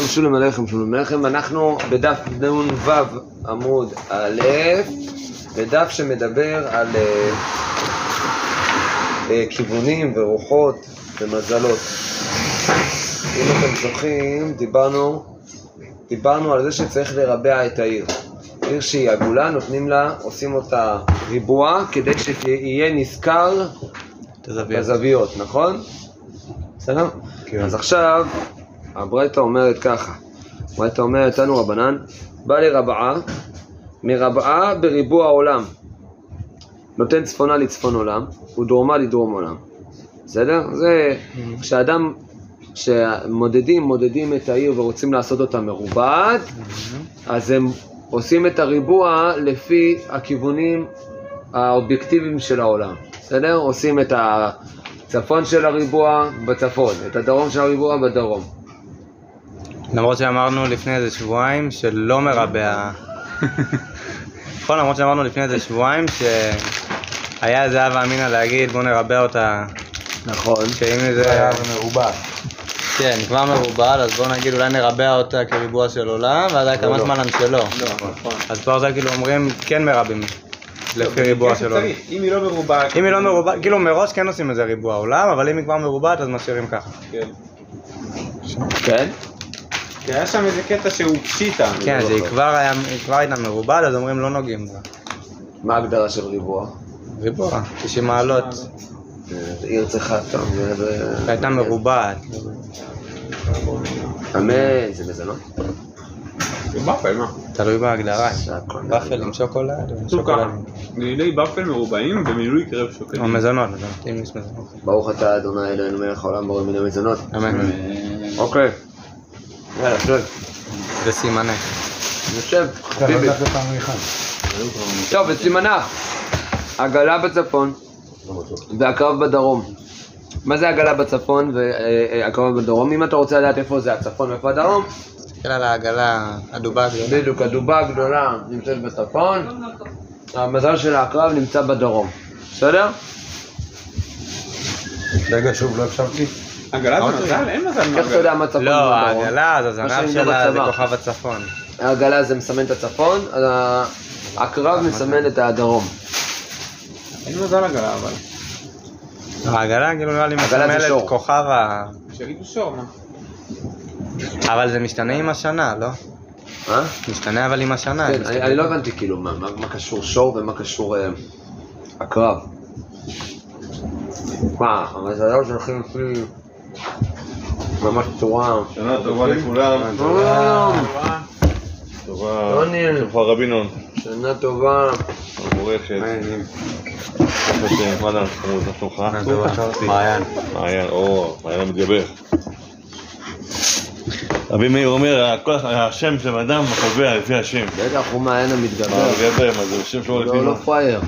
משולם עליכם, משולם עליכם, אנחנו בדף נ"ו עמוד א', בדף שמדבר על כיוונים ורוחות ומזלות. אם אתם זוכרים, דיברנו על זה שצריך לרבע את העיר. עיר שהיא עגולה, נותנים לה, עושים אותה ריבוע, כדי שיהיה נזכר בזוויות, נכון? בסדר? כן. אז עכשיו, הברייתא אומרת ככה, הברייתא אומרת, תנו רבנן, בא לרבעה, מרבעה בריבוע העולם. נותן צפונה לצפון עולם, ודרומה לדרום עולם. בסדר? זה כשאדם, שמודדים את העיר ורוצים לעשות אותה מרובעת, אז הם עושים את הריבוע לפי הכיוונים האובייקטיביים של העולם. בסדר? עושים את הצפון של הריבוע בצפון, את הדרום של הריבוע בדרום. למרות שאמרנו לפני איזה שבועיים שלא מרבע. נכון, למרות שאמרנו לפני איזה שבועיים שהיה איזה הווה אמינא להגיד בוא נרבע אותה. נכון. שאם זה מרובע. כן, כבר מרובע, אז בוא נגיד אולי נרבע אותה כריבוע של עולם, ואז היה כמה זמן שלא. לא, נכון. אז כבר זה כאילו אומרים כן מרבים לפי ריבוע של עולם. אם היא לא מרובעת. אם היא לא מרובעת, כאילו מראש כן עושים איזה ריבוע עולם, אבל אם היא כבר מרובעת אז משאירים ככה. כן. כן? כי היה שם איזה קטע שהוא פשיטה. כן, היא כבר הייתה מרובעת, אז אומרים לא נוגעים בה. מה ההגדרה של ריבוע? ריבוע, 90 מעלות. עיר צריכה טוב. הייתה מרובעת. אמן, זה מזונות? זה באפל, מה? תלוי בהגדרה. באפל עם שוקולד. מילוי באפל מרובעים ומילוי קרב שוקולד. או מזונות, אם יש מזונות. ברוך אתה אדוני אלוהינו מלך העולם בורא מיני מזונות. אמן. אוקיי. יאללה, שואל. וסימנה. יושב, ביבי. טוב, וסימנה. עגלה בצפון והקרב בדרום. מה זה עגלה בצפון והקרב בדרום? אם אתה רוצה לדעת איפה זה הצפון ואיפה הדרום, תסתכל על העגלה, הדובה הגדולה. בדיוק, הדובה הגדולה נמצאת בצפון, המזל של העקרב נמצא בדרום. בסדר? רגע, שוב, לא הקשבתי. עגלה זה מזל? אין מזל. איך אתה יודע מה צפון לא, ובדרום? העגלה, אז הזנב שלה זה כוכב הצפון. העגלה זה מסמן את הצפון, העקרב מסמן את הדרום. אין מזל עגלה, אבל. העגלה כאילו נראה לי מסמלת כוכב ה... שיגידו שור, מה? אבל זה משתנה עם השנה, לא? מה? משתנה אבל עם השנה. כן, אני לא הבנתי כאילו מה קשור שור ומה קשור עקרב. מה, המזלות שהולכים לפי ממש צורה. שנה טובה לכולם. טובה. שלך רבינון. שנה טובה. מבורכת. מה זה חמוד? מה שלומך? מעיין. מעיין, מעיין המתגבר. רבי מאיר אומר, השם של אדם מקבע לפי השם. בטח הוא מעיין המתגבר. המתגבר, מה זה השם שלו לפי מה? לא פרייר.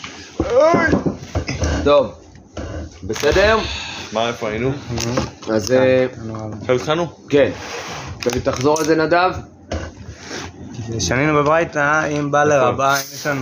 טוב, בסדר? מה, איפה היינו? אז... עכשיו התחלנו? כן. תחזור על זה נדב? שנינו בברייתא, אם בא לרבה,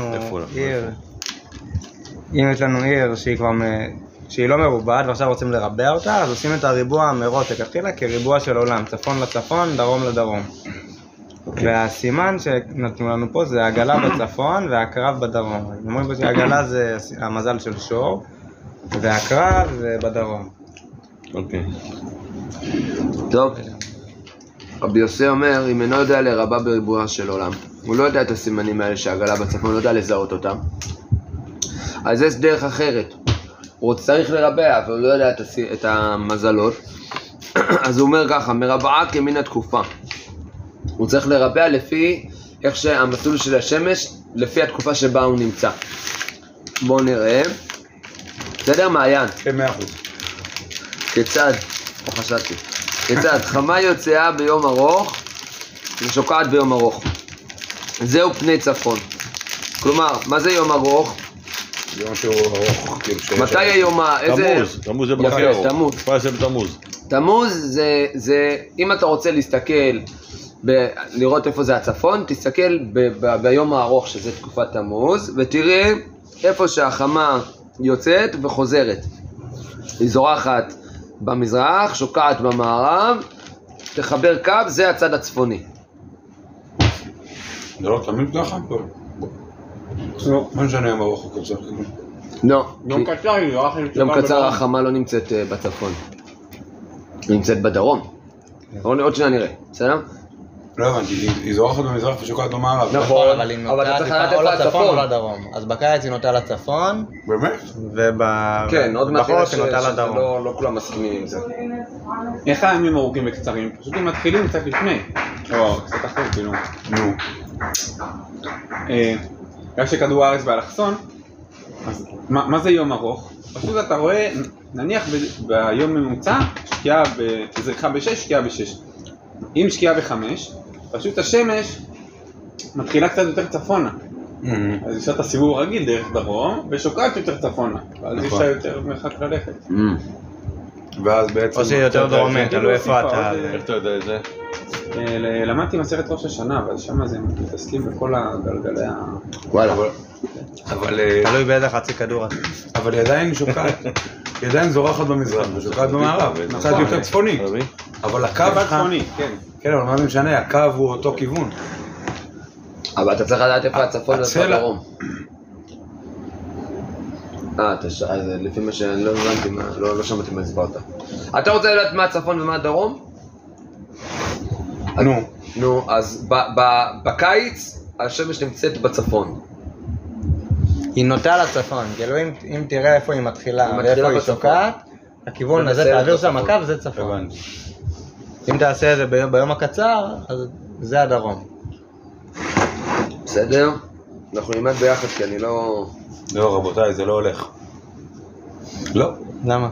אם יש לנו עיר שהיא לא מרובעת ועכשיו רוצים לרבע אותה, אז עושים את הריבוע מראש לכתחילה כריבוע של עולם, צפון לצפון, דרום לדרום. והסימן שנתנו לנו פה זה העגלה בצפון והקרב בדרום. אומרים פה שהעגלה זה המזל של שור, והקרב זה בדרום. אוקיי. טוב. רבי יוסי אומר, אם אינו יודע לרבה בריבוע של עולם, הוא לא יודע את הסימנים האלה שהעגלה בצפון, הוא לא יודע לזהות אותם. אז יש דרך אחרת. הוא צריך לרבע, אבל הוא לא יודע את המזלות. אז הוא אומר ככה, מרבעה כמין התקופה. הוא צריך לרבע לפי איך שהמסלול של השמש, לפי התקופה שבה הוא נמצא. בואו נראה. בסדר, מעיין? כן, 100%. כיצד? או חשבתי. כיצד? חמה יוצאה ביום ארוך ושוקעת ביום ארוך. זהו פני צפון. כלומר, מה זה יום ארוך? יום שהוא ארוך. מתי היום איזה... תמוז זה בחי ארוך. תמוז. מה זה בתמוז? תמוז זה, אם אתה רוצה להסתכל, לראות איפה זה הצפון, תסתכל ביום הארוך שזה תקופת תמוז, ותראה איפה שהחמה יוצאת וחוזרת. היא זורחת במזרח, שוקעת במערב, תחבר קו, זה הצד הצפוני. זה לא תמיד ככה? מה משנה אם ארוך או קצר? לא. יום קצר, יום קצר החמה לא נמצאת בצפון. היא נמצאת בדרום. עוד שניה נראה, בסדר? לא הבנתי, היא זורחת במזרח ושוקעת במערב. נכון, אבל היא אבל אתה נוטה צריך לדעת טיפה או איפה לצפון או הצפון. לדרום. אז בקיץ היא נוטה לצפון, באמת? כן, עוד מעט ובחורף היא נוטה שזה לדרום. לא כולם מסכימים עם זה. איך הימים ארוכים וקצרים? פשוט הם מתחילים קצת לפני. או, קצת אחרי, כאילו. נו. בגלל שכדור הארץ באלכסון, אז מה זה יום ארוך? פשוט אתה רואה, נניח ביום ממוצע, שקיעה בזריחה ב-6, שקיעה ב-6. אם שקיעה ב-5, פשוט השמש מתחילה קצת יותר צפונה. אז יש את הסיבוב הרגיל דרך דרום, ושוקעת יותר צפונה. ואז יש לה יותר מרחק ללכת. ואז בעצם... או שהיא יותר דרומית, תלוי איפה אתה. איך אתה יודע את זה? למדתי מסכת ראש השנה, אבל שם זה מתעסקים בכל הגלגלי ה... וואלה. אבל תלוי באיזה חצי כדור. היא עדיין שוקעת, היא עדיין זורחת במזרח ושוקעת במערב, קצת יותר צפונית. אבל הקו קו שלך... צפוני, כן. כן, אבל מה זה משנה, הקו הוא אותו כיוון. אבל אתה צריך לדעת איפה הצפון ואיפה הצלע. הדרום. אז לפי מה שאני לא הבנתי, לא שמעתי מה הסברת. אתה רוצה לדעת מה הצפון ומה הדרום? נו. נו, אז בקיץ השמש נמצאת בצפון. היא נוטה לצפון, כאילו אם תראה איפה היא מתחילה היא ואיפה מתחילה היא בצפון. שוקעת, הכיוון הזה ומסיימת תעביר שם בצפון. הקו, זה צפון. הבנתי. אם תעשה את זה ביום הקצר, אז זה הדרום. בסדר? אנחנו נלמד ביחד כי אני לא... לא, רבותיי, זה לא הולך. לא. למה?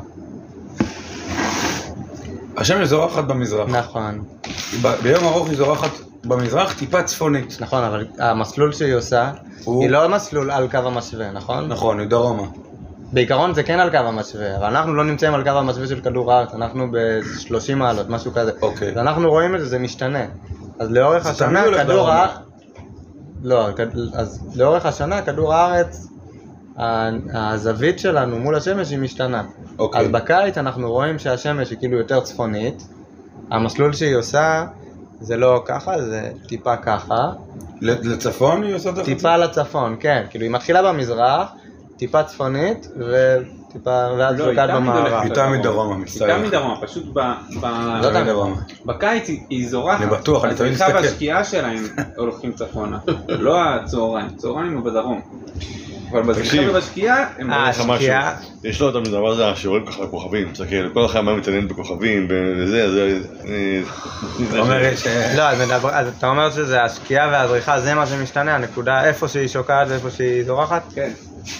השמש זורחת במזרח. נכון, ביום ארוך היא זורחת במזרח, טיפה צפונית. נכון, אבל המסלול שהיא עושה, היא לא מסלול על קו המשווה, נכון? נכון, היא דרומה. בעיקרון זה כן על קו המשווה, אבל אנחנו לא נמצאים על קו המשווה של כדור הארץ, אנחנו ב-30 מעלות, משהו כזה. אוקיי. אז אנחנו רואים את זה, זה משתנה. אז לאורך זה השנה תמיד הולך כדור דרומה. הארץ... לא, אז לאורך השנה כדור הארץ, הזווית שלנו מול השמש היא משתנה. אוקיי. אז בקיץ אנחנו רואים שהשמש היא כאילו יותר צפונית, המסלול שהיא עושה זה לא ככה, זה טיפה ככה. לצפון היא עושה את החצי? טיפה לצפון, כן, כאילו היא מתחילה במזרח, טיפה צפונית וטיפה ואז לא, שוקעת היא תמיד במערב. הולכת. איתה מדרומה, היא מצטער. גם מדרומה, פשוט לא איתה מדרומה. בקיץ היא זורחת. אני בטוח, אני תמיד הזריחה מסתכל. והשקיעה שלהם הולכים צפונה, לא הצהריים, צהריים הוא בדרום. אבל בזריחה תקשיב. ובשקיעה הם... לך משהו. השקיעה. יש לו את הדבר הזה שרואים ככה בכוכבים, תסתכל, כל החיים מתעניין בכוכבים, וזה, זה... זאת אומרת ש... לא, אז אתה אומר שזה השקיעה והזריחה, זה מה שמשתנה, הנקודה איפה שהיא שוקעת ואיפה שהיא זורחת? כן.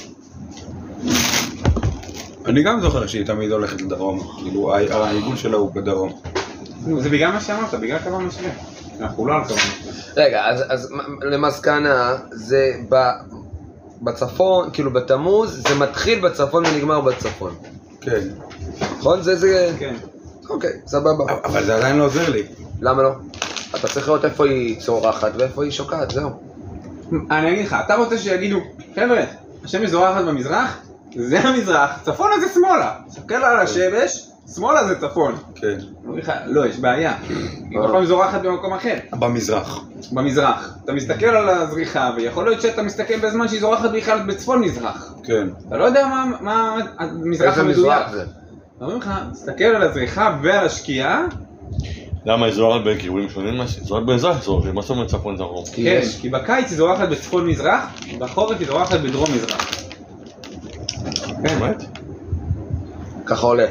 אני גם זוכר שהיא תמיד הולכת לדרום. כאילו, העיגול שלה הוא בדרום. נו, זה בגלל מה שאמרת, בגלל קו המשווה. אנחנו לא על קו המשווה. רגע, אז למסקנה, זה בצפון, כאילו בתמוז, זה מתחיל בצפון ונגמר בצפון. כן. נכון? זה... כן. אוקיי, סבבה. אבל זה עדיין לא עוזר לי. למה לא? אתה צריך לראות איפה היא צורחת ואיפה היא שוקעת, זהו. אני אגיד לך, אתה רוצה שיגידו, חבר'ה, השמש זורחת במזרח, זה המזרח, צפונה זה שמאלה. תסתכל על השמש, שמאלה זה צפון. כן. לא, יש בעיה. היא כל פעם זורחת במקום אחר. במזרח. במזרח. אתה מסתכל על הזריחה, ויכול להיות שאתה מסתכל בזמן שהיא זורחת בכלל בצפון מזרח. כן. אתה לא יודע מה המזרח איזה המדויק. מזרח זה? אומרים לך, תסתכל על הזריחה ועל השקיעה, למה היא זורחת בין כיוונים שונים? זורחת במזרח, זורחת, מה זאת אומרת צפון דרום? כן, כי בקיץ היא זורחת בצפון מזרח, בחורף היא זורחת בדרום מזרח. באמת? ככה עולה.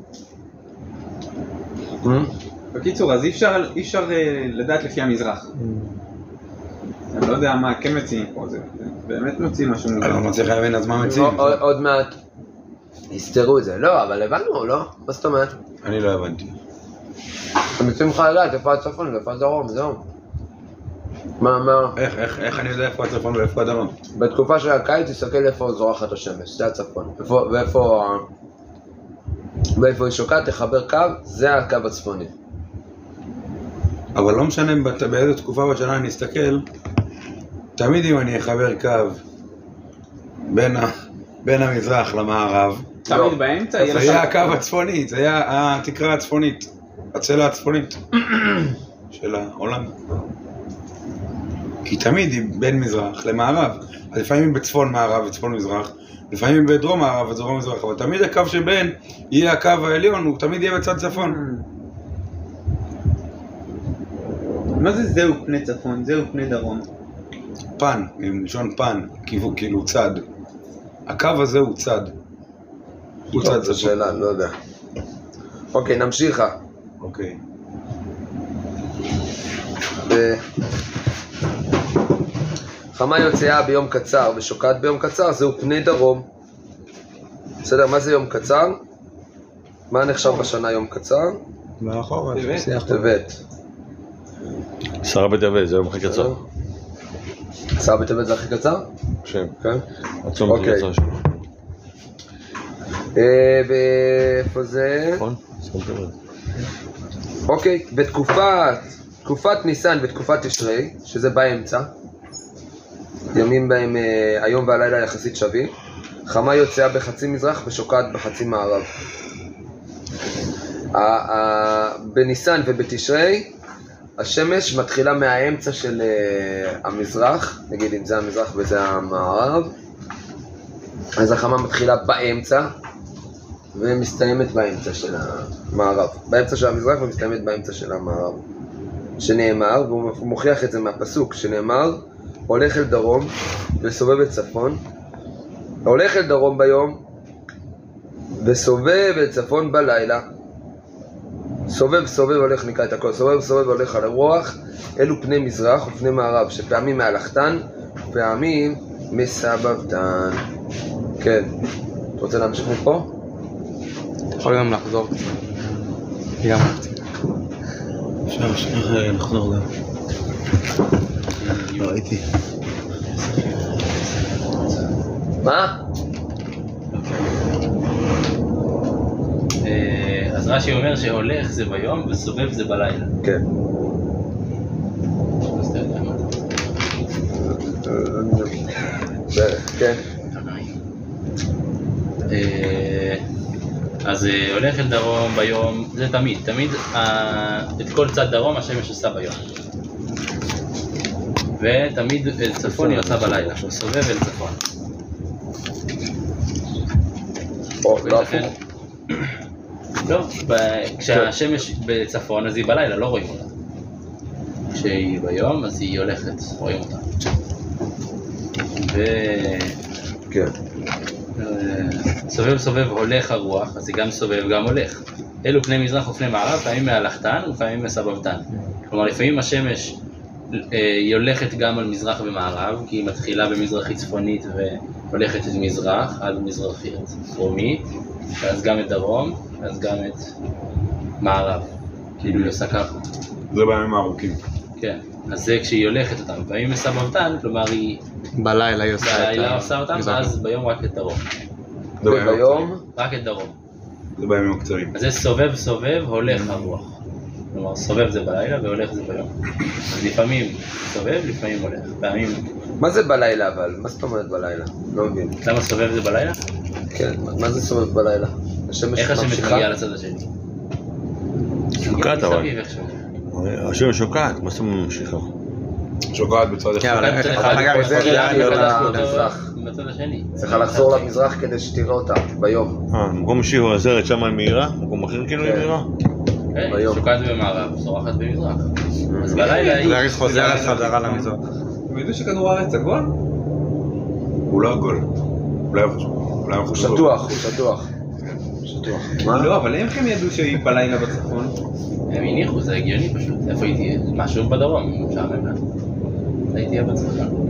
בקיצור, אז אי אפשר לדעת לפי המזרח. אני לא יודע מה כן מציעים פה, זה באמת מציעים משהו אני לא מוזר. מצליח להבין אז מה מציעים. עוד מעט יסתרו את זה. לא, אבל הבנו, לא? מה זאת אומרת? אני לא הבנתי. הם מציעים לך לדעת איפה הצפון ואיפה הדרום, זהו. מה? איך אני יודע איפה הצפון ואיפה הדרום? בתקופה של הקיץ תסתכל איפה זורחת השמש, זה הצפון. ואיפה היא שוקעת, תחבר קו, זה הקו הצפוני. אבל לא משנה באיזו תקופה בשנה אני אסתכל, תמיד אם אני אחבר קו בין המזרח למערב, תמיד באמצע יהיה זה לך... יהיה הקו הצפוני, זה יהיה התקרה הצפונית. הצלע הצפונית של העולם. כי תמיד היא בין מזרח למערב. אז לפעמים היא בצפון מערב וצפון מזרח, לפעמים היא בדרום מערב ודרום מזרח, אבל תמיד הקו שבין יהיה הקו העליון, הוא תמיד יהיה בצד צפון. מה זה זהו פני צפון? זהו פני דרום? פן, מלשון פן, כאילו צד. הקו הזה הוא צד. הוא צד זו צפון. שאלה, לא יודע. אוקיי, נמשיכה. אוקיי. חמה יוצאה ביום קצר ושוקעת ביום קצר, זהו פני דרום. בסדר, מה זה יום קצר? מה נחשב בשנה יום קצר? מאחורה, טבת. עשרה בטבת, זה יום הכי קצר. עשרה בטבת זה הכי קצר? שם. כן. הצום הכי אוקיי. קצר שלו. ואיפה זה? נכון? עשרה בטבת. אוקיי, בתקופת ניסן ותקופת תשרי, שזה באמצע, ימים בהם היום והלילה יחסית שווים, חמה יוצאה בחצי מזרח ושוקעת בחצי מערב. בניסן ובתשרי, השמש מתחילה מהאמצע של המזרח, נגיד אם זה המזרח וזה המערב, אז החמה מתחילה באמצע, ומסתיימת באמצע של המערב. באמצע של המזרח ומסתיימת באמצע של המערב. שנאמר, והוא מוכיח את זה מהפסוק, שנאמר, הולך אל דרום וסובב אל צפון. הולך אל דרום ביום וסובב אל צפון בלילה. סובב הולך, נקרא את הכל, סובב הולך על הרוח. אלו פני מזרח ופני מערב, שפעמים מהלכתן ופעמים מסבבתן. כן, אתה רוצה להמשיך מפה? יכול גם לחזור. גם אפשר לחזור גם. ראיתי. מה? אז רש"י אומר שהולך זה ביום וסובב זה בלילה. כן. אז אתה יודע מה? כן. אז הולך אל דרום ביום, זה תמיד את כל צד דרום השמש עושה ביום. ותמיד אל צפון היא עושה בלילה, סובב אל צפון. או, לא הפוך. לא, כשהשמש בצפון אז היא בלילה, לא רואים אותה. כשהיא ביום אז היא הולכת, רואים אותה. כן. סובב הולך הרוח, אז היא גם סובב גם הולך. אלו פני מזרח ופני מערב, פעמים מהלכתן ופעמים מסבבתן. כלומר, לפעמים השמש היא הולכת גם על מזרח ומערב, כי היא מתחילה במזרחית צפונית והולכת את מזרח, עד מזרחית דרומית, ואז גם את דרום, ואז גם את מערב. כאילו היא עושה ככה. זה בימים הארוכים. כן, אז זה כשהיא הולכת אותם, פעמים מסבבתן, כלומר היא בלילה היא עושה את בלילה עושה אותם, ואז ביום רק את דרום. וביום? רק את דרום. זה בימים הקצרים. אז זה סובב, הולך הרוח. כלומר, סובב זה בלילה והולך זה ביום. אז לפעמים סובב, לפעמים הולך. פעמים... מה זה בלילה אבל? מה זאת אומרת בלילה? לא מבין. למה סובב זה בלילה? כן, מה זה סובב בלילה? השמש איך השמש ממשיכה? מגיעה לצד השני? שוקעת אבל. מסביב איכשהו. השמש שוקעת, מה זאת אומרת ממשיכה? שוקעת בצד כן, אחד. אבל איך אגב, זה זה להיות מחדש למזרח. בצד השני. צריכה לחזור למזרח כדי שתראה אותה ביום. מקום שהיא עוזרת שם היא מהירה? מקום אחר כאילו היא מהירה? כן, ביום. שוקעת במערב, שורחת במזרח. אז בלילה היא... זה חוזרת חזרה למזרח. אתם יודעים שכדור הארץ עגול? הוא לא עגול. אולי הוא הוא חשוב. שטוח. מה? לא, אבל איך הם ידעו שהיא בלילה בצפון? הם הניחו, זה הגיוני פשוט. איפה היא תהיה? משהו בדרום, משעמם לה. היא תהיה בצפון.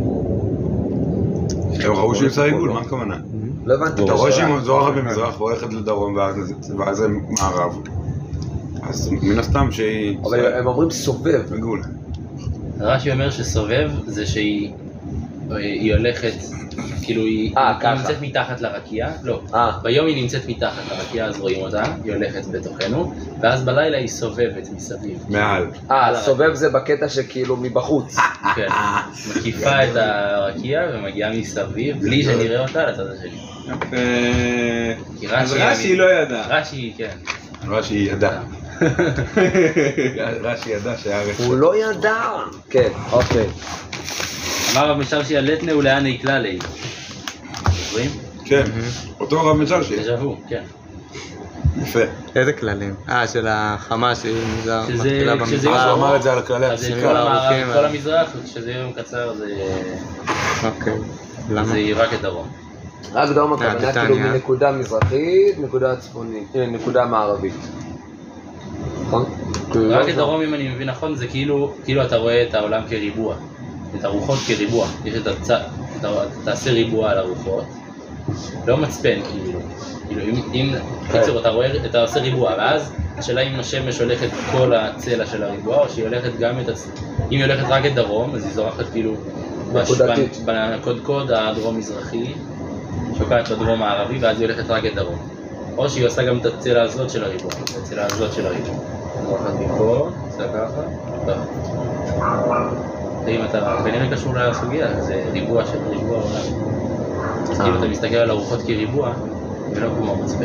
הם ראו שהיא עושה עיגול, מה הכוונה? לא הבנתי. אתה רואה שהיא זורחת במזרח והולכת לדרום ואז זה מערב. אז מן הסתם שהיא... אבל הם אומרים סובב. עיגול. רש"י אומר שסובב זה שהיא הולכת, כאילו היא ככה. נמצאת מתחת לרקיע, לא, אה. ביום היא נמצאת מתחת לרקיע אז רואים אותה, היא הולכת בתוכנו, ואז בלילה היא סובבת מסביב. מעל. סובב זה בקטע שכאילו מבחוץ. כן, מקיפה את הרקיע ומגיעה מסביב בלי שנראה אותה לצד השני. אז רש"י לא ידע. רש"י, כן. אני רואה שהיא ידעה. רש"י ידע שהארץ... הוא לא ידע. כן, אוקיי. אמר רב משרשי הלטנה ולאני כללי. זוכרים? כן, אותו רב משרשי. דז'ה-וו, כן. יפה. איזה כללים? של החמה שהיא שזה- מתחילה כשזה במזרח. הוא אמר את זה על כללי אז זה הפסיקה. כל המערב, ארוכים, כל המזרח, וכשזה יום קצר אוקיי. למה? זה רק את דרום. רק דרום הכוונה בריטניה. כאילו מנקודה מזרחית, נקודה צפונית, נקודה מערבית. נכון? רק את דרום, אם אני מבין נכון, זה כאילו אתה רואה את העולם כריבוע, את הרוחות כריבוע. יש את הצד, אתה תעשה ריבוע על הרוחות, לא מצפן כאילו. אם קיצור אתה עושה ריבוע, ואז השאלה אם השמש הולכת כל הצלע של הריבוע, או שהיא הולכת גם אם היא הולכת רק את דרום, אז היא זורחת כאילו נקודתית. בקודקוד הדרום-מזרחי, שוקעת בדרום הערבי, ואז היא הולכת רק את דרום. או שהיא עושה גם את הצלע הזאת של הריבוע, את הצלע הזאת של הריבוע. זורחת מפה, עושה ככה, ככה. ואם אתה כנראה קשור לסוגיה, זה ריבוע של ריבוע עולם. אז כאילו אתה מסתכל על הרוחות כריבוע, ולא כמו מצפן.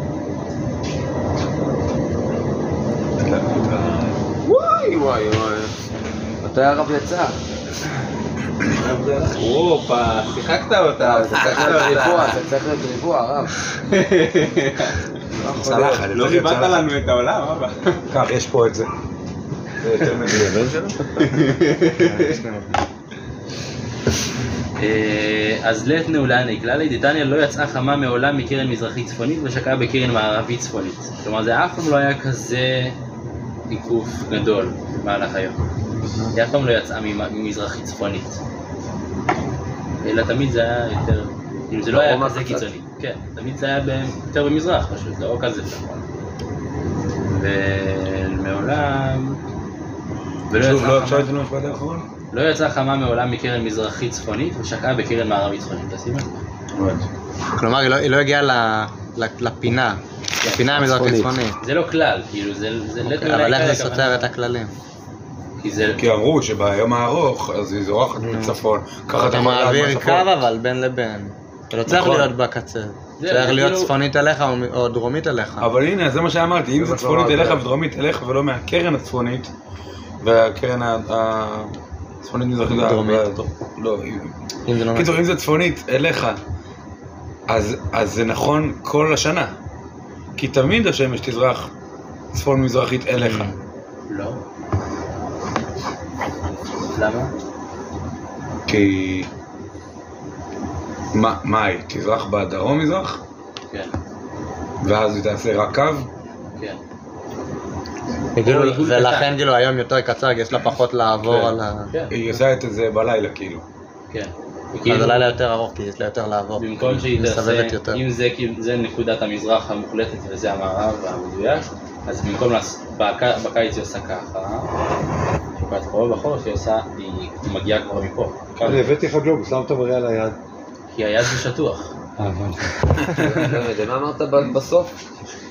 וואי וואי וואי. מתי הרב יצא? הופה, שיחקת אותה. זה צריך להיות ריבוע, זה צריך להיות ריבוע, הרב. צלחת, לא ריבדת לנו את העולם, אבא. כך, יש פה את זה. זה יותר מבין. אז לטנה ולאני כללי, דתניא לא יצאה חמה מעולם מקרן מזרחית צפונית ושקעה בקרן מערבית צפונית. כלומר זה אף פעם לא היה כזה עיקוף גדול במהלך היום. היא אף פעם לא יצאה ממזרחית צפונית. אלא תמיד זה היה יותר, כאילו זה לא היה כזה קיצוני. כן, תמיד זה היה יותר במזרח פשוט, לא כזה צפון. ומעולם... שוב, לא אפשר לתת לנו משפט האחרון? לא יצאה חמה מעולם מקרן מזרחית צפונית ושקעה בקרן מערבית צפונית, תשים את זה. כלומר, היא לא הגיעה לפינה, לפינה המזרחית צפונית. זה לא כלל, כאילו זה לטנה אבל איך כלל זה הכוונה. סותר את הכללים? כי כי אמרו שביום הארוך, אז היא זורחת מצפון. ככה אתה יכול לדעת מעביר מהצפון. קו אבל בין לבין. אתה לא צריך נכון. להיות בקצה. זה צריך להיות כאילו- צפונית אליך או דרומית אליך. אבל הנה, זה מה שאמרתי, אם זה צפונית אליך ודרומית אליך ולא מהקרן הצפונית, והקרן הצפונית מזרחית... דרומית. לא, אם זה לא קיצור, אם זה צפונית אליך, אז זה נכון כל השנה. כי תמיד השמש תזרח צפון מזרחית אליך. לא. למה? כי... מה היא? תזרח בדרום מזרח? כן, ואז היא תעשה רק קו? כן. וכאילו- או עיגול ולכן קטן. כאילו היום יותר קצר, כי יש לה פחות לעבור כן. על ה... כן, היא עושה את זה בלילה כאילו. כן. אז וכאילו, הלילה יותר ארוך, כי יש לה יותר לעבור. במקום שהיא תעשה, מסתובבת יותר. אם זה כאילו, זה נקודת המזרח המוחלטת וזה המערב המדויק, אז במקום בקיץ היא עושה ככה, שוקעת פה, בחורף היא עושה, היא מגיעה כבר מפה. אני הבאתי לך גלובוס, למה אתה מראה על היד? כי היד זה שטוח. הבנתי. מה אמרת בסוף?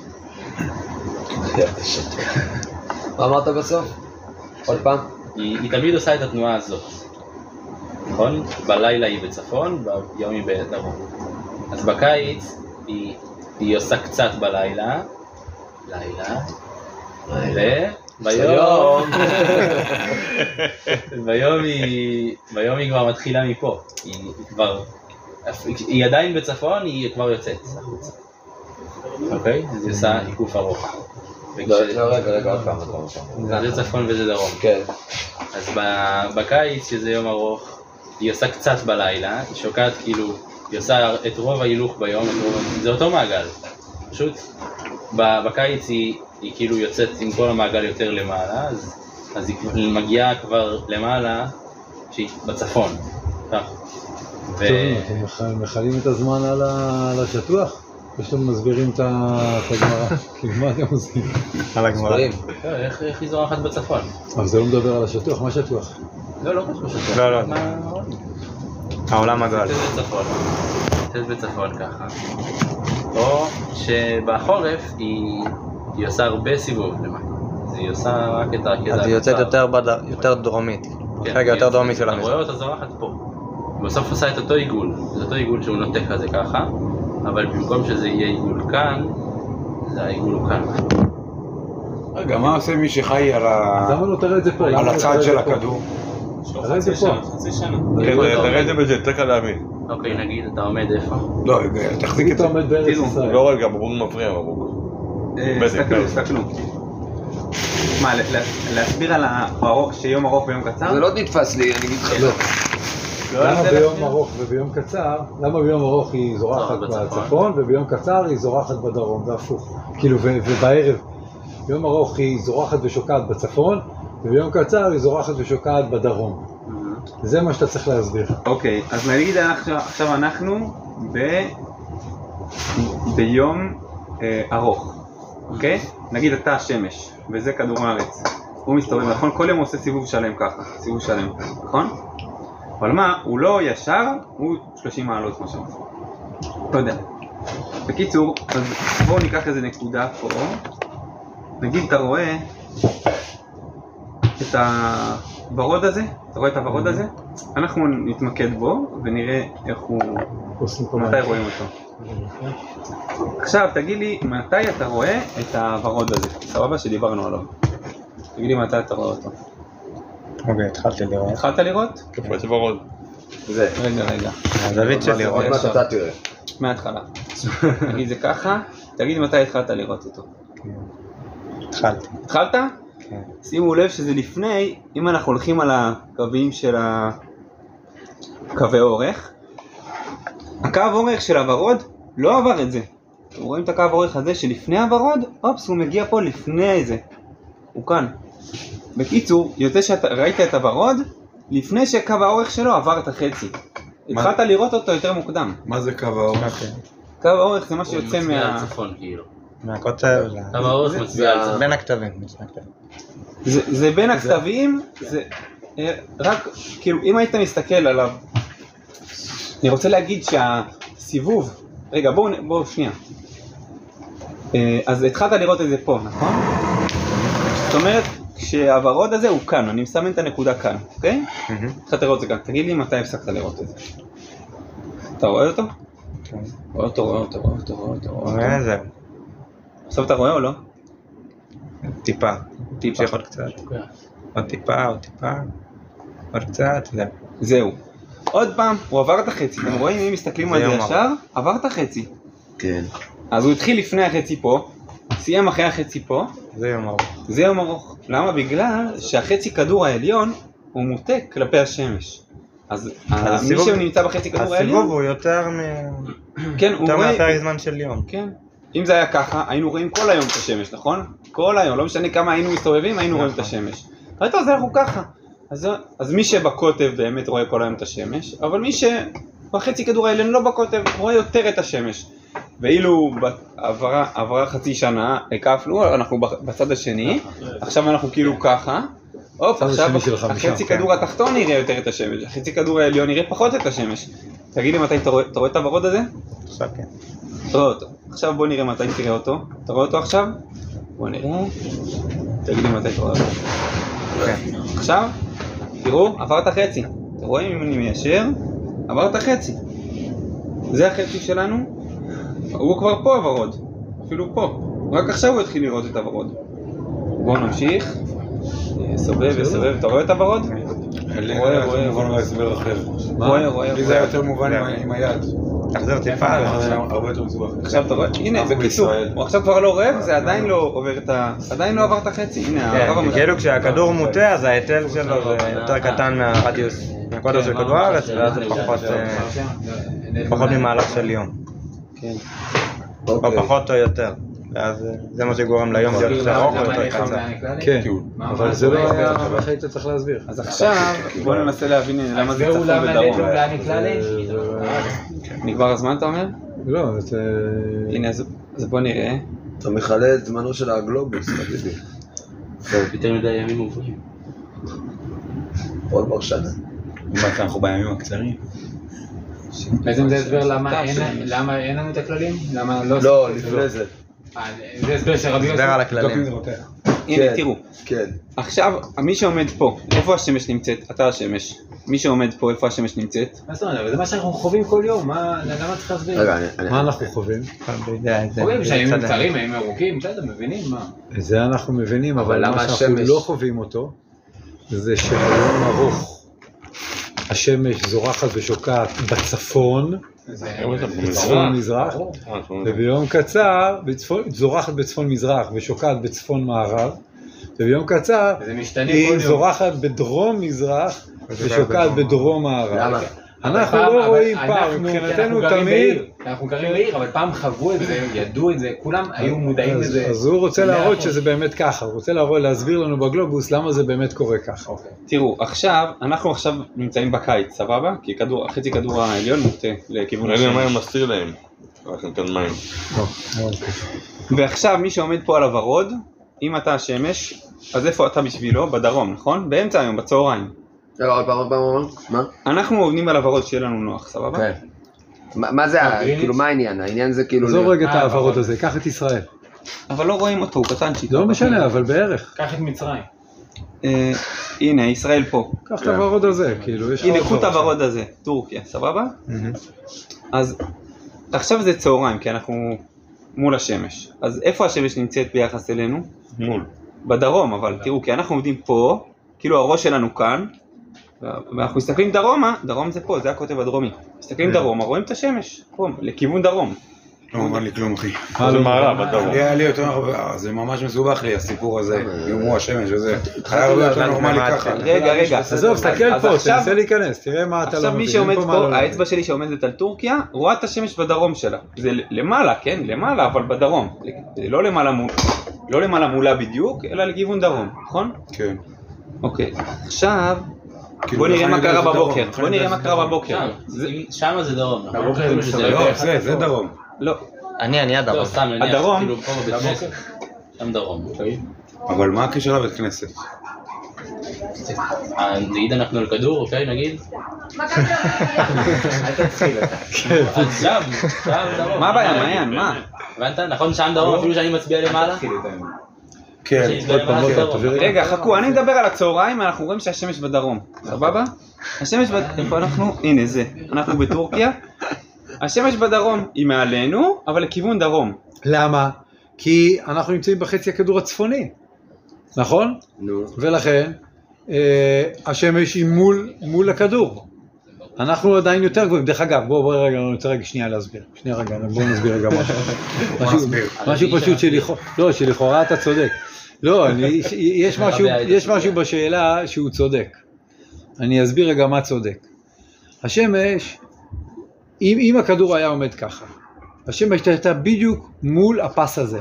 מה אמרת בסוף? עוד פעם? היא תמיד עושה את התנועה הזאת, נכון? בלילה היא בצפון, ביום היא בדרום. אז בקיץ היא עושה קצת בלילה, וביום ביום היא כבר מתחילה מפה. היא עדיין בצפון, היא כבר יוצאת החוצה. אוקיי? אז היא עושה עיקוף ארוך. רגע, עוד פעם. זה צפון וזה דרום. כן. אז בקיץ, שזה יום ארוך, היא עושה קצת בלילה, היא שוקעת כאילו, היא עושה את רוב ההילוך ביום, זה אותו מעגל. פשוט בקיץ היא כאילו יוצאת עם כל המעגל יותר למעלה, אז היא מגיעה כבר למעלה, שהיא בצפון. כך. טוב, אתם מכלים את הזמן על השטוח? או שאתם מסבירים את הגמרא? כאילו מה אתם עושים? על הגמרא. איך היא זורחת בצפון? אבל זה לא מדבר על השטוח, מה שטוח? לא קשור שטוח. לא. העולם הגל. יוצאת בצפון ככה. או שבחורף היא עושה הרבה סיבוב למעלה. אז היא עושה רק את הקטע אז היא יוצאת יותר דרומית. כן, רגע, יותר דרומית של אתה רואה המזרח. אותה זורחת פה. בסוף עושה את אותו עיגול. זה אותו עיגול שהוא נוטה כזה ככה, אבל במקום שזה יהיה עיגול כאן, זה העיגול הוא כאן. רגע, מה עושה מי שחי על אז למה לא תראה את זה פה? על הצד של הכדור? תראה את זה פה. חצי שנה. תראה את זה בזה, יותר קל להבין. אוקיי, נגיד, אתה עומד איפה? לא, תחזיק את אתה זה. עומד בארץ תראו, ישראל. לא רגע, בבוק מפריע בבוק. תסתכלו. מה, להסביר על שיום ארוך ויום קצר? זה לא נתפס לי, אני אגיד לך לא. למה ביום ארוך וביום קצר, למה ביום ארוך היא זורחת בצפון וביום קצר היא זורחת בדרום, והפוך, כאילו, ובערב ביום ארוך היא זורחת ושוקעת בצפון וביום קצר היא זורחת ושוקעת בדרום. זה מה שאתה צריך להסביר. אוקיי, אז נגיד עכשיו אנחנו ביום ארוך, אוקיי? נגיד אתה השמש וזה כדור הארץ, הוא מסתובב, נכון? כל יום הוא עושה סיבוב שלם ככה, סיבוב שלם, נכון? אבל מה, הוא לא ישר, הוא 30 מעלות משהו. לא יודע. בקיצור, אז בואו ניקח איזה נקודה פה. נגיד אתה רואה את הוורוד הזה, אתה רואה את הוורוד הזה? אנחנו נתמקד בו ונראה איך הוא, מתי רואים אותו. עכשיו תגיד לי, מתי אתה רואה את הוורוד הזה? סבבה שדיברנו עליו. תגיד לי מתי אתה רואה אותו. אוקיי, התחלתי לראות. התחלת לראות? איפה זה ורוד? זה. רגע. הזווית שלי עוד רואה. מעט אתה תראה. מההתחלה. נגיד זה ככה, תגיד מתי התחלת לראות אותו. התחלתי. התחלת? כן. שימו לב שזה לפני, אם אנחנו הולכים על הקווים של הקווי אורך, הקו אורך של הוורוד לא עבר את זה. אתם רואים את הקו אורך הזה שלפני הוורוד? אופס, הוא מגיע פה לפני זה. הוא כאן. בקיצור, יוצא שאתה ראית את הוורוד לפני שקו האורך שלו עבר את החצי. התחלת לראות אותו יותר מוקדם. מה זה קו האורך? קו האורך זה מה שיוצא מצביע על צפון, כאילו. מהכותב, קו האורך מצביע על צפון. בין הכתבים. זה בין הכתבים, זה רק, כאילו, אם היית מסתכל עליו, אני רוצה להגיד שהסיבוב, רגע, בואו שנייה. אז התחלת לראות את זה פה, נכון? זאת אומרת, כשהוורוד הזה הוא כאן, אני מסמן את הנקודה כאן, אוקיי? התחלת לראות את זה כאן, תגיד לי מתי הפסקת לראות את זה. אתה רואה אותו? כן. רואה אותו. רואה זהו. עכשיו אתה רואה או לא? טיפה. טיפה. עוד קצת. עוד טיפה. עוד קצת, זהו. זהו. עוד פעם, הוא עבר את החצי. אתם רואים, אם מסתכלים על זה ישר, עבר את החצי. כן. אז הוא התחיל לפני החצי פה, סיים אחרי החצי פה. זה יום ארוך. זה יום ארוך. למה? בגלל שהחצי כדור העליון הוא מוטה כלפי השמש. אז מי שנמצא בחצי כדור העליון... הסיבוב הוא יותר מהפרק זמן של יום. כן. אם זה היה ככה, היינו רואים כל היום את השמש, נכון? כל היום, לא משנה כמה היינו מסתובבים, היינו רואים את השמש. ראית, אז אנחנו ככה. אז מי שבקוטב באמת רואה כל היום את השמש, אבל מי שבחצי כדור העליון לא בקוטב רואה יותר את השמש. ואילו עברה חצי שנה, הקפנו, אנחנו בצד השני, עכשיו אנחנו כאילו ככה, עכשיו החצי כדור התחתון יראה יותר את השמש, החצי כדור העליון יראה פחות את השמש. תגיד לי מתי אתה רואה את הוורוד הזה? עכשיו כן. רואה אותו. עכשיו בוא נראה מתי תראה אותו. אתה רואה אותו עכשיו? בוא נראה. תגיד לי מתי אתה רואה אותו. עכשיו, תראו, עברת חצי. אתם רואים אם אני מיישר? עברת חצי. זה החצי שלנו. הוא כבר פה הוורוד. אפילו פה. רק עכשיו הוא התחיל לראות את הוורוד. בואו נמשיך. סובב. אתה רואה את הוורוד? רואה. מובן בהסבר אחר. רואה. לי זה היה יותר מובן עם היד. תחזר טיפה. הרבה יותר מסובך. עכשיו אתה רואה, הנה, בקיצור, הוא עכשיו כבר לא רואה וזה עדיין לא עובר את עדיין לא עבר את החצי, הנה, כאילו כשהכדור מוטה אז ההיטל שלו זה יותר קטן מהרדיוס, מהקוטר של כדור הארץ, ואז זה פחות ממהלך של יום. כן. או פחות או יותר. ואז זה מה שגורם ליום להיות יותר ארוך או יותר קצר. כן, אבל זה לא היה מה שהיית צריך להסביר. אז עכשיו בואו ננסה להבין למה זה צפון ודרום. נגמר הזמן אתה אומר? לא, זה... הנה, אז בואו נראה. אתה מכלה את זמנו של הגלובוס, תגידי. יותר מדי ימים עוברים. עוד כבר שנה. אנחנו בימים הקצרים. בעצם זה הסבר למה אין לנו את הכללים? לא, לפני זה. זה הסבר שרבי יוסף. הסבר על הכללים. הנה, תראו. כן. עכשיו, מי שעומד פה, איפה השמש נמצאת? אתה השמש. מי שעומד פה, איפה השמש נמצאת? מה זאת אומרת? אבל זה מה שאנחנו חווים כל יום, למה צריך להסביר? רגע, מה אנחנו חווים? חווים שהימים קצרים, הימים ארוכים, בסדר, מבינים מה. את זה אנחנו מבינים, אבל למה מה שאנחנו השמש? לא חווים אותו, זה שביום ארוך השמש זורחת ושוקעת בצפון, בצפון מזרח, וביום קצר זורחת בצפון מזרח ושוקעת בצפון מערב, וביום קצר היא זורחת בדרום מזרח ושוקעת בדרום מערב. אנחנו לא רואים פעם, מבחינתנו תמיד. אנחנו גרים בעיר, אבל פעם חוו את זה, ידעו את זה, כולם היו מודעים לזה. אז הוא רוצה להראות שזה באמת ככה, הוא רוצה להסביר לנו בגלובוס למה זה באמת קורה ככה. תראו, אנחנו עכשיו נמצאים בקיץ, סבבה? כי חצי כדור העליון מוטה לכיוון רגע, מה השמש. מסתיר להם? אנחנו כאן מים. ועכשיו מי שעומד פה על הוורוד, אם אתה השמש, אז איפה אתה בשבילו? בדרום, נכון? באמצע היום, בצהריים. רגע, עוד פעם, מה? אנחנו עובדים על הוורוד שיהיה לנו נוח, סבבה? כן. מה זה, כאילו, מה העניין? העניין זה כאילו... עזוב רגע את העברות הזה, קח את ישראל. אבל לא רואים אותו, הוא קטנצ'יק. לא משנה, אבל בערך. קח את מצרים. הנה, ישראל פה. קח את העברות הזה, כאילו, יש... הנה, קחו את הוורוד הזה, טורקיה, סבבה? אז עכשיו זה צהריים, כי אנחנו מול השמש. אז איפה השמש נמצאת ביחס אלינו? מול. בדרום, אבל תראו, כי אנחנו עובדים פה, כאילו הראש שלנו כאן, ואנחנו מסתכלים דרומה, דרום זה פה, זה הקוטב הדרומי. מסתכלים דרומה, רואים את השמש, פה, לכיוון דרום. לא אומר לי כלום, אחי. זה מערב, הדרום. היה לי יותר הרבה, זה ממש מסובך לי, הסיפור הזה, יומו השמש וזה. חייב להיות יותר נורמלי ככה. רגע. עזוב, תסתכל פה, תנסה להיכנס, תראה מה אתה לא עכשיו מבין. מי שעומד פה, האצבע שלי שעומדת על טורקיה, רואה את השמש בדרום שלה. זה למעלה, כן? למעלה, אבל בדרום. לא למעלה מולה בדיוק, אלא לכיוון דרום, נכון? כן. אוקיי, עכשיו... בוא נראה מה קרה בבוקר, שם זה דרום. לא, זה דרום. לא. אני הדרום. הדרום. שם דרום. אבל מה הקשר לבית כנסת? נגיד אנחנו על כדור, אוקיי, נגיד? אל תתחיל אותה. אז שם דרום. מה הבעיה, מעיין, מה? הבנת? נכון שם דרום, אפילו שאני מצביע למעלה? כן. רגע, חכו, אני מדבר על הצהריים, אנחנו רואים שהשמש בדרום, סבבה? השמש איפה אנחנו? הנה זה, אנחנו בטורקיה. השמש בדרום היא מעלינו, אבל לכיוון דרום. למה? כי אנחנו נמצאים בחצי הכדור הצפוני, נכון? ולכן השמש היא מול הכדור. אנחנו עדיין יותר גבוהים. דרך אגב, בואו רגע, אני רוצה רגע שנייה להסביר. בואו נסביר רגע משהו פשוט שלכאורה אתה צודק. לא, יש משהו בשאלה שהוא צודק. אני אסביר רגע מה צודק. השמש, אם הכדור היה עומד ככה, השמש הייתה בדיוק מול הפס הזה.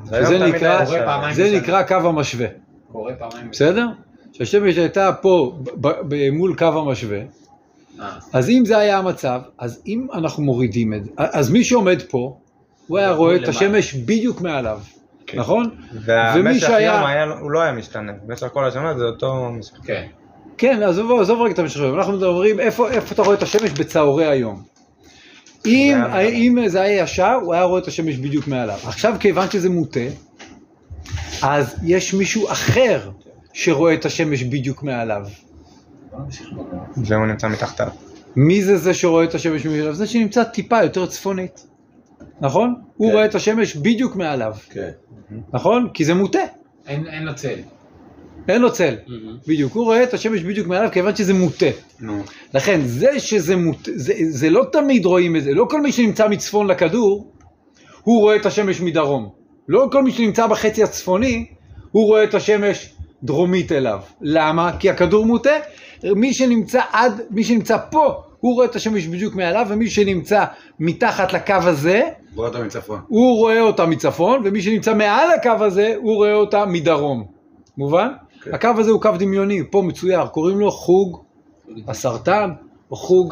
זה נקרא קו המשווה. בסדר? שהשמש הייתה פה מול קו המשווה, אז אם זה היה המצב, אז אם אנחנו מורידים את זה, אז מי שעומד פה, הוא היה רואה את השמש בדיוק מעליו, נכון? והמשך יום הוא לא היה משתנה, במשך כל השנה זה אותו משך. כן, עזוב רגע את המשך יום, אנחנו מדברים איפה אתה רואה את השמש בצהרי היום. אם זה היה ישר, הוא היה רואה את השמש בדיוק מעליו. עכשיו כיוון שזה מוטה, אז יש מישהו אחר שרואה את השמש בדיוק מעליו. והוא נמצא מתחתיו. מי זה שרואה את השמש מעליו? זה שנמצא טיפה יותר צפונית. נכון? הוא רואה את השמש בדיוק מעליו. נכון? כי זה מוטה. אין לו צל. אין לו צל. בדיוק. הוא רואה את השמש בדיוק מעליו כיוון שזה מוטה. לכן, זה שזה מוטה, זה לא תמיד רואים את זה. לא כל מי שנמצא מצפון לכדור, הוא רואה את השמש מדרום. לא כל מי שנמצא בחצי הצפוני, הוא רואה את השמש דרומית אליו. למה? כי הכדור מוטה. מי שנמצא פה, הוא רואה את השמש בדיוק מעליו, ומי שנמצא מתחת לקו הזה, הוא רואה אותה מצפון, ומי שנמצא מעל הקו הזה, הוא רואה אותה מדרום. מובן? הקו הזה הוא קו דמיוני, פה מצויר, קוראים לו חוג הסרטן, או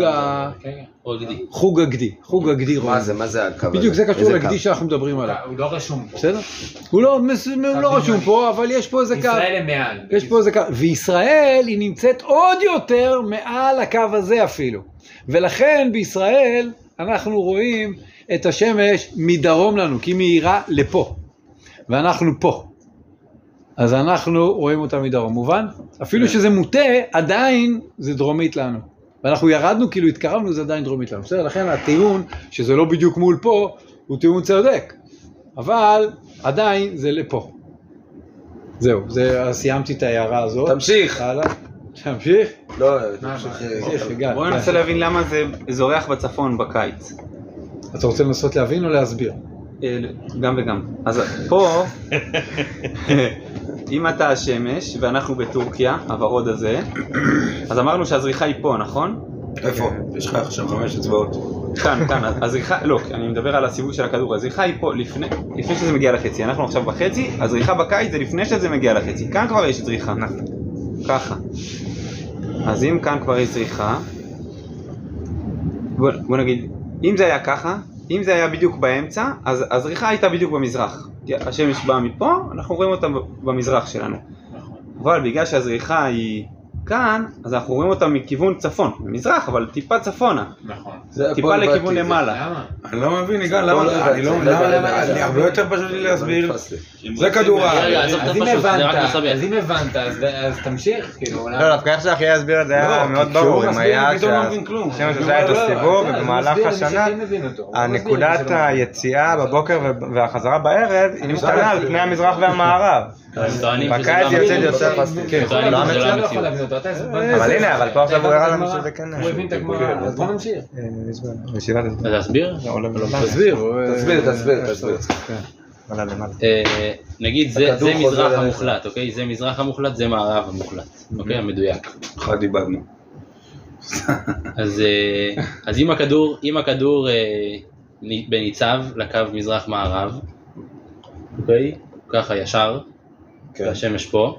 חוג הגדי. חוג הגדי רואים. מה זה הקו הזה? בדיוק, זה קשור לגדי שאנחנו מדברים עליו. הוא לא רשום פה. בסדר? הוא לא רשום פה, אבל יש פה איזה קו. ישראל הם מעל. יש פה איזה קו. וישראל היא נמצאת עוד יותר מעל הקו הזה אפילו. ולכן בישראל אנחנו רואים את השמש מדרום לנו, כי היא מאירה לפה. ואנחנו פה. אז אנחנו רואים אותה מדרום, מובן? אפילו שזה מוטה, עדיין זה דרומית לנו. ואנחנו ירדנו, כאילו התקרבנו, זה עדיין דרומית לנו. בסדר, לכן הטיעון, שזה לא בדיוק מול פה, הוא טיעון צודק. אבל עדיין זה לפה. זהו, סיימתי את ההערה הזאת. תמשיך. תמשיך? לא, תמשיך, יגאל. בואו ננסה להבין למה זה זורח בצפון בקיץ. אתה רוצה לנסות להבין או להסביר? גם וגם. אז פה, אם אתה השמש ואנחנו בטורקיה, הוורוד הזה, אז אמרנו שהזריחה היא פה, נכון? איפה? יש לך עכשיו 5 אצבעות. כאן, הזריחה, לא, אני מדבר על הסיבוב של הכדור, הזריחה היא פה לפני שזה מגיע לחצי, אנחנו עכשיו בחצי, הזריחה בקיץ זה לפני שזה מגיע לחצי, כאן כבר יש זריחה, ככה. אז אם כאן כבר יש זריחה, בוא נגיד, אם זה היה ככה, אם זה היה בדיוק באמצע, אז הזריחה הייתה בדיוק במזרח. השמש באה מפה, אנחנו רואים אותה במזרח שלנו. אבל בגלל שהזריחה היא כאן, אז אנחנו רואים אותה מכיוון צפון, במזרח, אבל טיפה צפונה. נכון. טיפה לכיוון למעלה. למה? אני לא מבין, יגאל, למה? אני הרבה יותר פשוט לי להסביר. זה כדור הארץ. אז אם הבנת, אז תמשיך, כאילו. לא, דווקא איך שאחי יסביר את זה היה מאוד ברור, אם היה שהשמש עושה את הסיבוב ובמהלך השנה, הנקודת היציאה בבוקר והחזרה בערב היא משתנה על פני המזרח והמערב. בקיץ זה יוצא יותר פסטי. אבל הנה, אבל פה עכשיו הוא הראה לנו שזה כן. הוא הבין את הגמרא, אז בוא נמשיך. להסביר? תסביר. נגיד זה מזרח המוחלט, אוקיי? זה מזרח המוחלט, זה מערב המוחלט, אוקיי? המדויק. אחד איבדנו. אז אם הכדור בניצב לקו מזרח מערב, אוקיי? ככה ישר, והשמש פה,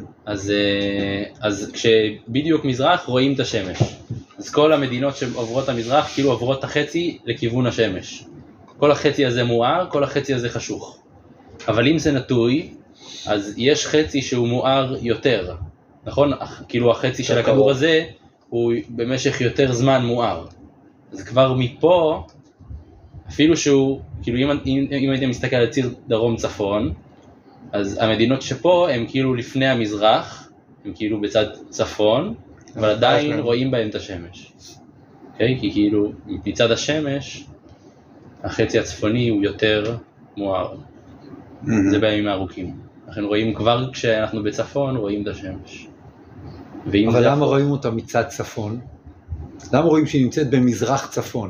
אז כשבדיוק מזרח רואים את השמש. אז כל המדינות שעוברות המזרח כאילו עוברות את החצי לכיוון השמש. כל החצי הזה מואר, כל החצי הזה חשוך. אבל אם זה נטוי, אז יש חצי שהוא מואר יותר, נכון? כאילו החצי של הכדור הזה הוא במשך יותר זמן מואר. אז כבר מפה, אפילו שהוא, כאילו אם הייתם מסתכל על ציר דרום צפון, אז המדינות שפה הם כאילו לפני המזרח, הם כאילו בצד צפון, אבל עדיין רואים בהם את השמש. אוקיי? כי כאילו מצד השמש, החצי הצפוני הוא יותר מואר. זה בימים הארוכים. לכן רואים כבר כשאנחנו בצפון, רואים את השמש. אבל למה רואים אותה מצד צפון? למה רואים שהיא נמצאת במזרח צפון?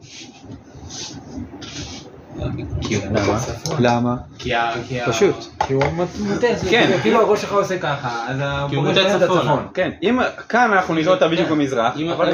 למה? פשוט. כי הוא מוטה, כאילו הראש שלך עושה ככה, אז הוא מוטה צפון. כן, אם כאן אנחנו נראה אותה בדיוק במזרח, אבל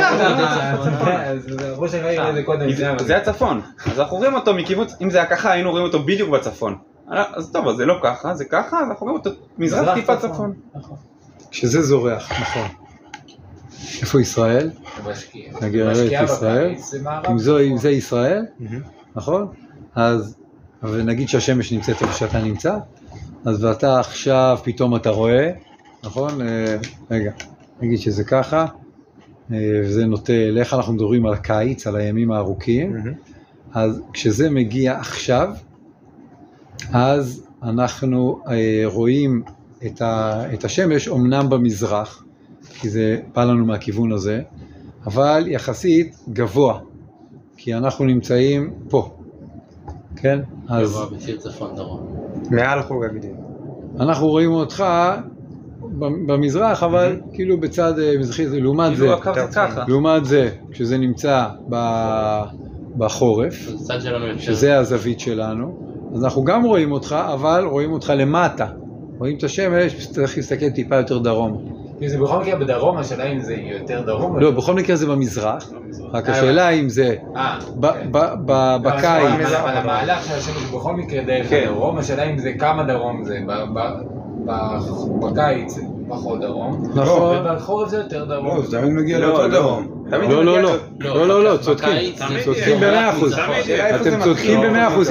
זה הצפון. אז אנחנו רואים אותו מכיוון, אם זה היה ככה היינו רואים אותו בדיוק בצפון. אז טוב, אז זה לא ככה, זה ככה, אז אנחנו רואים אותו מזרח טיפה צפון. כשזה זורח, נכון. איפה ישראל? נגיד את ישראל. אם זה ישראל, נכון? אז נגיד שהשמש נמצאת איפה שאתה נמצא, אז ואתה עכשיו פתאום אתה רואה, נכון? רגע, נגיד שזה ככה, וזה נוטה, איך אנחנו מדברים על הקיץ, על הימים הארוכים, אז כשזה מגיע עכשיו, אז אנחנו רואים את השמש אומנם במזרח, כי זה בא לנו מהכיוון הזה, אבל יחסית גבוה, כי אנחנו נמצאים פה. כן? גבוה בציר צפון דרום. מעל חוג הגידים. אנחנו רואים אותך במזרח, אבל כאילו בצד מזרחי, לעומת זה, כשזה נמצא בחורף, שזה הזווית שלנו, אז אנחנו גם רואים אותך, אבל רואים אותך למטה. רואים את השמש, צריך להסתכל טיפה יותר דרום. זה בכל מקרה בדרום, השאלה אם זה יותר דרום? לא, בכל מקרה זה במזרח, רק השאלה אם זה בקיץ. אבל המהלך של השמש בכל מקרה דרך הדרום, השאלה אם זה כמה דרום זה, בקיץ פחות דרום, ובחורף זה יותר דרום. לא, זה תמיד מגיע לאותו דרום. לא, צודקים ב-100%. אתם צודקים ב-100%.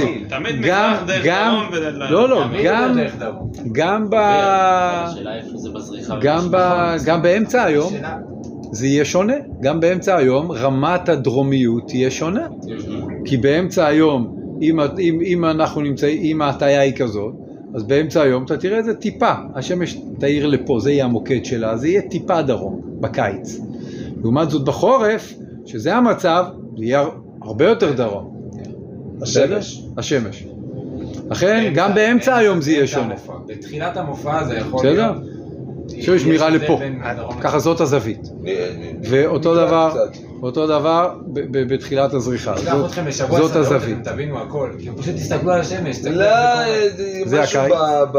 גם באמצע היום זה יהיה שונה. גם באמצע היום רמת הדרומיות תהיה שונה. כי באמצע היום, אם אנחנו נמצאים, אם ההטיה היא כזאת, אז באמצע היום אתה תראה את זה טיפה, השמש תאיר לפה, זה יהיה המוקד שלה, זה יהיה טיפה דרום, בקיץ. לעומת זאת בחורף, שזה המצב, זה יהיה הרבה יותר דרום. השמש. השמש. לכן, גם באמצע היום זה יהיה שונה. בתחילת המופע זה יכול בסדר? להיות... שיש שמירה לפה, ככה זאת הזווית. ואותו דבר בתחילת הזריחה, זאת הזווית. תבינו הכל, כי פשוט תסתכלו על השמש. זה הקיץ.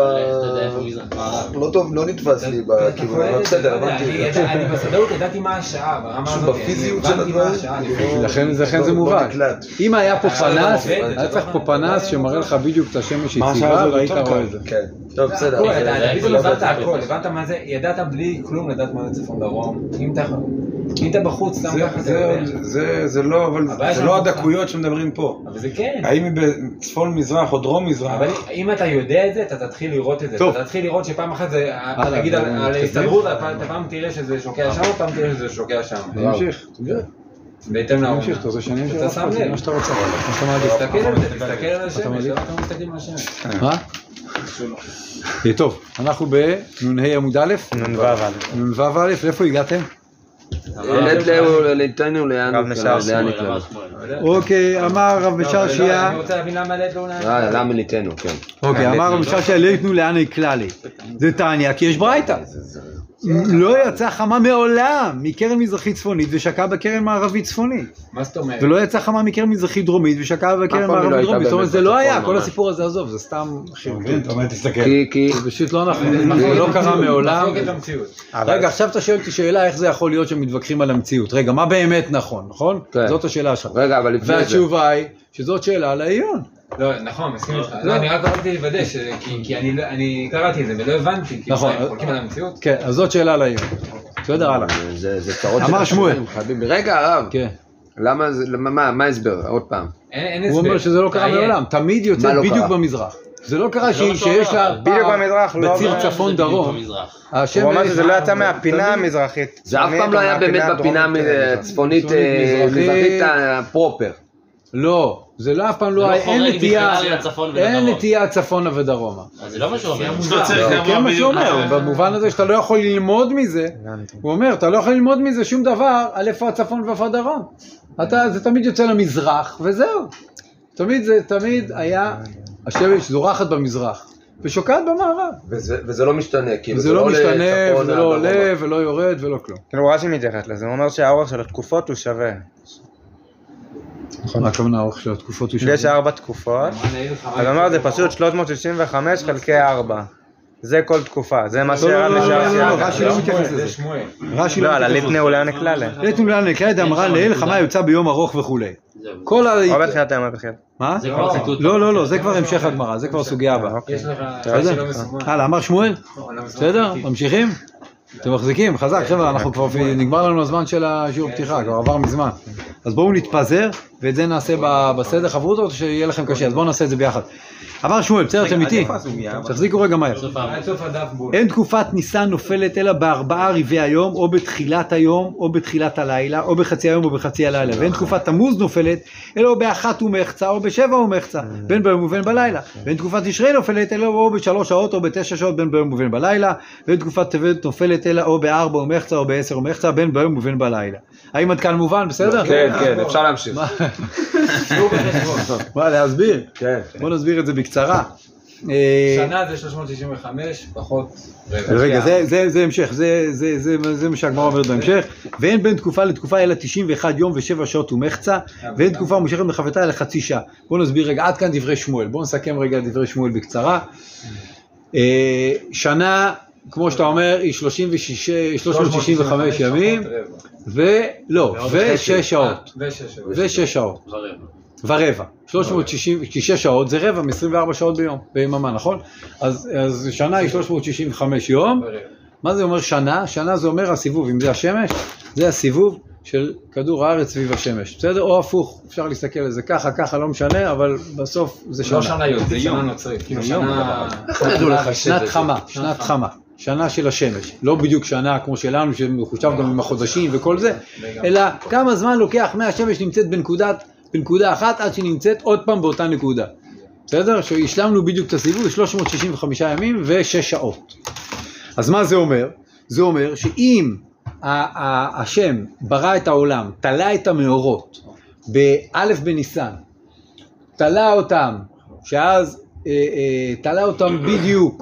לא טוב, לא נתפס לי בכיוון, אבל בסדר, הבנתי. אני בסדרות ידעתי מה השעה, ברמה הזאת, בפיזיות של הדברים. לכן זה מובן. אם היה פה פנס, היה צריך פה פנס שמראה לך בדיוק את השמש יציבה, והיית רואה את זה. כן, טוב, בסדר. פתאום הבנת הכל, הבנת מה זה, ידעת בלי כלום לדעת מה זה צפון דרום. אם אתה בחוץ, סתם ככה זה לא, אבל זה לא הדקויות שמדברים פה. אבל זה כן. האם היא בצפון מזרח או דרום מזרח? אבל אם אתה יודע את זה, אתה תתחיל לראות את זה. אתה תתחיל לראות שפעם אחת זה, נגיד על ההסתדרות, אתה פעם תראה שזה שוקע שם, פעם תראה שזה שוקע שם. נמשיך. בהתאם לעונה. נמשיך, אתה רוצה שאני אמשיך? אתה שם לב. מה שאתה רוצה. תסתכל על זה, תסתכל על השמש, למה אתה מסתכלים על השמש? מה? טוב, אנחנו בנ"ה עמוד א', נ"ו א', לאיפה הגעתם? ליתנו לאן נקרא. אוקיי, אמר רב משרשיה, אני רוצה להבין למה לית לא למה ליתנו, כן. אוקיי, אמר רב משרשיה, לא יתנו לאן נקרא לי. זה תעניה, כי יש ברייתא. לא יצא חמה מעולם מקרן מזרחית צפונית ושקעה בקרן מערבית צפונית. מה זאת אומרת? ולא יצא חמה מקרן מזרחית דרומית ושקעה בקרן מערבית דרומית. זאת אומרת, זה לא היה, כל הסיפור הזה עזוב, זה סתם חרטוט. אתה אומר, תסתכל. זה פשוט לא נכון, זה לא קרה מעולם. רגע, עכשיו אתה שואל אותי שאלה איך זה יכול להיות שמתווכחים על המציאות. רגע, מה באמת נכון, נכון? זאת השאלה שלך. והתשובה היא שזאת שאלה על העיון. לא, נכון, מסכים איתך. לא, אני רק רציתי לוודא, כי אני קראתי את זה ולא הבנתי, כי הם חולקים על המציאות. כן, אז זאת שאלה לעיון. בסדר, הלאה. אמר שמואל. רגע, הרב. כן. למה, מה ההסבר? עוד פעם. הוא אומר שזה לא קרה מעולם, תמיד יוצא בדיוק במזרח. זה לא קרה שיש לה בדיוק במזרח, בציר צפון דרום. הוא אומר שזה לא יצא מהפינה המזרחית. זה אף פעם לא היה באמת בפינה צפונית מזרחית הפרופר. לא, זה לא אף פעם לא היה, אין נטייה צפונה ודרומה. אז זה לא מה שאומר. זה כן מה שאומר, במובן הזה שאתה לא יכול ללמוד מזה, הוא אומר, אתה לא יכול ללמוד מזה שום דבר על איפה הצפון ואיפה הדרום. זה תמיד יוצא למזרח, וזהו. תמיד היה השמש זורחת במזרח, ושוקעת במערב. וזה לא משתנה, כאילו זה לא משתנה, ולא עולה, ולא יורד, ולא כלום. כאילו רש"י מתייחס לזה, הוא אומר שהאורך של התקופות הוא שווה. מה הכוונה האורך של התקופות הוא שווה? יש 4 תקופות, אז הוא אומר זה פשוט 365 חלקי 4. זה כל תקופה, זה מה שרב משרשיה. רש"י לא מתייחס לזה. לא, על הליטני אולי נקללה. ליטני אולי נקללה, דאמרה לאל חמה יוצא ביום ארוך וכולי. או בתחילת היום, בתחילת. מה? לא, זה כבר המשך הגמרא, זה כבר סוגיה הבאה. יש לך רש"י לא מסומן. הלאה, אמר שמואל? בסדר? ממשיכים? אתם מחזיקים? חזק, חבר'ה, אנחנו כבר נגמר לנו הזמן של השיעור פתיחה, כבר עבר מזמן. אז בואו נתפזר, ואת זה נעשה בסדר חברות, או שיהיה לכם קשה, אז בואו נעשה את זה ביחד. אמר שמואל, בסדר, אתם איתי? תחזיקו רגע מהר. אין תקופת ניסן נופלת אלא ב4 רבעי היום, או בתחילת היום, או בתחילת הלילה, או בחצי היום, או בחצי הלילה. ואין תקופת תמוז נופלת, אלא ב1 ומחצה, או ב7 ומחצה, בין ביום ובין בלילה. ואין תקופת תשרי נופלת, אלא או ב3 שעות, או ב9 שעות, בין ביום ובין בלילה. ואין תקופת טבת נופלת, אלא או ב4 ומחצה, או ב10 ומחצה, בין ביום ובין בלילה. האם עד כאן מובן? בסדר? כן, אפשר להמשיך. מה, להסביר? כן. בוא נסביר את זה בקצרה. שנה זה 365, פחות רגע, זה המשך, זה מה שהגמרא אומרת בהמשך. ואין בין תקופה לתקופה אלא 91 יום ו7 שעות ומחצה, ואין תקופה מושכת מחבטה אלא חצי שעה. בואו נסביר רגע, עד כאן דברי שמואל. בואו נסכם רגע דברי שמואל בקצרה. שנה, כמו שאתה אומר, היא 365 ימים, ו6 שעות. ו6 שעות. ורבע. 366 שעות זה רבע מ-24 שעות ביום, ביממה, נכון? אז שנה היא 365 יום. מה זה אומר שנה? שנה זה אומר הסיבוב, אם זה השמש, זה הסיבוב של כדור הארץ סביב השמש. בסדר? או הפוך, אפשר להסתכל על זה ככה, לא משנה, אבל בסוף זה שנה. לא שנה יום, זה שנה נוצרית. כאילו שנה... שנת חמה. שנה של השמש, לא בדיוק שנה כמו שלנו שמחושב גם עם החודשים וכל זה, אלא כמה זמן לוקח מהשמש נמצאת בנקודה אחת עד שהיא נמצאת עוד פעם באותה נקודה. בסדר? שהשלמנו בדיוק את הסיבוב, 365 ימים ו6 שעות. אז מה זה אומר? זה אומר שאם השם ברא את העולם, תלה את המאורות, באלף בניסן, תלה אותם, שאז תלה אותם בדיוק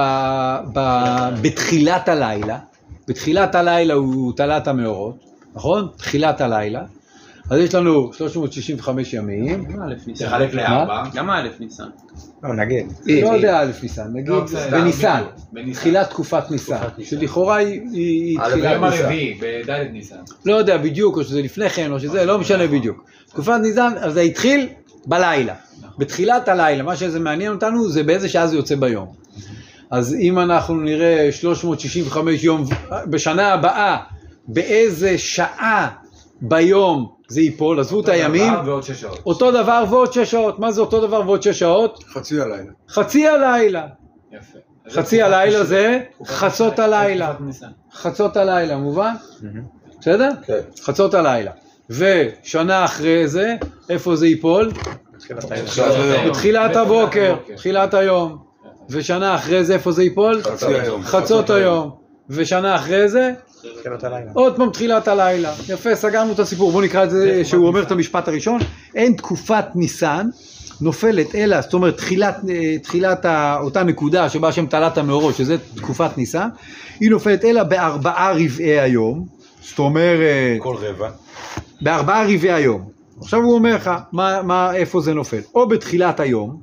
בתחילת הלילה, בתחילת הלילה הוא תלה את המאורות, נכון? תחילת הלילה, אז יש לנו 365 ימים. תחלק לארבע. למה א' ניסן? לא, נגיד. לא יודע א' ניסן, נגיד בניסן, תחילת תקופת ניסן, שלכאורה היא תחילת ניסן. ביום הרביעי, בד' ניסן. לא יודע בדיוק, או שזה לפני כן, או שזה, לא משנה בדיוק. תקופת ניסן, אז זה התחיל בלילה, בתחילת הלילה, מה שזה מעניין אותנו זה באיזה שעה זה יוצא ביום. אז אם אנחנו נראה 365 יום בשנה הבאה, באיזה שעה ביום זה ייפול, עזבו את הימים, אותו דבר ועוד 6 שעות. מה זה אותו דבר ועוד 6 שעות? חצי הלילה. חצי הלילה. יפה. חצי הלילה זה חצות הלילה. חצות הלילה, מובן? בסדר? כן. חצות הלילה. ושנה אחרי זה, איפה זה ייפול? בתחילת הבוקר, תחילת היום. ושנה אחרי זה, איפה זה ייפול? חצות היום. ושנה אחרי זה? עוד פעם תחילת הלילה. יפה, סגרנו את הסיפור. בואו נקרא את זה שהוא אומר את המשפט הראשון. אין תקופת ניסן נופלת אלא, זאת אומרת תחילת אותה נקודה שבה השם תלה את המאורות, שזה תקופת ניסן, היא נופלת אלא ב4 רבעי היום, זאת אומרת כל רבע, ב4 רבעי היום. עכשיו הוא אומר לך איפה זה נופל, או בתחילת היום,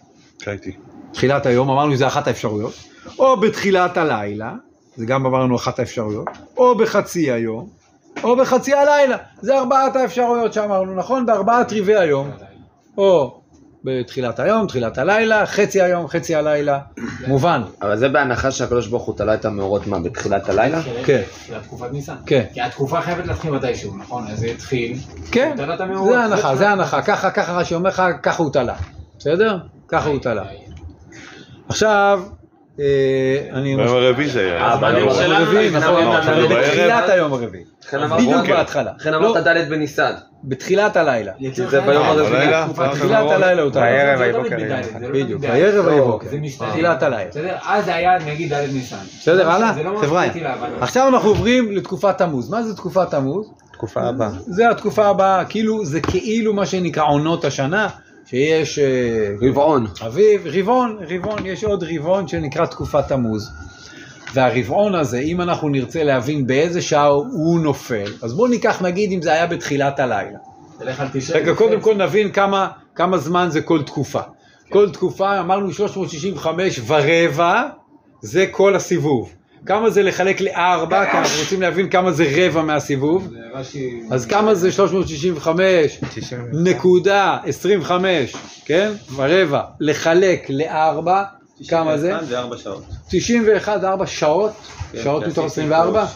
תחילת היום אמרנו זה אחת האפשרויות, או בתחילת הלילה, זה גם אמרנו אחת האפשרויות, או בחצי היום, או בחצי הלילה, זה 4 האפשרויות שאמרנו, נכון? ב4 רבעי היום, או בתחילת היום, תחילת הלילה, חצי היום, חצי הלילה, מובן. אבל זה בהנחה שהקדוש ברוך הוא תלה את המאורות מה, בתחילת הלילה? כן. לתקופת ניסן. כן. כי התקופה חייבת להתחיל מתישהו, נכון? אז זה התחיל. כן, זה הנחה, זה הנחה, ככה רש"י אומר לך, ככה הוא תלה, בסדר? ככה הוא תלה. עכשיו, ביום הרביעי זה היה. ביום הרביעי, נכון, בתחילת היום הרביעי. בדיוק בהתחלה. לכן אמרת ד' בניסן. בתחילת הלילה. זה ביום הרביעי. בתחילת הלילה הוא תלה. בערב ויהי בוקר. בדיוק, בערב ויהי בוקר. בתחילת הלילה. אז זה היה נגיד ד' ניסן. בסדר, הלאה? חבר'ה. עכשיו אנחנו עוברים לתקופת תמוז. מה זה תקופת תמוז? תקופה הבאה. זה התקופה הבאה, זה כאילו מה שנקרא עונות השנה. שיש רבעון, אביב, רבעון, יש עוד רבעון שנקרא תקופת תמוז. והרבעון הזה, אם אנחנו נרצה להבין באיזה שעה הוא נופל, אז בואו ניקח נגיד אם זה היה בתחילת הלילה. רגע, קודם כל נבין כמה זמן זה כל תקופה. כל תקופה, אמרנו 365 ורבע, זה כל הסיבוב. כמה זה לחלק ל4, כי אנחנו רוצים להבין כמה זה רבע מהסיבוב. אז כמה זה 365.25, כן? ורבע, לחלק ל4, כמה זה? 91 זה 4 שעות. 91 זה 4 שעות? שעות מתוך 24?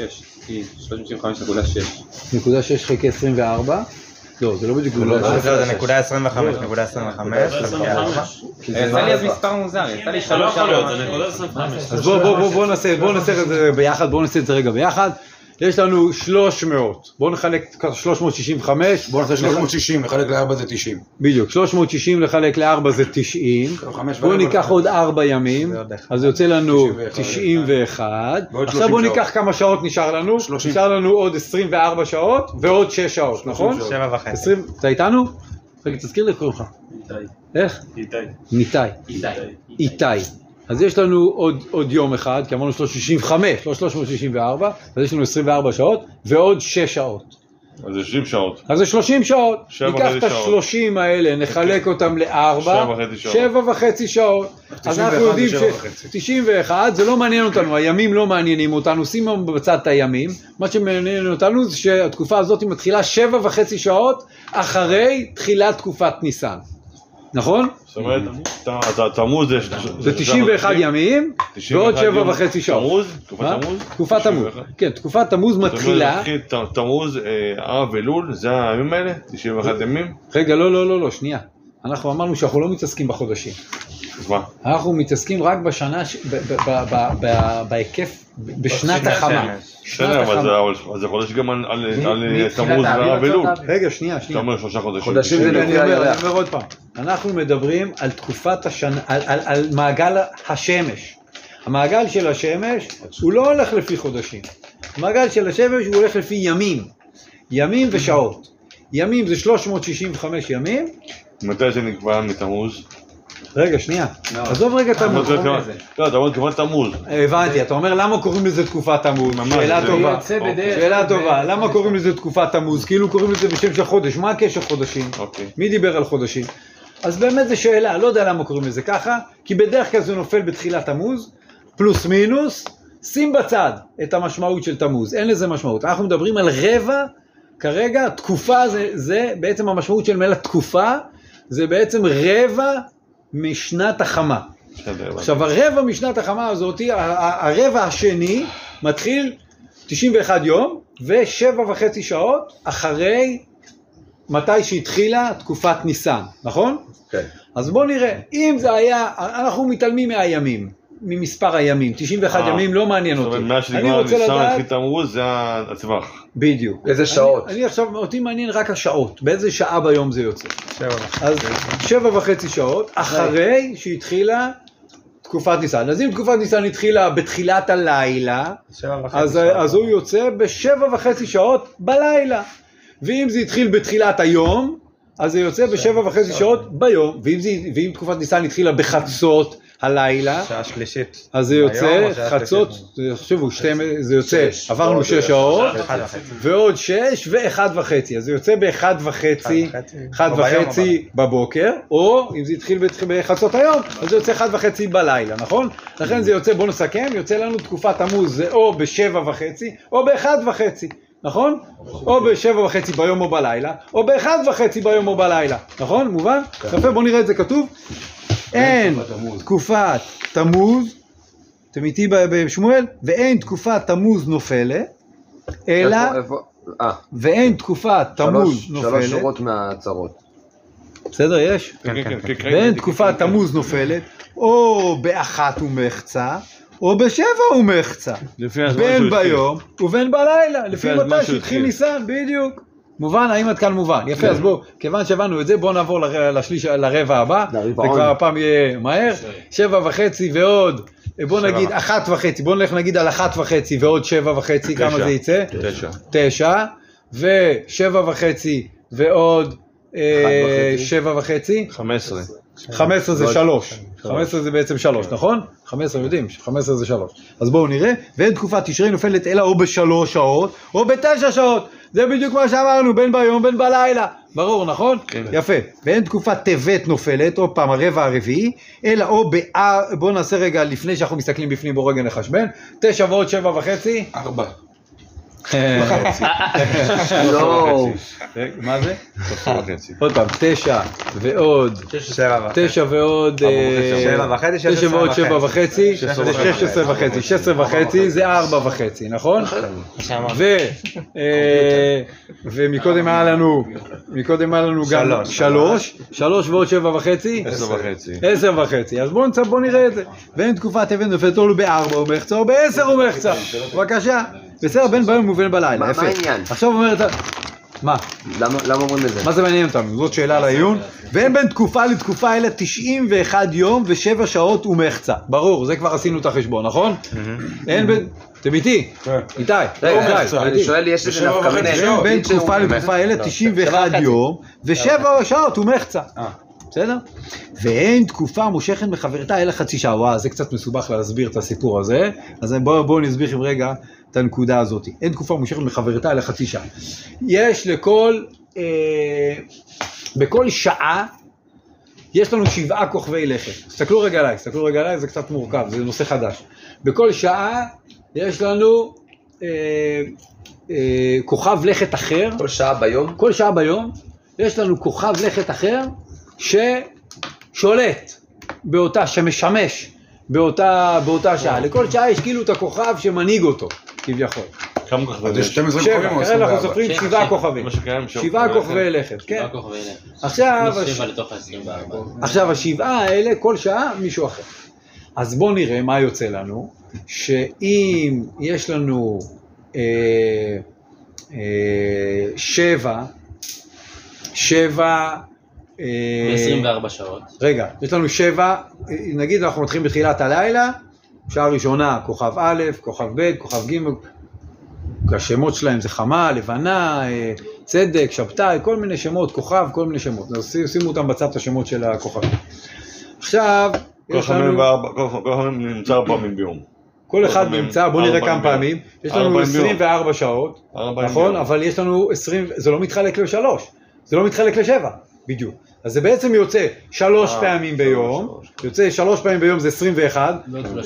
35.6. נקודה 6 חלקי 24? לא, זה לא בדיוק. זה נקודה 25, נקודה 25. יצא לי אז מספר מוזר, יצא לי 3 שעות. אז בואו נעשה את זה ביחד, בואו נעשה את זה רגע ביחד. יש לנו 300, בואו נחלק 365, בואו נעשה 360, לחלק ל4 זה 90. בדיוק, 360 לחלק ל4 זה 90, בואו ניקח עוד 4 ימים, אז יוצא לנו 91, עכשיו בואו ניקח כמה שעות נשאר לנו, נשאר לנו עוד 24 שעות ועוד 6 שעות, נכון? 7.5. אתה איתנו? רגע, תזכיר לי קוראים לך. איך? איתי. אז יש לנו עוד יום אחד, כי אמרנו 365, לא 364, אז יש לנו 24 שעות, ועוד 6 שעות. אז זה 30 שעות. אז זה 30 שעות. ניקח את ה-30 האלה, נחלק אותם ל4, 7.5 שעות. אז אנחנו יודעים ש-91, זה לא מעניין אותנו, הימים לא מעניינים אותנו, שימו בצד את הימים. מה שמעניין אותנו זה שהתקופה הזאת מתחילה 7.5 שעות, אחרי תחילת תקופת ניסן. נכון? זאת אומרת, תמוז זה 91 ימים ועוד 7.5 שעות. תמוז? תקופת תמוז? תקופת תמוז, כן, תקופת תמוז מתחילה. תמוז, אב ולול, זה הימים האלה? 91 ימים? רגע, לא, שנייה. אנחנו אמרנו שאנחנו לא מתעסקים בחודשים. אז מה? אנחנו מתעסקים רק בשנה, בהיקף, בשנת החמה. בסדר, אבל זה חודש גם על תמוז ואבלול. רגע, שנייה. אתה אומר 3 חודשים. חודשים זה לפי הירח. אני אומר עוד פעם, אנחנו מדברים על תקופת השנה, על מעגל השמש. המעגל של השמש הוא לא הולך לפי חודשים. המעגל של השמש הוא הולך לפי ימים ושעות. ימים זה 365 ימים. מתי זה נקבע מתמוז? רגע, שנייה. עזוב רגע תמוז. לא, אתה אומר תקופת תמוז. הבנתי, אתה אומר למה קוראים לזה תקופת תמוז? שאלה טובה. למה קוראים לזה תקופת תמוז? כאילו קוראים לזה בשם של חודש. מה הקשר חודשים? מי דיבר על חודשים? אז באמת זו שאלה, לא יודע למה קוראים לזה ככה, כי בדרך כלל זה נופל בתחילת תמוז, פלוס מינוס, שים בצד את המשמעות של תמוז, אין לזה משמעות. אנחנו מדברים על רבע, כרגע תקופה זה בעצם המשמעות של מילה תקופה, זה בעצם רבע משנת החמה. עכשיו הרבע משנת החמה הזאת, הרבע השני מתחיל 91 יום ו7.5 שעות אחרי מתי שהתחילה תקופת ניסן, נכון? כן. אז בואו נראה, אם זה היה, אנחנו מתעלמים מהימים, ממספר הימים, 91 ימים לא מעניין אותי. זאת אומרת, מה שנגמר ניסן התחיל תמוז זה הטווח. בדיוק. איזה שעות? אני עכשיו, אותי מעניין רק השעות, באיזה שעה ביום זה יוצא. אז 7.5 שעות, אחרי שהתחילה תקופת ניסן. אז אם תקופת ניסן התחילה בתחילת הלילה, אז הוא יוצא ב7.5 שעות בלילה. ואם זה התחיל בתחילת היום, אז זה יוצא ב7.5 שעות ביום, ואם תקופת ניסן התחילה בחצות הלילה, שעה שלישית. אז זה יוצא חצות, זה יוצא, עברנו 6 שעות, ועוד 6 ו1.5, אז זה יוצא ב1.5 בבוקר, או אם זה התחיל בחצות היום, אז זה יוצא 1.5 בלילה, נכון? לכן זה יוצא, בוא נסכם, יוצא לנו תקופת תמוז, זה או ב7.5 או ב1.5. נכון? או ב7.5 ביום או בלילה, או ב1.5 ביום או בלילה, נכון? מובן? יפה, בוא נראה את זה כתוב. אין תקופת תמוז, אתם איתי בשמואל, ואין תקופת תמוז נופלת, אלא, ואין תקופת תמוז נופלת. 3 שורות מהצרות. בסדר, יש? ואין תקופת תמוז נופלת, או באחת ומחצה, או ב7 ומחצה, בין ביום ובין בלילה, לפי מתי שהתחיל ניסן, בדיוק. מובן? האם עד כאן מובן? יפה, אז בואו, כיוון שהבנו את זה, בואו נעבור לרבע הבא, זה כבר הפעם יהיה מהר, 7.5 ועוד, בואו נגיד 1.5, בואו נלך נגיד על 1.5 ועוד 7.5, כמה זה יצא? 9, ו7.5 ועוד 7.5, 15. 15 זה 3, 15 זה בעצם 3, נכון? 15 יודעים, 15 זה 3. אז בואו נראה, ואין תקופת תשרי נופלת אלא או ב3 שעות, או ב9 שעות. זה בדיוק מה שאמרנו, בין ביום, בין בלילה. ברור, נכון? יפה. ואין תקופת טבת נופלת, עוד פעם, הרבע הרביעי, אלא או בואו נעשה רגע, לפני שאנחנו מסתכלים בפנים, בואו רגע נחשבן, 9 ועוד 7.5. 4. לא. מה זה? עוד פעם, 9 ועוד 9 ועוד 9 ועוד 7.5 זה 16.5 זה 4.5, נכון? ומקודם היה לנו גם 3 ועוד 7.5 10.5, אז בואו נראה את זה. ואין תקופת אבן נופלת או ב4 ומחצה או ב10 ומחצה, בבקשה. בסדר, בין ביום ובין בלילה, יפה. מה העניין? עכשיו אומרת, מה? למה אומרים את זה? מה זה מעניין אותנו? זאת שאלה לעיון. ואין בין תקופה לתקופה אלא 91 יום ו7 שעות ומחצה. ברור, זה כבר עשינו את החשבון, נכון? אין בין... אתם איתי? איתי. אני שואל, יש איזה נפקא מינה. אין בין תקופה לתקופה אלא 91 יום ו7 שעות ומחצה. בסדר? ואין תקופה מושכת מחברתה אלא חצי שעה. וואו, זה קצת מסובך להסביר את הסיפור הזה. אז בואו נסביר עם רגע את הנקודה הזאת. אין תקופה מושכת מחברתה אלא חצי שעה. יש בכל שעה, יש לנו 7 כוכבי לכת. תסתכלו רגע עליי, זה קצת מורכב, זה נושא חדש. בכל שעה יש לנו כוכב לכת אחר. כל שעה ביום? כל שעה ביום. יש לנו כוכב לכת אחר ששולט שמשמש באותה שעה. לכל שעה יש כאילו את הכוכב שמנהיג אותו, כביכול. כמה כוכבי לכת? 12 כוכבים או 24? אנחנו סופרים 7 כוכבים. 7 כוכבי לכת, כן. עכשיו השבעה האלה, כל שעה מישהו אחר. אז בואו נראה מה יוצא לנו, שאם יש לנו שבע, 24 שעות. רגע, יש לנו 7, נגיד אנחנו מתחילים בתחילת הלילה, שעה ראשונה, כוכב א', כוכב ב', כוכב ג', השמות שלהם זה חמה, לבנה, צדק, שבתאי, כל מיני שמות, כוכב, כל מיני שמות. אז שימו אותם בצד את השמות של הכוכב. עכשיו, יש לנו... כל אחד נמצא 4 פעמים ביום. כל אחד נמצא, בוא נראה כמה פעמים. יש לנו 24 שעות, נכון? אבל יש לנו 20, זה לא מתחלק ל3, זה לא מתחלק ל7, בדיוק. אז זה בעצם יוצא 3 פעמים ביום, יוצא 3 פעמים ביום זה 21,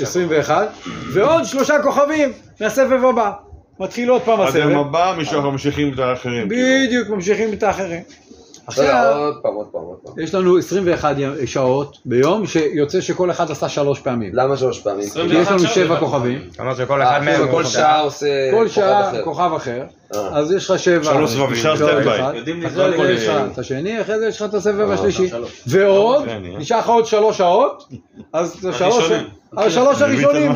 ועוד 3 כוכבים מהסבב הבא. מתחיל עוד פעם הסבב. עד היום הבא, אנחנו ממשיכים את האחרים. בדיוק, ממשיכים את האחרים. עכשיו, עוד פעם. יש לנו 21 שעות ביום, שיוצא שכל אחד עשה 3 פעמים. למה 3 פעמים? כי יש לנו 7 כוכבים. אמרת שכל אחד מהם... כל שעה עושה כל שעה כוכב אחר. אז יש לך 7. 3 סבבים. אפשר סטנד ביי. אחרי זה יש לך את השני, אחרי זה יש לך את הסבב השלישי. ועוד, נשאר לך עוד 3 שעות, אז 3 הראשונים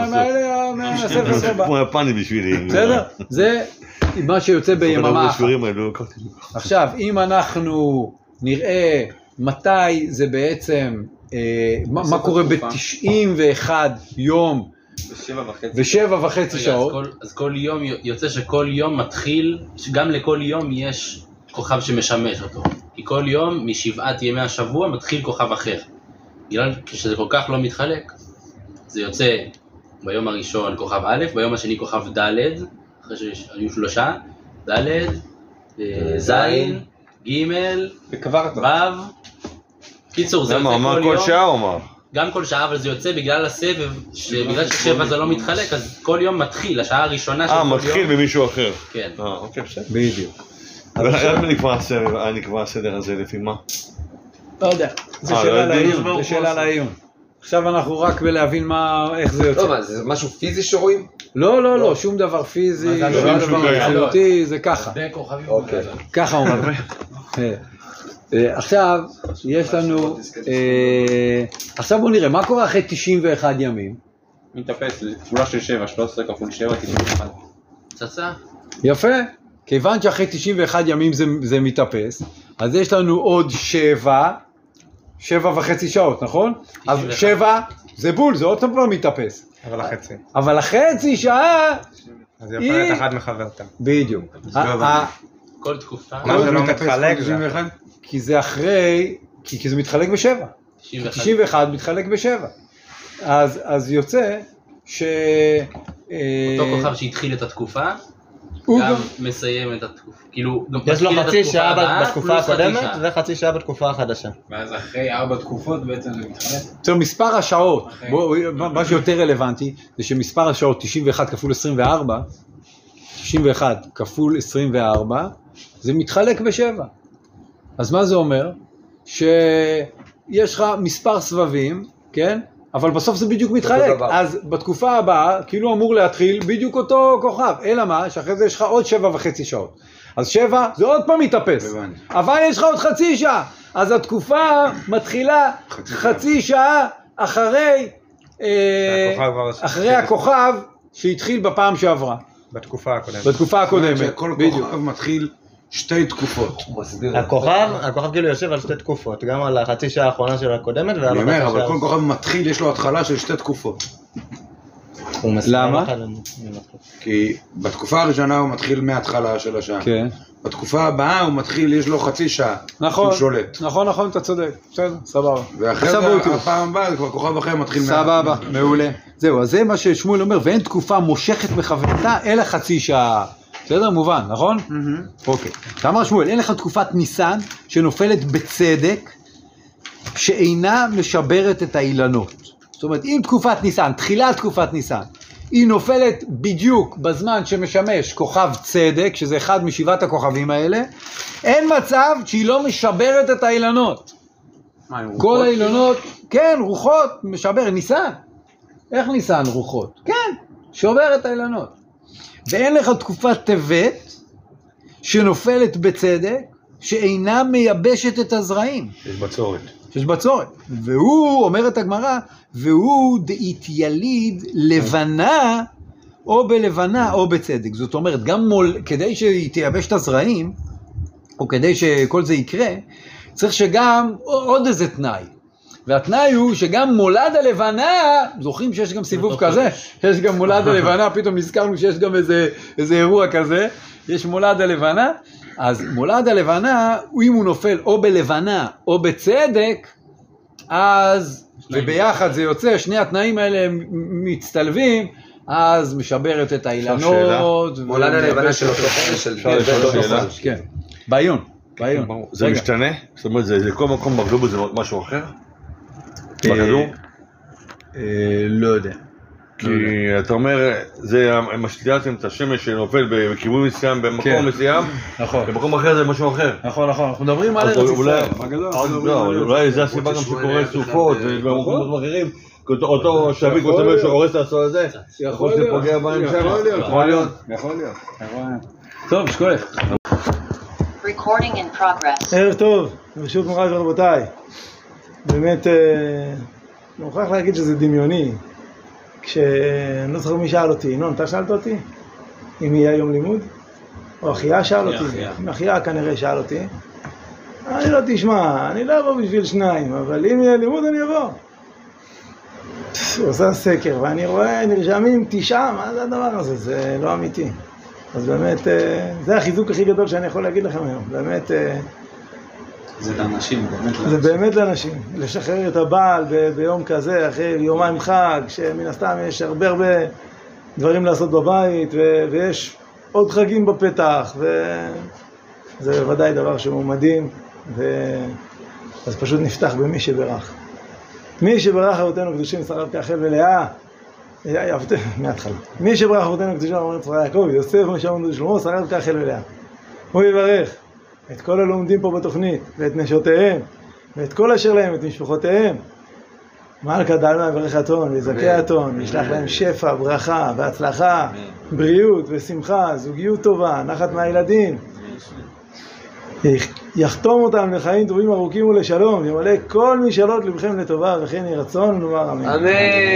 מהסבב הבא. כמו יפני בשבילי. בסדר? זה מה שיוצא ביממה אחת. עכשיו, אם אנחנו נראה מתי זה בעצם, מה קורה ב91 יום ו7.5 שעות. אז כל יום, יוצא שכל יום מתחיל, גם לכל יום יש כוכב שמשמש אותו. כי כל יום משבעת ימי השבוע מתחיל כוכב אחר. בגלל שזה כל כך לא מתחלק, זה יוצא ביום הראשון כוכב א', ביום השני כוכב ד', אחרי שהיו 3, ד', ז', ג', ו'. קיצור, זה יוצא כל יום. כל שעה או מה? גם כל שעה, אבל זה יוצא בגלל הסבב, בגלל ש7 זה לא מתחלק, אז כל יום מתחיל, השעה הראשונה של כל יום. מתחיל במישהו אחר. כן. אוקיי, בסדר. בדיוק. איך נקבע הסדר הזה לפי מה? לא יודע, זה שאלה לעיון. עכשיו אנחנו רק בלהבין איך זה יוצא. לא, מה, זה משהו פיזי שרואים? לא, שום דבר פיזי, שום דבר מציאותי, זה ככה. ככה אומר. עכשיו, יש לנו, עכשיו בואו נראה, מה קורה אחרי 91 ימים? מתאפס, כפולה של 7, 13 כפול 7, 91. צצה. יפה, כיוון שאחרי 91 ימים זה מתאפס, אז יש לנו עוד 7.5 שעות, נכון? אז 7 זה בול, זה עוד פעם כבר מתאפס. אבל החצי שעה... אז יפה את אחד מחבר אותה. בדיוק. כל תקופה. מה זה לא מתחלק? כי זה אחרי, כי זה מתחלק ב7. 91 מתחלק ב7. אז יוצא ש... אותו כוכב שהתחיל את התקופה, גם מסיים את התקופה. כאילו, יש לו חצי שעה בתקופה הקודמת וחצי שעה בתקופה החדשה. ואז אחרי 4 תקופות בעצם זה מתחלק. עכשיו מספר השעות, מה שיותר רלוונטי זה שמספר השעות 91 כפול 24, 91 כפול 24, זה מתחלק ב7. אז מה זה אומר? שיש לך מספר סבבים, כן? אבל בסוף זה בדיוק מתחלק. אז בתקופה הבאה, כאילו אמור להתחיל בדיוק אותו כוכב. אלא מה? שאחרי זה יש לך עוד 7.5 שעות. אז 7 זה עוד פעם מתאפס. אבל יש לך עוד חצי שעה. אז התקופה מתחילה חצי שעה אחרי הכוכב שהתחיל בפעם שעברה. בתקופה הקודמת. בתקופה הקודמת. כל כוכב מתחיל 2 תקופות. הכוכב כאילו יושב על 2 תקופות, גם על החצי שעה האחרונה של הקודמת ועל החצי שעה... אבל כל כוכב מתחיל, יש לו התחלה של 2 תקופות. למה? כי בתקופה הראשונה הוא מתחיל מההתחלה של השעה. כן. בתקופה הבאה הוא מתחיל, יש לו חצי שעה. נכון. הוא שולט. נכון, אתה צודק. בסדר, סבבה. ואחרי זה הפעם הבאה זה כבר כוכב אחר מתחיל סבבה, מעולה. זהו, אז זה מה ששמואל אומר, ואין תקופה מושכת בחברתה אלא חצי שעה. בסדר? מובן, נכון? אוקיי. אמר שמואל, אין לך תקופת ניסן שנופלת בצדק, שאינה משברת את האילנות. זאת אומרת, אם תקופת ניסן, תחילת תקופת ניסן, היא נופלת בדיוק בזמן שמשמש כוכב צדק, שזה אחד מ7 הכוכבים האלה, אין מצב שהיא לא משברת את האילנות. כל האילנות, כן, רוחות, משבר, ניסן. איך ניסן רוחות? כן, שובר את האילנות. ואין לך תקופת טבת שנופלת בצדק, שאינה מייבשת את הזרעים. יש בצורת. והוא, אומרת הגמרא, והוא דאית יליד לבנה או בלבנה או בצדק. זאת אומרת, גם כדי שהיא תייבש את הזרעים, או כדי שכל זה יקרה, צריך שגם עוד איזה תנאי. והתנאי הוא שגם מולד הלבנה, זוכרים שיש גם סיבוב כזה? יש גם מולד הלבנה, פתאום הזכרנו שיש גם איזה אירוע כזה, יש מולד הלבנה, אז מולד הלבנה, אם הוא נופל או בלבנה או בצדק, אז וביחד זה יוצא, שני התנאים האלה מצטלבים, אז משברת את האילנות. מולד הלבנה של אותו חודש של חודש. כן, בעיון. זה משתנה? זאת אומרת, זה כל מקום בגלובוס זה משהו אחר? בכדור? לא יודע. כי אתה אומר, זה משתיאתם את השמש שנופל בכיוון מסוים, במקום מסוים, במקום אחר זה משהו אחר. נכון, אנחנו מדברים על ארץ ישראל. אולי זה הסיבה גם שקורה סופות ובמקומות אחרים, אותו שביט שהורס את הסול הזה, יכול להיות פוגע בהם שם. יכול להיות. טוב, שקולך. ערב טוב, ברשות מוריי ורבותיי. באמת, אני מוכרח להגיד שזה דמיוני. כשאני לא זוכר מי שאל אותי, ינון, אתה שאלת אותי? אם יהיה יום לימוד? או אחיה שאל אותי? אם אחיה כנראה שאל אותי. אני לא תשמע, אני לא אבוא בשביל שניים, אבל אם יהיה לימוד אני אבוא. הוא עושה סקר, ואני רואה נרשמים 9, מה זה הדבר הזה? זה לא אמיתי. אז באמת, זה החיזוק הכי גדול שאני יכול להגיד לכם היום. באמת... זה לאנשים, באמת לאנשים. זה באמת לאנשים. לשחרר את הבעל ביום כזה, אחרי יומיים חג, שמן הסתם יש הרבה דברים לעשות בבית, ויש עוד חגים בפתח, וזה בוודאי דבר שהוא מדהים, אז פשוט נפתח במי שברך. מי שברך אבותינו קדושים, שרד כחל ולאה, מההתחלה. מי שברך אבותינו קדושים, אמרנו צבא יעקב, יוסף, משה עמוד שלמה, שרד כחל ולאה. הוא יברך את כל הלומדים פה בתוכנית, ואת נשותיהם, ואת כל אשר להם, את משפחותיהם. מלכה דלמה יברך אתון, ויזכה אתון, וישלח להם שפע, ברכה, והצלחה, בריאות ושמחה, זוגיות טובה, נחת מהילדים. יחתום אותם לחיים טובים ארוכים ולשלום, ימלא כל משאלות לבכם לטובה, וכן יהי רצון ונאמר אמן. אמן.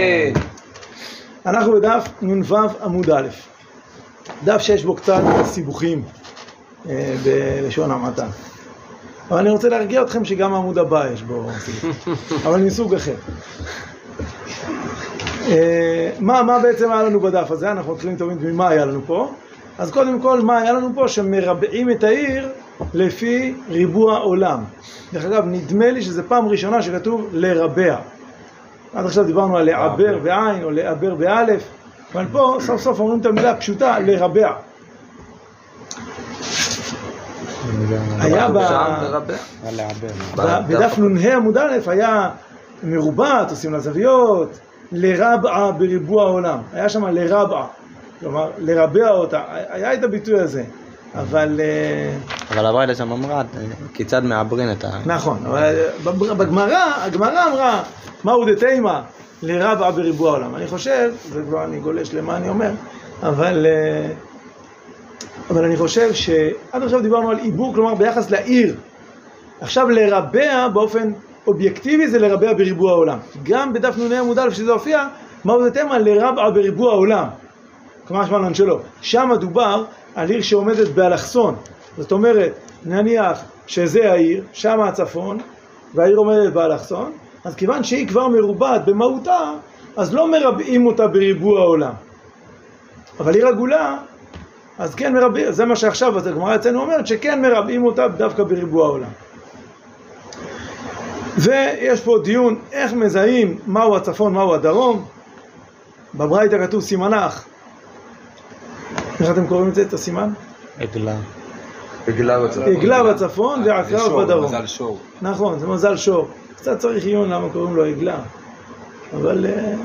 אנחנו בדף נ"ו עמוד א', דף שיש בו קצת סיבוכים בלשון המעטה. אבל אני רוצה להרגיע אתכם שגם העמוד הבא יש בו סיבוכים, אבל מסוג אחר. מה בעצם היה לנו בדף הזה? אנחנו מתחילים תמיד ממה היה לנו פה. אז קודם כל, מה היה לנו פה? שמרבעים את העיר לפי ריבוע עולם. דרך אגב, נדמה לי שזה פעם ראשונה שכתוב לרבע. עד עכשיו דיברנו על לעבר בעין או לעבר באלף, אבל פה סוף סוף אומרים את המילה פשוטה, לרבע. היה בדף נ"ה עמוד א' היה מרובעת, עושים לה זוויות, לרבעה בריבוע העולם. היה שם לרבעה, כלומר לרבע אותה, היה את הביטוי הזה. אבל הברייתא שם אמרה, כיצד מעברין את ה... נכון, אבל הגמרא אמרה, מהו דתימה לרבעה בריבוע העולם. אני חושב, וכבר אני גולש למה אני אומר, אבל אני חושב שעד עכשיו דיברנו על עיבור, כלומר ביחס לעיר. עכשיו לרבע באופן אובייקטיבי זה לרבע בריבוע העולם. גם בדף נ"ה עמוד א' שזה הופיע, מהו דתימה לרבעה בריבוע העולם. כלומר שמענו שלא. שם מדובר על עיר שעומדת באלכסון. זאת אומרת, נניח שזה העיר, שם הצפון, והעיר עומדת באלכסון, אז כיוון שהיא כבר מרובעת במהותה, אז לא מרבעים אותה בריבוע העולם. אבל עיר עגולה, אז כן מרבעים, זה מה שעכשיו הגמרא אצלנו אומרת, שכן מרבעים אותה דווקא בריבוע העולם. ויש פה דיון איך מזהים מהו הצפון, מהו הדרום. בברייתא כתוב סימנך. איך אתם קוראים את זה, את הסימן? עגלה. עגלה בצפון ועקרב בדרום. מזל שור. נכון, זה מזל שור. קצת צריך עיון למה קוראים לו עגלה. אבל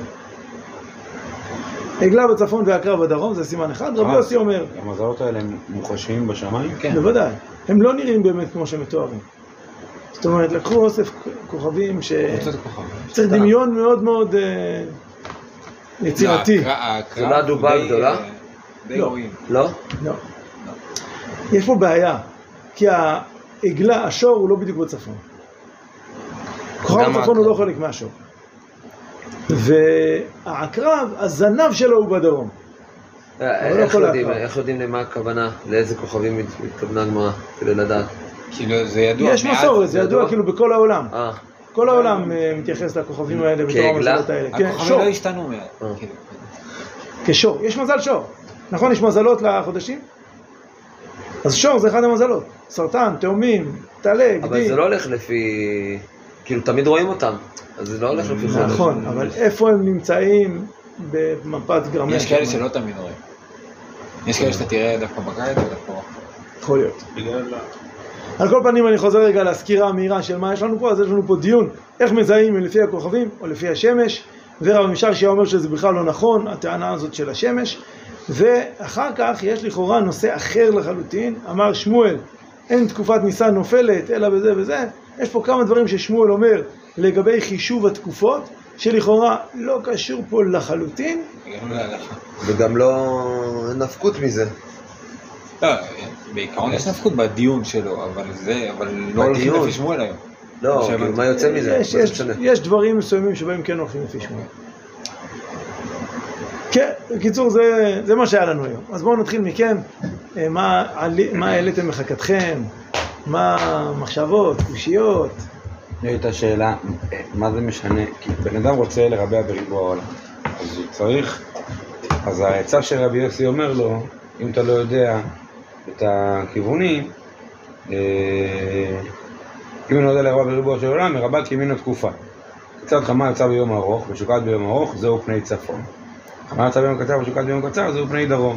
עגלה בצפון ועקרב בדרום זה סימן אחד. רבי יוסי אומר... המזלות האלה הם מוחשיים בשמיים? כן. בוודאי. הם לא נראים באמת כמו שמתוארים. זאת אומרת, לקחו אוסף כוכבים ש... צריך דמיון מאוד מאוד יצירתי. זה לא הדובה הגדולה? לא. לא? לא. יש פה בעיה, כי העגלה, השור הוא לא בדיוק בצפון. כוכב בצפון הוא לא חלק מהשור. והעקרב, הזנב שלו הוא בדרום. איך יודעים למה הכוונה? לאיזה כוכבים התכוונה הגמרא? כדי לדעת. כאילו זה ידוע. יש מסורת, זה ידוע כאילו בכל העולם. כל העולם מתייחס לכוכבים האלה בתור המזלות האלה. הכוכבים לא השתנו מאז. כשור, יש מזל שור. נכון, יש מזלות לחודשים? אז שור זה אחד המזלות. סרטן, תאומים, תעלה, גדי. אבל זה לא הולך לפי... כאילו תמיד רואים אותם. אז זה לא הולך לפי חודש. נכון, אבל איפה הם נמצאים במפת גרמי? יש כאלה שלא תמיד רואים. יש כאלה שאתה תראה דווקא בקיץ או דווקא. יכול להיות. על כל פנים אני חוזר רגע לסקירה המהירה של מה יש לנו פה. אז יש לנו פה דיון איך מזהים לפי הכוכבים או לפי השמש, ורב משרשיה אומר שזה בכלל לא נכון, הטענה הזאת של השמש. ואחר כך יש לכאורה נושא אחר לחלוטין. אמר שמואל, אין תקופת ניסן נופלת אלא בזה וזה. יש פה כמה דברים ששמואל אומר לגבי חישוב התקופות, שלכאורה לא קשור פה לחלוטין. וגם לא נפקות מזה. לא, בעיקרון יש נפקות בדיון שלו, אבל לא הולכים לפי שמואל היום. לא, כאילו מה יוצא מזה? יש דברים מסוימים שבהם כן הולכים לפי שמואל. כן, בקיצור זה מה שהיה לנו היום. אז בואו נתחיל מכם, מה העליתם מחכתכם, מה המחשבות, קושיות. הייתה שאלה, מה זה משנה? כי בן אדם רוצה לרבע בריבוע העולם, אז הוא צריך, אז העצה של רבי יוסי אומר לו, אם אתה לא יודע את הכיוונים, אם אני לא יודע לרבע בריבוע של העולם, מרבע כימין התקופה. קצת חמה יוצא ביום ארוך, ושוקעת ביום ארוך, זהו פני צפון. חמה יוצא ביום קצר ושוקעת ביום קצר, זהו פני דרום.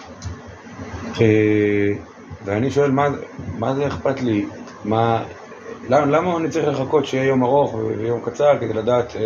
ואני שואל, מה זה אכפת לי? למה אני צריך לחכות שיהיה יום ארוך ויום קצר כדי לדעת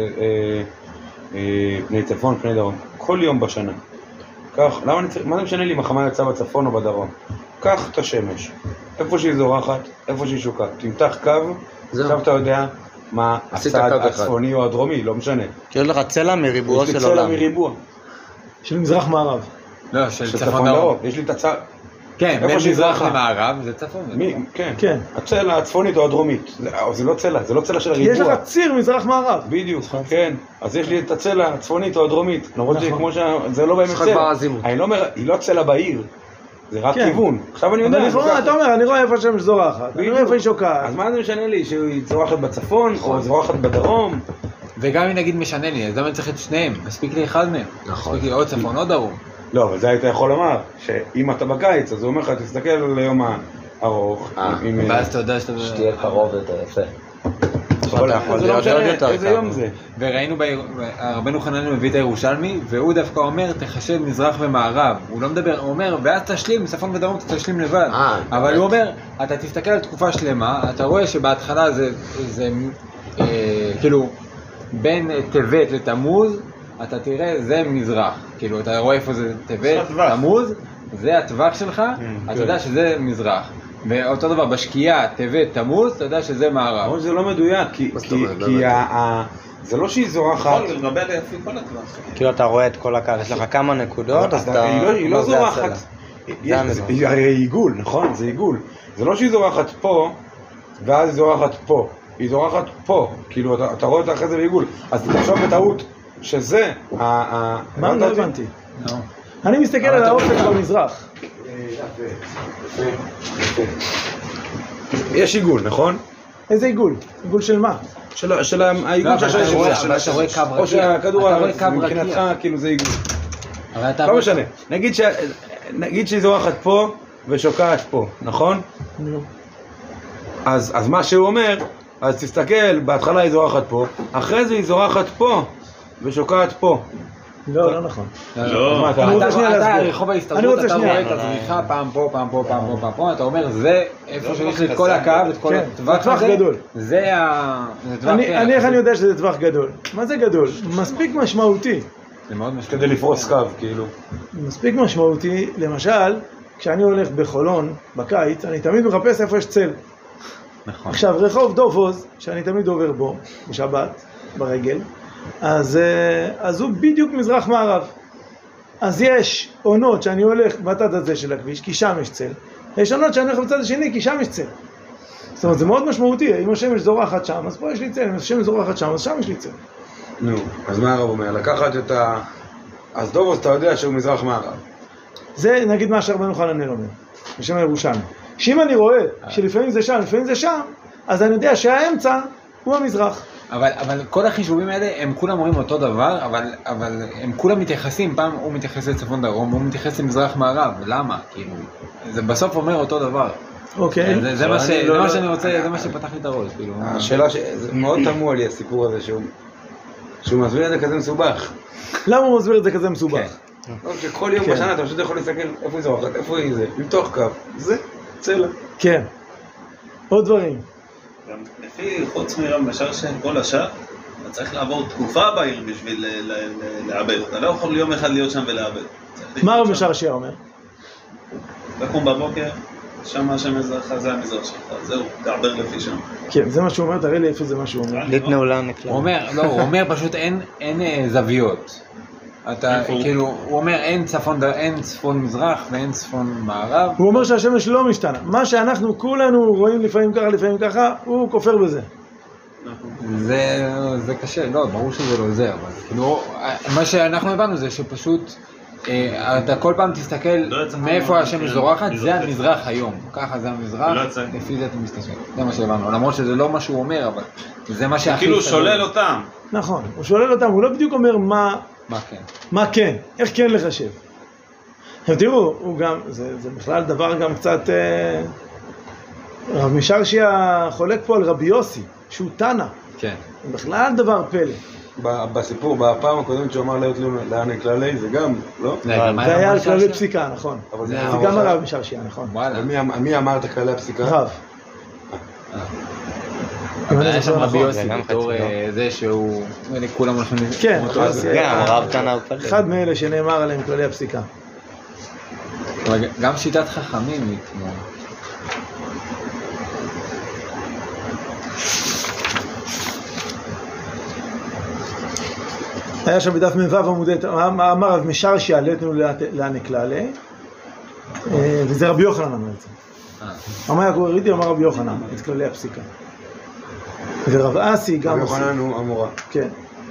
פני צפון, פני דרום? כל יום בשנה. כך, מה זה משנה לי אם החמה יצאה בצפון או בדרום? קח את השמש, איפה שהיא זורחת, איפה שהיא שוקעת. תמתח קו, עכשיו אתה יודע מה הצד הצפוני או הדרומי, לא משנה. כי יש לך צלע מריבוע של עולם. יש לי צלע מריבוע. של מזרח מערב. לא, של צפון דרום. יש לי את הצד... כן, בין מזרח למערב זה צפון. כן, הצלע הצפונית או הדרומית. זה לא צלע, זה לא צלע של הריבוע. יש לך ציר מזרח מערב. בדיוק, כן. אז יש לי את הצלע הצפונית או הדרומית. למרות שכמו זה לא באמת צלע. אני לא אומר, היא לא צלע בעיר. זה רק כיוון. עכשיו אני יודע. אתה אומר, אני רואה איפה השמש זורחת. אני רואה איפה היא שוקעת. אז מה זה משנה לי? שהיא זורחת בצפון או זורחת בדרום? וגם אם נגיד משנה לי, אז למה אני צריך את שניהם? מספיק לי אחד מהם. מספיק לי עוד צפון, עוד דרום. לא, אבל זה היית יכול לומר, שאם אתה בקיץ, אז הוא אומר לך, תסתכל על היום הארוך. ואז אתה יודע שאתה... שתהיה קרוב יותר, יפה. זה לא משנה איזה יום זה. וראינו, רבנו חנניה מביא את הירושלמי, והוא דווקא אומר, תחשב מזרח ומערב. הוא לא מדבר, הוא אומר, ואז תשלים, צפון ודרום תשלים לבד. אבל הוא אומר, אתה תסתכל על תקופה שלמה, אתה רואה שבהתחלה זה כאילו, בין טבת לתמוז, אתה תראה, זה מזרח. כאילו, אתה רואה איפה זה טבת, תמוז, זה הטווח שלך, אתה יודע שזה מזרח. ואותו דבר, בשקיעה, טבת, תמוז, אתה יודע שזה מערב. אבל זה לא מדויק, כי זה לא שהיא זורחת. זה מרבה לפי כל הטווח. כאילו, אתה רואה את כל הקו, יש לך כמה נקודות, אז אתה... היא לא זורחת. היא הרי עיגול, נכון? זה עיגול. זה לא שהיא זורחת פה, ואז היא זורחת פה. היא זורחת פה. כאילו, אתה רואה אותה אחרי זה בעיגול. אז תחשוב בטעות שזה... מה לא הבנתי? אני מסתכל על האופק במזרח. יש עיגול, נכון? איזה עיגול? עיגול של מה? של העיגול אתה רואה קו רקיע. או שהכדור מבחינתך כאילו זה עיגול. לא משנה. נגיד שהיא זורחת פה ושוקעת פה, נכון? אז מה שהוא אומר, אז תסתכל, בהתחלה היא זורחת פה, אחרי זה היא זורחת פה ושוקעת פה. לא, לא נכון. לא. אתה רחוב ההסתדרות, אתה רואה את הזריחה פעם פה, פעם פה, פעם פה, פעם פה, אתה אומר, זה איפה שיש לי את כל הקו, את כל הטווח גדול. זה הטווח. איך אני יודע שזה טווח גדול? מה זה גדול? מספיק משמעותי. זה מאוד משמעותי. כדי לפרוס קו, כאילו. מספיק משמעותי, למשל, כשאני הולך בחולון, בקיץ, אני תמיד מחפש איפה יש צל. נכון. עכשיו, רחוב דוב-עוז, שאני תמיד עובר בו, בשבת, ברגל, אז הוא בדיוק מזרח מערב. אז יש עונות שאני הולך בצד הזה של הכביש, כי שם יש צל. יש עונות שאני הולך בצד השני, כי שם יש צל. זאת אומרת, זה מאוד משמעותי. אם השמש זורחת שם, אז פה יש לי צל. אם השמש זורחת שם, אז שם יש לי צל. נו, אז מה הרב אומר? לקחת את ה... אז דוב-עוז אתה יודע שהוא מזרח מערב. זה נגיד מה שרבנו חננאל אומר, בשם הירושלמי. שאם אני רואה שלפעמים זה שם, לפעמים זה שם, אז אני יודע שהאמצע הוא המזרח. אבל כל החישובים האלה, הם כולם אומרים אותו דבר, אבל הם כולם מתייחסים, פעם הוא מתייחס לצפון דרום, הוא מתייחס למזרח מערב, למה? כאילו, זה בסוף אומר אותו דבר. אוקיי. זה מה שאני רוצה, זה מה שפתח לי את הראש, כאילו. השאלה זה מאוד תמוה לי הסיפור הזה שהוא מסביר את זה כזה מסובך. למה הוא מסביר את זה כזה מסובך? לא, שכל יום בשנה אתה פשוט יכול להסתכל איפה היא זורחת, איפה היא זה, מתוך קו, זה צלע. כן. עוד דברים. גם לפי חוץ מיום בשאר שאין כל השאר, אתה צריך לעבור תקופה בעיר בשביל לעבד. אתה לא יכול יום אחד להיות שם ולעבד. מה רב משרשיה אומר? לקום בבוקר, שם השם מזרחה, זה המזרח שלך, זהו, תעבר לפי שם. כן, זה מה שהוא אומר, תראה לי איפה זה מה שהוא אומר. להתנעולה נקלע. הוא אומר פשוט אין זוויות. אתה, כאילו, הוא אומר אין צפון מזרח ואין צפון מערב. הוא אומר שהשמש לא משתנה. מה שאנחנו כולנו רואים לפעמים ככה, לפעמים ככה, הוא כופר בזה. זה קשה, לא, ברור שזה לא זה, אבל כאילו, מה שאנחנו הבנו זה שפשוט, אתה כל פעם תסתכל מאיפה השמש זורחת, זה המזרח היום. ככה זה המזרח, לפי זה אתה מסתכל. זה מה שהבנו, למרות שזה לא מה שהוא אומר, אבל זה מה שהכי... כאילו הוא שולל אותם. נכון, הוא שולל אותם, הוא לא בדיוק אומר מה כן, איך כן לחשב. עכשיו תראו, הוא גם, זה בכלל דבר גם קצת, רב משרשיה חולק פה על רבי יוסי, שהוא תנא. כן. זה בכלל דבר פלא. בסיפור, בפעם הקודמת שהוא אמר להיות לעני כללי, זה גם, לא? זה היה על כללי פסיקה, נכון. זה גם הרב משרשיה, נכון. מי אמר את כללי הפסיקה? רב. אבל היה שם רבי יוסי בתור זה שהוא, כולם הולכים... כן, הרב תנא הוא פלא. אחד מאלה שנאמר עליהם כללי הפסיקה. גם שיטת חכמים היא כמו... היה שם בדף מ"ו עמוד, אמר רב משרשיה לתנו לעני כללי, וזה רבי יוחנן אמר את זה. אמר יעקב הרידי אמר רבי יוחנן את כללי הפסיקה. ורב אסי גם עושה. רבי יוחנן הוא אמורה. כן.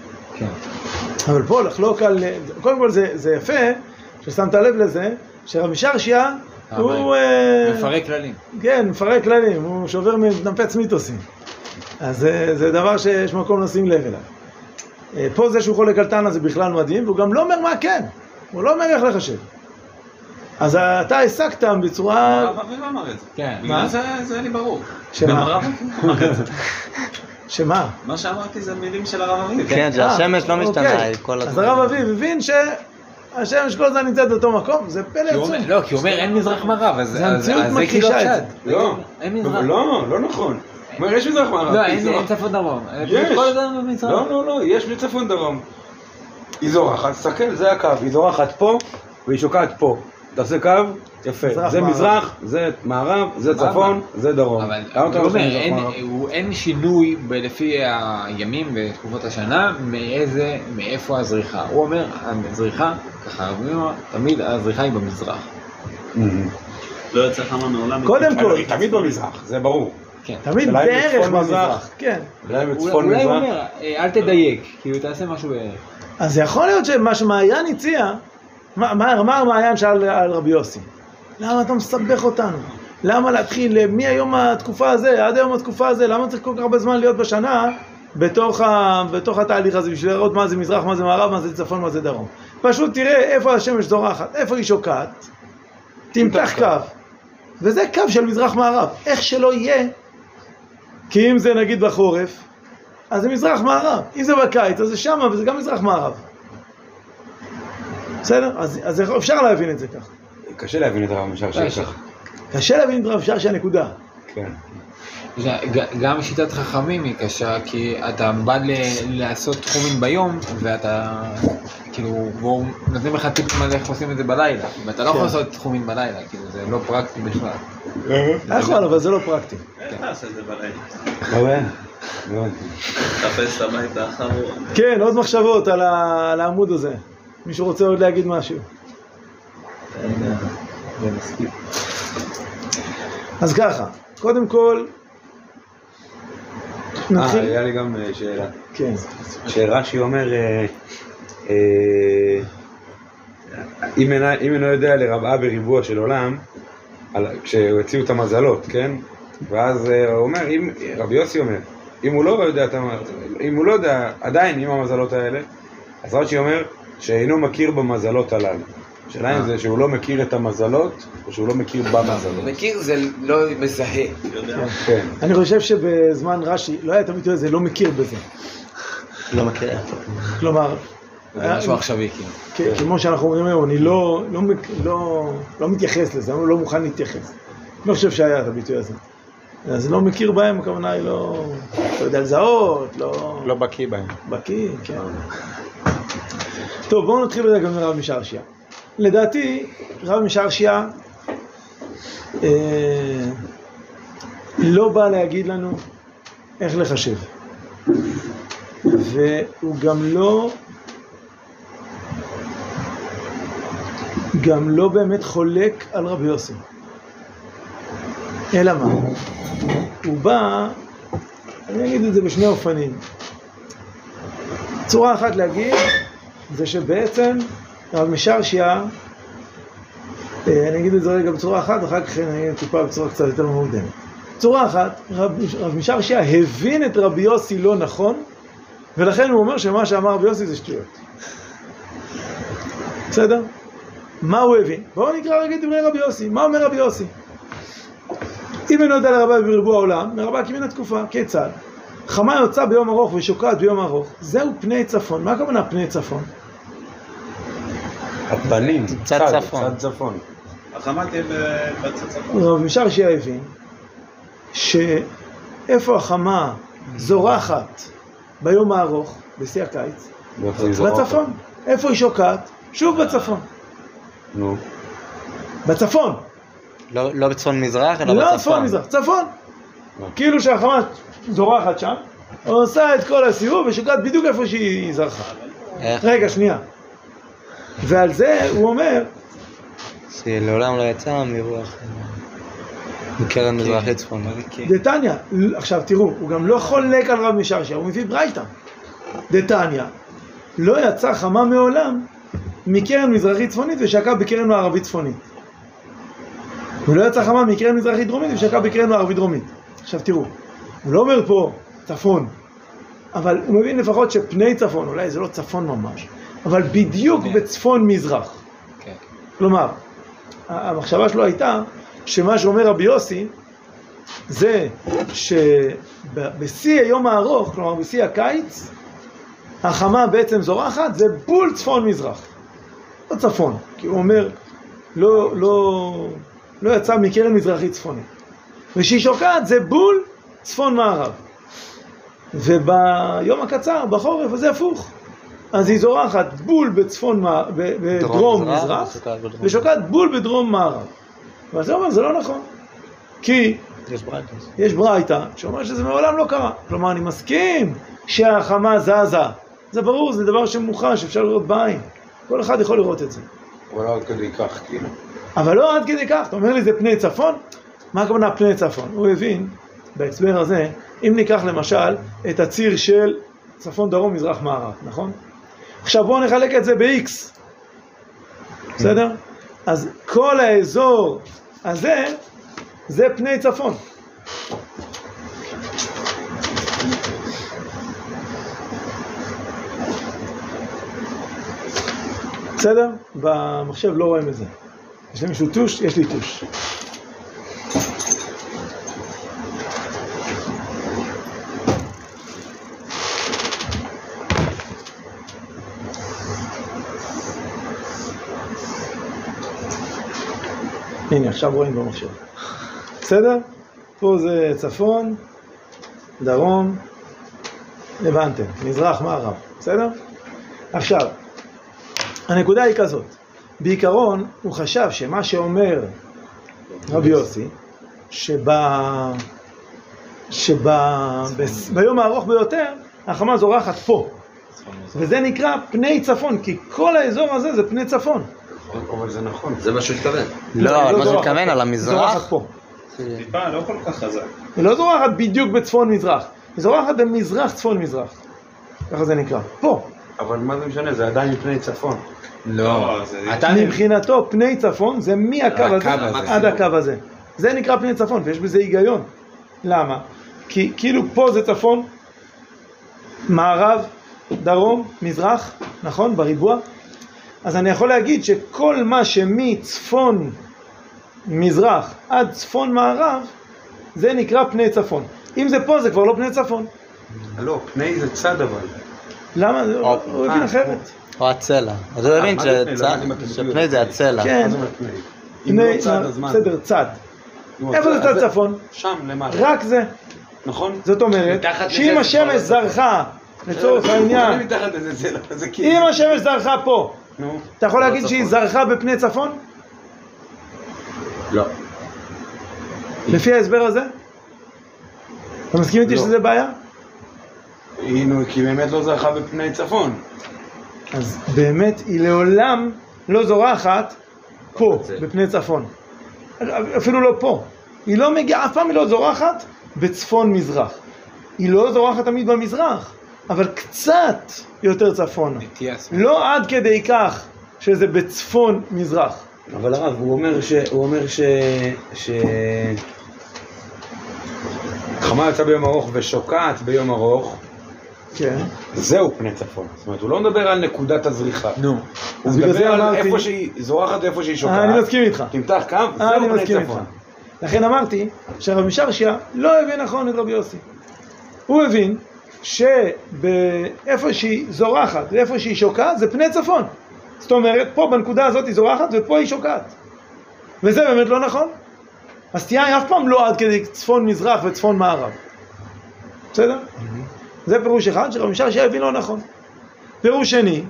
אבל פה לחלוק על... קודם כל זה יפה, ששמת לב לזה, שרב משרשיה הוא... מפרק כללים. כן, מפרק כללים, הוא שובר מנפץ מיתוסים. אז זה דבר שיש מקום לשים לב אליו. פה זה שהוא חולק על תנא זה בכלל מדהים, והוא גם לא אומר מה כן, הוא לא אומר איך לחשב. אז אתה הסקת בצורה... הרב אביב אמר את זה. כן. בגלל זה לי ברור. שמה? הרב אביב אמר את זה. שמה? מה שאמרתי זה מילים של הרב אביב. כן, שהשמש לא משתנה. אז הרב אביב הבין שהשמש כל הזמן נמצאת באותו מקום, זה פלא עצום. לא, כי הוא אומר אין מזרח מערב, אז זה המציאות מכחישה את זה. לא נכון. הוא אומר, יש מזרח מערב. לא, אין צפון דרום. יש. כל הזמן במזרח. לא, יש מצפון דרום. היא זורחת, תסתכל, זה הקו, היא זורחת פה והיא שוקעת פה. תעשה קו, יפה. זה מזרח, זה מערב, זה צפון, זה דרום. אבל הוא אומר, אין שינוי לפי הימים ותקופות השנה מאיפה הזריחה. הוא אומר, הזריחה, ככה, תמיד הזריחה היא במזרח. לא יוצא כמה מעולם. קודם כל. היא תמיד במזרח, זה ברור. תמיד בערך במזרח. כן. אולי בצפון מזרח. אולי הוא אומר, אל תדייק, כאילו תעשה משהו בערך. אז זה יכול להיות שמה שמעיין הציע, מה מעיין שאל על רבי יוסי? למה אתה מסבך אותנו? למה להתחיל מהיום התקופה הזה, עד היום התקופה הזה, למה צריך כל כך הרבה זמן להיות בשנה בתוך התהליך הזה, בשביל לראות מה זה מזרח, מה זה מערב, מה זה צפון, מה זה דרום. פשוט תראה איפה השמש זורחת, איפה היא שוקעת, תמתח קו, וזה קו של מזרח מערב, איך שלא יהיה, כי אם זה נגיד בחורף, אז זה מזרח מערב, אם זה בקיץ, אז זה שמה וזה גם מזרח מערב. בסדר? אז אפשר להבין את זה כך. קשה להבין את הרב משרשיה כך. קשה להבין את הרב משרשיה נקודה. כן. גם שיטת חכמים היא קשה, כי אתה בא לעשות תחומים ביום, ואתה, כאילו, בואו נותנים לך טיפים על איך עושים את זה בלילה, ואתה לא יכול לעשות תחומים בלילה, כאילו, זה לא פרקטי בכלל. נכון, אבל זה לא פרקטי. איך תעשה את זה בלילה? תפס את הבית האחרון. כן, עוד מחשבות על העמוד הזה. מישהו רוצה עוד להגיד משהו? אז ככה, קודם כל נתחיל. היה לי גם שאלה. כן. שרש"י אומר, אם אינו יודע לרבעה בריבוע של עולם, כשהציעו את המזלות, כן? ואז הוא אומר, רבי יוסי אומר, אם הוא לא יודע עדיין עם המזלות האלה, אז רש"י אומר שאינו מכיר במזלות הללו. השאלה אם זה שהוא לא מכיר את המזלות, או שהוא לא מכיר במזלות. מכיר זה לא מזהה. כן. אני חושב שבזמן רש"י, לא היה תמיד זה לא מכיר בזה. לא מכיר. כלומר, זה משהו עכשווי, כאילו. כמו שאנחנו אומרים היום, אני לא מתייחס לזה, אני לא מוכן להתייחס. לא חושב שהיה את הביטוי הזה. אז לא מכיר בהם, הכוונה היא לא יודע לזהות, לא בקיא בהם. בקיא, כן. טוב, בואו נתחיל בזה גם מרב משעשיה. לדעתי, רב משעשיה לא בא להגיד לנו איך לחשב. והוא גם לא באמת חולק על רבי יוסי. אלא מה? הוא בא, אני אגיד את זה בשני אופנים. צורה אחת להגיד, זה שבעצם רב משעשיה, אני אגיד את זה רגע בצורה אחת, אחר כך אני אגיד טיפה בצורה קצת יותר מוקדמת. צורה אחת, רב משעשיה הבין את רבי יוסי לא נכון, ולכן הוא אומר שמה שאמר רבי יוסי זה שטויות. בסדר? מה הוא הבין? בואו נקרא רגע דברי רבי יוסי. מה אומר רבי יוסי? אם אינו יודע לרבה בריבוע העולם, מרבה כמין התקופה. כיצד? חמה יוצא ביום ארוך ושוקעת ביום ארוך. זהו פני צפון. מה הכוונה פני צפון? הפנים, צד צפון. החמה תהיה בצד צפון. רב משעשיה הבין שאיפה החמה זורחת ביום הארוך, בשיא הקיץ? בצפון. איפה היא שוקעת? שוב בצפון. נו. בצפון. לא בצפון מזרח, אלא לא בצפון. בצפון מזרח, צפון. כאילו שהחמה זורחת שם, עושה את כל הסיבוב ושוקעת בדיוק איפה שהיא זרחה. רגע, שנייה. ועל זה הוא אומר שלעולם לא יצא מרוח מקרן מזרחית צפון. דתניא, עכשיו תראו, הוא גם לא חולק על רב משעשיה, הוא מביא ברייתא. דתניא, לא יצא חמה מעולם מקרן מזרחית צפונית ושקע בקרן מערבית צפונית. הוא לא יצא חמה מקרן מזרחית דרומית ושקע בקרן מערבית דרומית. עכשיו תראו, הוא לא אומר פה צפון, אבל הוא מבין לפחות שפני צפון, אולי זה לא צפון ממש, אבל בדיוק בצפון מזרח. כלומר, המחשבה שלו הייתה שמה שאומר רבי יוסי זה שבשיא היום הארוך, כלומר בשיא הקיץ, החמה בעצם זורחת, זה בול צפון מזרח, לא צפון, כי הוא אומר לא יצא מקרן מזרחית צפונית, ושהיא שוקעת זה בול צפון מערב, וביום הקצר, בחורף, אז זה הפוך, אז היא זורחת בול בדרום מזרח, ושוקעת בול בדרום מערב. אבל זה אומר, זה לא נכון, כי יש ברייתא שאומר שזה מעולם לא קרה. כלומר, אני מסכים שהחמה זזה, זה ברור, זה דבר שמוכח, שאפשר לראות בעין, כל אחד יכול לראות את זה. אבל לא עד כדי כך, כאילו. אבל לא עד כדי כך, אתה אומר לי זה פני צפון? מה הכוונה פני צפון? הוא הבין בהסבר הזה, אם ניקח למשל את הציר של צפון דרום מזרח מערב, נכון? עכשיו בואו נחלק את זה ב-X, בסדר? אז כל האזור הזה, זה פני צפון. בסדר? במחשב לא רואים את זה. יש למישהו טוש? יש לי טוש. הנה, עכשיו רואים במחשב. בסדר? פה זה צפון, דרום, הבנתם, מזרח, מערב. בסדר? עכשיו, הנקודה היא כזאת. בעיקרון, הוא חשב שמה שאומר רבי יוסי, ביום הארוך ביותר, החמה זורחת פה. וזה נקרא פני צפון, כי כל האזור הזה זה פני צפון. אבל זה נכון. זה מה שהוא התכוון. לא, מה שהוא התכוון על המזרח? זורחת פה. טיפה לא כל כך חזק. היא לא זורחת בדיוק בצפון מזרח, היא זורחת במזרח צפון מזרח. ככה זה נקרא. פה. אבל מה זה משנה? זה עדיין פני צפון. לא, מבחינתו פני צפון זה מהקו הזה עד הקו הזה. זה נקרא פני צפון, ויש בזה היגיון. למה? כי כאילו פה זה צפון, מערב, דרום, מזרח, נכון? בריבוע. אז אני יכול להגיד שכל מה שמצפון מזרח עד צפון מערב, זה נקרא פני צפון. אם זה פה, זה כבר לא פני צפון. לא, פני זה צד אבל. למה? הוא הבין אחרת. או הצלע. אז הוא הבין שפני זה הצלע. כן. פני, בסדר, צד. איפה זה צד צפון? שם, למעלה. רק זה. נכון? זאת אומרת, שאם השמש זרחה, לצורך העניין, אם השמש זרחה פה, אתה יכול להגיד שהיא זרחה בפני צפון? לא. לפי ההסבר הזה? אתה מסכים איתי שזה בעיה? כי באמת לא זרחה בפני צפון. אז באמת היא לעולם לא זורחת פה, בפני צפון. אפילו לא פה. היא לא מגיעה, אף פעם היא לא זורחת בצפון מזרח. היא לא זורחת תמיד במזרח, אבל קצת יותר צפון. לא עד כדי כך שזה בצפון מזרח. אבל הרב, הוא אומר חמה יצא ביום ארוך ושוקעת ביום ארוך. כן. זהו פני צפון. זאת אומרת, הוא לא מדבר על נקודת הזריחה. נו. הוא מדבר על איפה שהיא זורחת ואיפה שהיא שוקעת. אני מסכים איתך. תמתח קו, זהו פני צפון. לכן אמרתי שהרב משרשיה לא הבין נכון את רבי יוסי. הוא הבין שבאיפה שהיא זורחת ואיפה שהיא שוקעת זה פני צפון. זאת אומרת, פה בנקודה הזאת היא זורחת ופה היא שוקעת. וזה באמת לא נכון. הסטייה היא אף פעם לא עד כדי צפון מזרח וצפון מערב. בסדר? זה פירוש אחד שרב משרשיה הבין לא נכון. פירוש שני,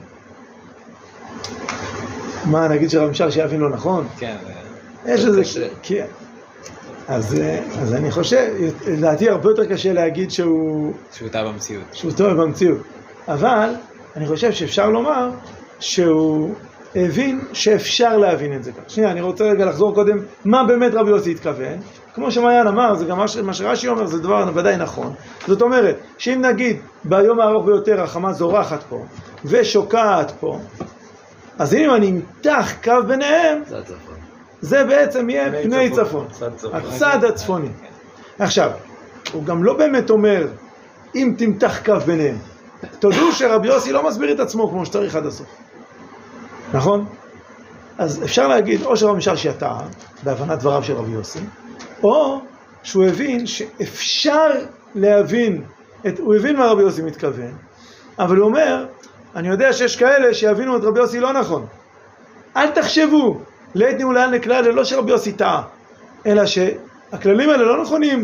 מה נגיד שרב משרשיה הבין לא נכון? כן. יש איזה... כן. אז אני חושב, לדעתי הרבה יותר קשה להגיד שהוא טועה במציאות. שהוא טועה במציאות. אבל אני חושב שאפשר לומר שהוא הבין שאפשר להבין את זה כך. שנייה, אני רוצה רגע לחזור קודם מה באמת רבי יוסי התכוון. כמו שמעיין אמר, זה גם מה שרש"י אומר, זה דבר ודאי נכון. זאת אומרת, שאם נגיד ביום הארוך ביותר החמה זורחת פה ושוקעת פה, אז אם אני אמתח קו ביניהם, זה בעצם יהיה פני צפון, הצד הצפוני. עכשיו, הוא גם לא באמת אומר, אם תמתח קו ביניהם. תודעו שרבי יוסי לא מסביר את עצמו כמו שצריך עד הסוף. נכון? אז אפשר להגיד, או שרב משרשיה טעה, בהבנת דבריו של רבי יוסי, או שהוא הבין שאפשר להבין, הוא הבין מה רבי יוסי מתכוון, אבל הוא אומר, אני יודע שיש כאלה שיבינו את רבי יוסי לא נכון. אל תחשבו, לית נעולן לכלל, לא שרבי יוסי טעה, אלא שהכללים האלה לא נכונים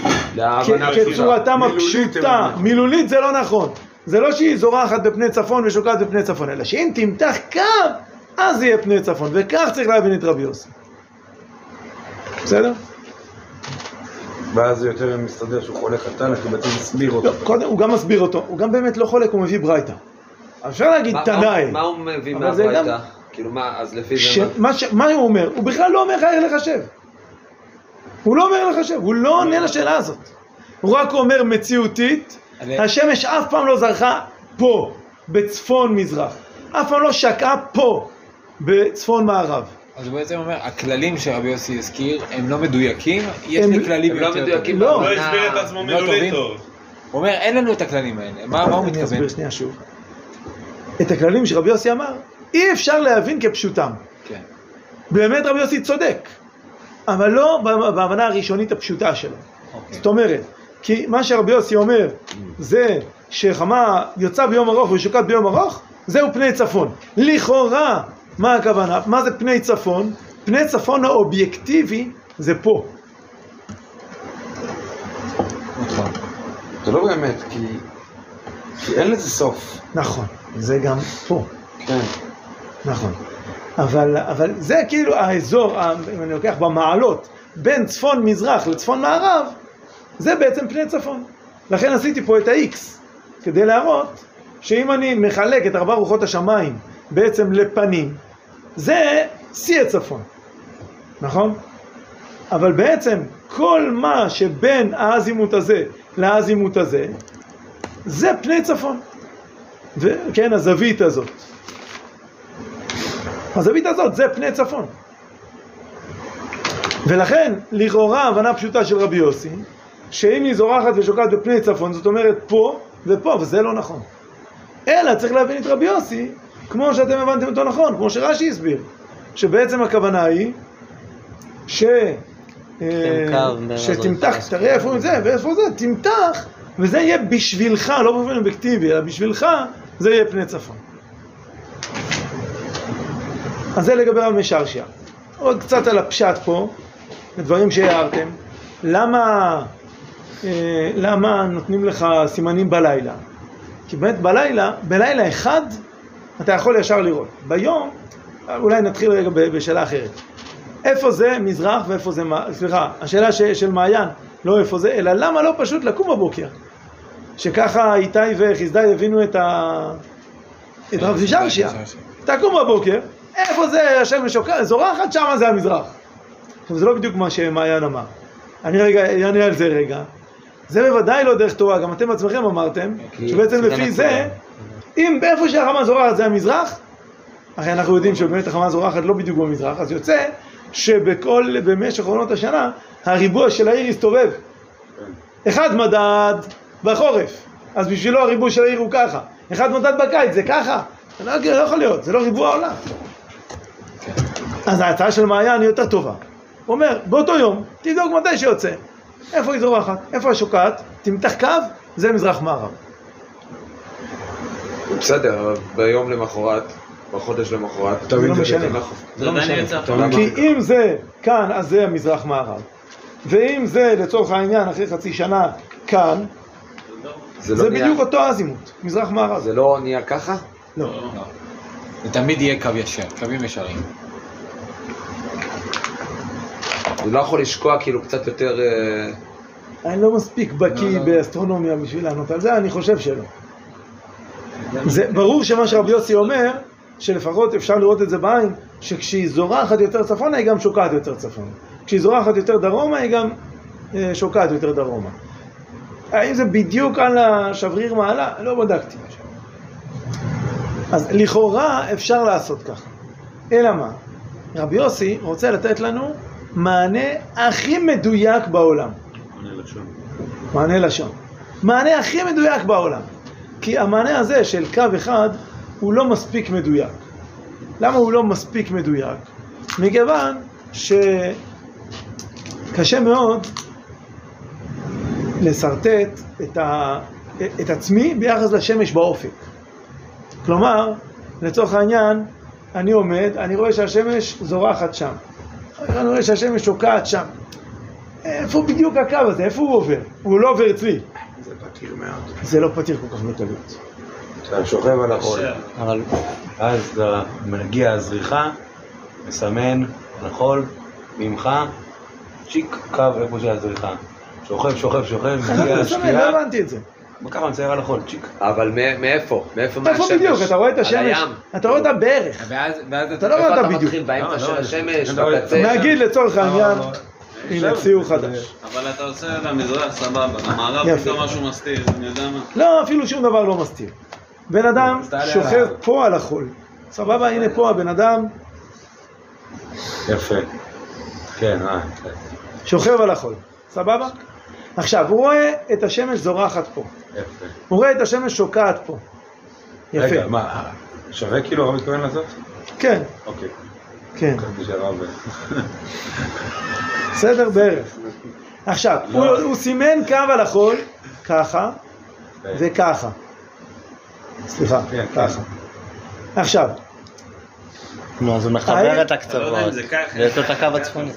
כצורתם הפשוטה. מילולית זה לא נכון. זה לא שהיא זורחת בפני צפון ושוקעת בפני צפון, אלא שאם תמתח קו, אז יהיה פני צפון, וכך צריך להבין את רבי יוסי. בסדר? ואז זה יותר מסתדר שהוא חולק התנא, כי בעצם מסביר אותו. קודם, הוא גם מסביר אותו, הוא גם באמת לא חולק, הוא מביא ברייתא. אפשר להגיד תנאי. מה הוא מביא מהברייתא? כאילו מה, אז לפי זה... מה הוא אומר? הוא בכלל לא אומר לך איך לחשב. הוא לא אומר לחשב, הוא לא עונה לשאלה הזאת. הוא רק אומר מציאותית, השמש אף פעם לא זרחה פה, בצפון מזרח. אף פעם לא שקעה פה, בצפון מערב. אז הוא בעצם אומר, הכללים שרבי יוסי הזכיר, הם לא מדויקים, יש לי כללים יותר טובים. לא הסביר את עצמו מילולית טוב. הוא אומר, אין לנו את הכללים האלה. מה הוא מתכוון? אני אסביר שנייה שוב. את הכללים שרבי יוסי אמר, אי אפשר להבין כפשוטם. כן. באמת רבי יוסי צודק, אבל לא בהבנה הראשונית הפשוטה שלו. זאת אומרת, כי מה שרבי יוסי אומר, זה שחמה יוצא ביום ארוך ושוקעת ביום ארוך, זהו פני צפון. לכאורה, מה הכוונה? מה זה פני צפון? פני צפון האובייקטיבי זה פה. נכון. זה לא באמת, כי אין לזה סוף. נכון, זה גם פה. כן. נכון. אבל זה כאילו האזור, אם אני לוקח במעלות, בין צפון מזרח לצפון מערב, זה בעצם פני צפון. לכן עשיתי פה את ה-X, כדי להראות שאם אני מחלק את 4 רוחות השמיים בעצם לפנים, זה שיא הצפון. נכון? אבל בעצם כל מה שבין האזימות הזה לאזימות הזה, זה פני צפון. כן, הזווית הזאת. הזווית הזאת זה פני צפון. ולכן, לכאורה, הבנה פשוטה של רבי יוסי, שאם היא זורחת ושוקעת בפני צפון, זאת אומרת פה ופה, וזה לא נכון. אלא צריך להבין את רבי יוסי, כמו שאתם הבנתם אותו נכון, כמו שרש"י הסביר, שבעצם הכוונה היא, שתמתח, תראה איפה זה ואיפה זה, תמתח, וזה יהיה בשבילך, לא באופן אובייקטיבי, אלא בשבילך, זה יהיה פני צפון. אז זה לגבי רב משרשיה. עוד קצת על הפשט פה, לדברים שהערתם. למה נותנים לך סימנים בלילה? כי באמת בלילה אחד אתה יכול ישר לראות. ביום, אולי נתחיל רגע בשאלה אחרת. איפה זה מזרח ואיפה זה, סליחה, השאלה של מעיין, לא איפה זה, אלא למה לא פשוט לקום בבוקר? שככה איתי וחסדאי הבינו את רב משרשיה. תקום בבוקר, איפה זה השמש זורחת, שמה זה המזרח. עכשיו זה לא בדיוק מה שמעיין אמר. אני אענה על זה רגע. זה בוודאי לא דרך תורה, גם אתם עצמכם אמרתם, שבעצם לפי זה, אם באיפה שהחמה זורחת זה המזרח, הרי אנחנו יודעים שבאמת החמה זורחת לא בדיוק במזרח, אז יוצא במשך עונות השנה, הריבוע של העיר יסתובב. אחד מדד בחורף, אז בשבילו הריבוע של העיר הוא ככה. אחד מדד בקיץ, זה ככה. לא יכול להיות, זה לא ריבוע העולם. אז ההצעה של מעיין היא יותר טובה. הוא אומר, באותו יום, תבדוק מתי שיוצא. איפה היא זורחת? איפה השוקעת? תמתח קו, זה מזרח מערב. בסדר, ביום למחרת, בחודש למחרת, זה לא משנה. זה לא משנה. כי אם זה כאן, אז זה המזרח מערב. ואם זה לצורך העניין, אחרי חצי שנה, כאן, זה בדיוק אותו אזימוט, מזרח מערב. זה לא נהיה ככה? לא. זה תמיד יהיה קו ישר, קווים ישרים. הוא לא יכול לשקוע כאילו קצת יותר... אני לא מספיק בקיא באסטרונומיה בשביל לענות על זה, אני חושב שלא. זה ברור שמה שרבי יוסי אומר, שלפחות אפשר לראות את זה בעין, שכשהיא זורחת יותר צפונה, היא גם שוקעת יותר צפונה. כשהיא זורחת יותר דרומה, היא גם שוקעת יותר דרומה. האם זה בדיוק על השבריר מעלה? לא בדקתי. אז לכאורה אפשר לעשות ככה. אלא מה? רבי יוסי רוצה לתת לנו מענה הכי מדויק בעולם. מענה לשון. מענה הכי מדויק בעולם. כי המענה הזה של קו אחד הוא לא מספיק מדויק. למה הוא לא מספיק מדויק? מכיוון שקשה מאוד לסרטט את עצמי ביחס לשמש באופק. כלומר, לצורך העניין, אני עומד, אני רואה שהשמש זורחת שם. אני רואה שהשמש שוקעת שם. איפה בדיוק הקו הזה? איפה הוא עובר? הוא לא עובר אצלי. זה פתיר מאוד. זה לא פתיר כל כך בקלות. אתה שוכב על החול. אז מגיע הזריחה, מסמן על החול, ממך, צ'יק, קו איפה שהזריחה. שוכב, מגיע השקיעה. לא הבנתי את זה. ככה מצייר על החול, צ'יק. אבל מאיפה? מאיפה מהשמש? איפה בדיוק? אתה רואה את השמש? אתה רואה אותה בערך. אתה לא רואה אותה בדיוק. אתה מתחיל באמצע של השמש, בקצה. נגיד לצורך העניין, הנה ציור חדש. אבל אתה עושה למזרח סבבה, המערב פתאום משהו מסתיר, אני יודע מה. לא, אפילו שום דבר לא מסתיר. בן אדם שוכב פה על החול. סבבה, הנה פה הבן אדם. יפה. כן, שוכב על החול. סבבה? עכשיו, הוא רואה את השמש זורחת פה. יפה. הוא רואה את השמש שוקעת פה. יפה. רגע, מה, שווה כאילו הרב מתכוון לעשות? כן. אוקיי. כן. חשבתי שהרב... בסדר בערך. עכשיו, הוא סימן קו על החול, ככה וככה. סליחה, ככה. עכשיו. נו, אז הוא מחבר את הקצוות. ויש לו את הקו הצפוני.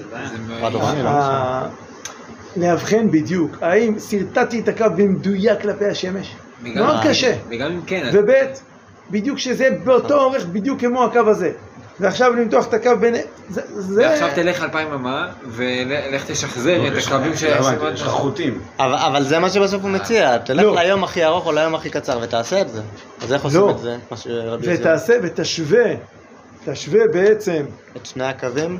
להבחן בדיוק, האם סרטטתי את הקו במדויק כלפי השמש? מאוד קשה. וגם אם כן. ובית, בדיוק שזה באותו אורך בדיוק כמו הקו הזה. ועכשיו למתוח את הקו בין... ועכשיו תלך 2000 אמה, ולך תשחזר את הקווים חוטים. אבל זה מה שבסוף הוא מציע, תלך ליום הכי ארוך או ליום הכי קצר ותעשה את זה. אז איך עושים את זה? ותעשה ותשווה בעצם את שני הקווים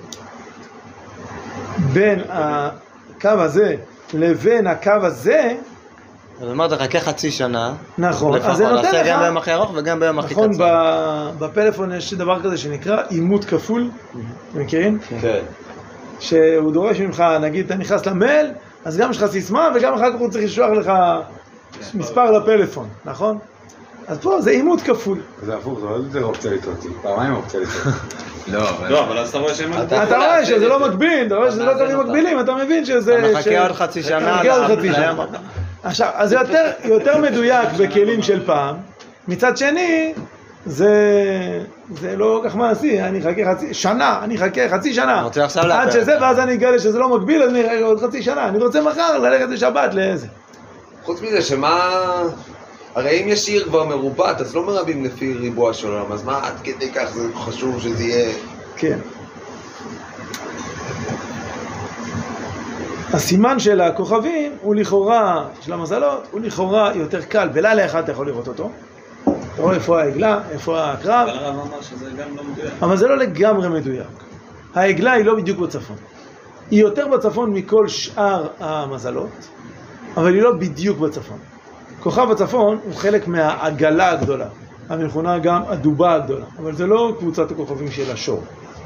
בין הקו הזה לבין הקו הזה, זאת אומרת, תחכה חצי שנה. נכון, אז זה נותן לך... לפחות, גם ביום הכי ארוך וגם ביום הכי קצר. נכון, בפלאפון יש דבר כזה שנקרא אימות כפול, אתם מכירים? כן. שהוא דורש ממך, נגיד, אתה נכנס למייל, אז גם יש לך סיסמה, וגם אחר כך הוא צריך לשלוח לך מספר לפלאפון, נכון? אז פה זה אימות כפול. זה הפוך, זה לא יותר אופציה לטעות, פעמיים אופציה לטעות. לא, אבל אז אתה רואה שהם... אתה רואה שזה לא מקביל, אתה רואה שזה לא דברים מקבילים, אתה מבין שזה... אתה מחכה עוד חצי שנה. עכשיו, אז זה יותר מדויק בכלים של פעם. מצד שני, זה לא כך מעשי, אני אחכה חצי שנה, עד שזה, ואז אני אגלה שזה לא מקביל, אז אני אחכה עוד חצי שנה, אני רוצה מחר ללכת לשבת לאיזה. חוץ מזה שמה... הרי אם יש עיר כבר מרובת, אז לא מרבים לפי ריבוע של עולם, אז מה עד כדי כך זה חשוב שזה יהיה... כן. הסימן של הכוכבים הוא לכאורה, של המזלות, הוא לכאורה יותר קל, בלילה אחד אתה יכול לראות אותו. אתה רואה איפה העגלה, איפה הקרב. אבל הרב אמר שזה גם לא מדויק. אבל זה לא לגמרי מדויק. העגלה היא לא בדיוק בצפון. היא יותר בצפון מכל שאר המזלות, אבל היא לא בדיוק בצפון. כוכב הצפון הוא חלק מהעגלה הגדולה, המכונה גם הדובה הגדולה, אבל זה לא קבוצת הכוכבים של השור.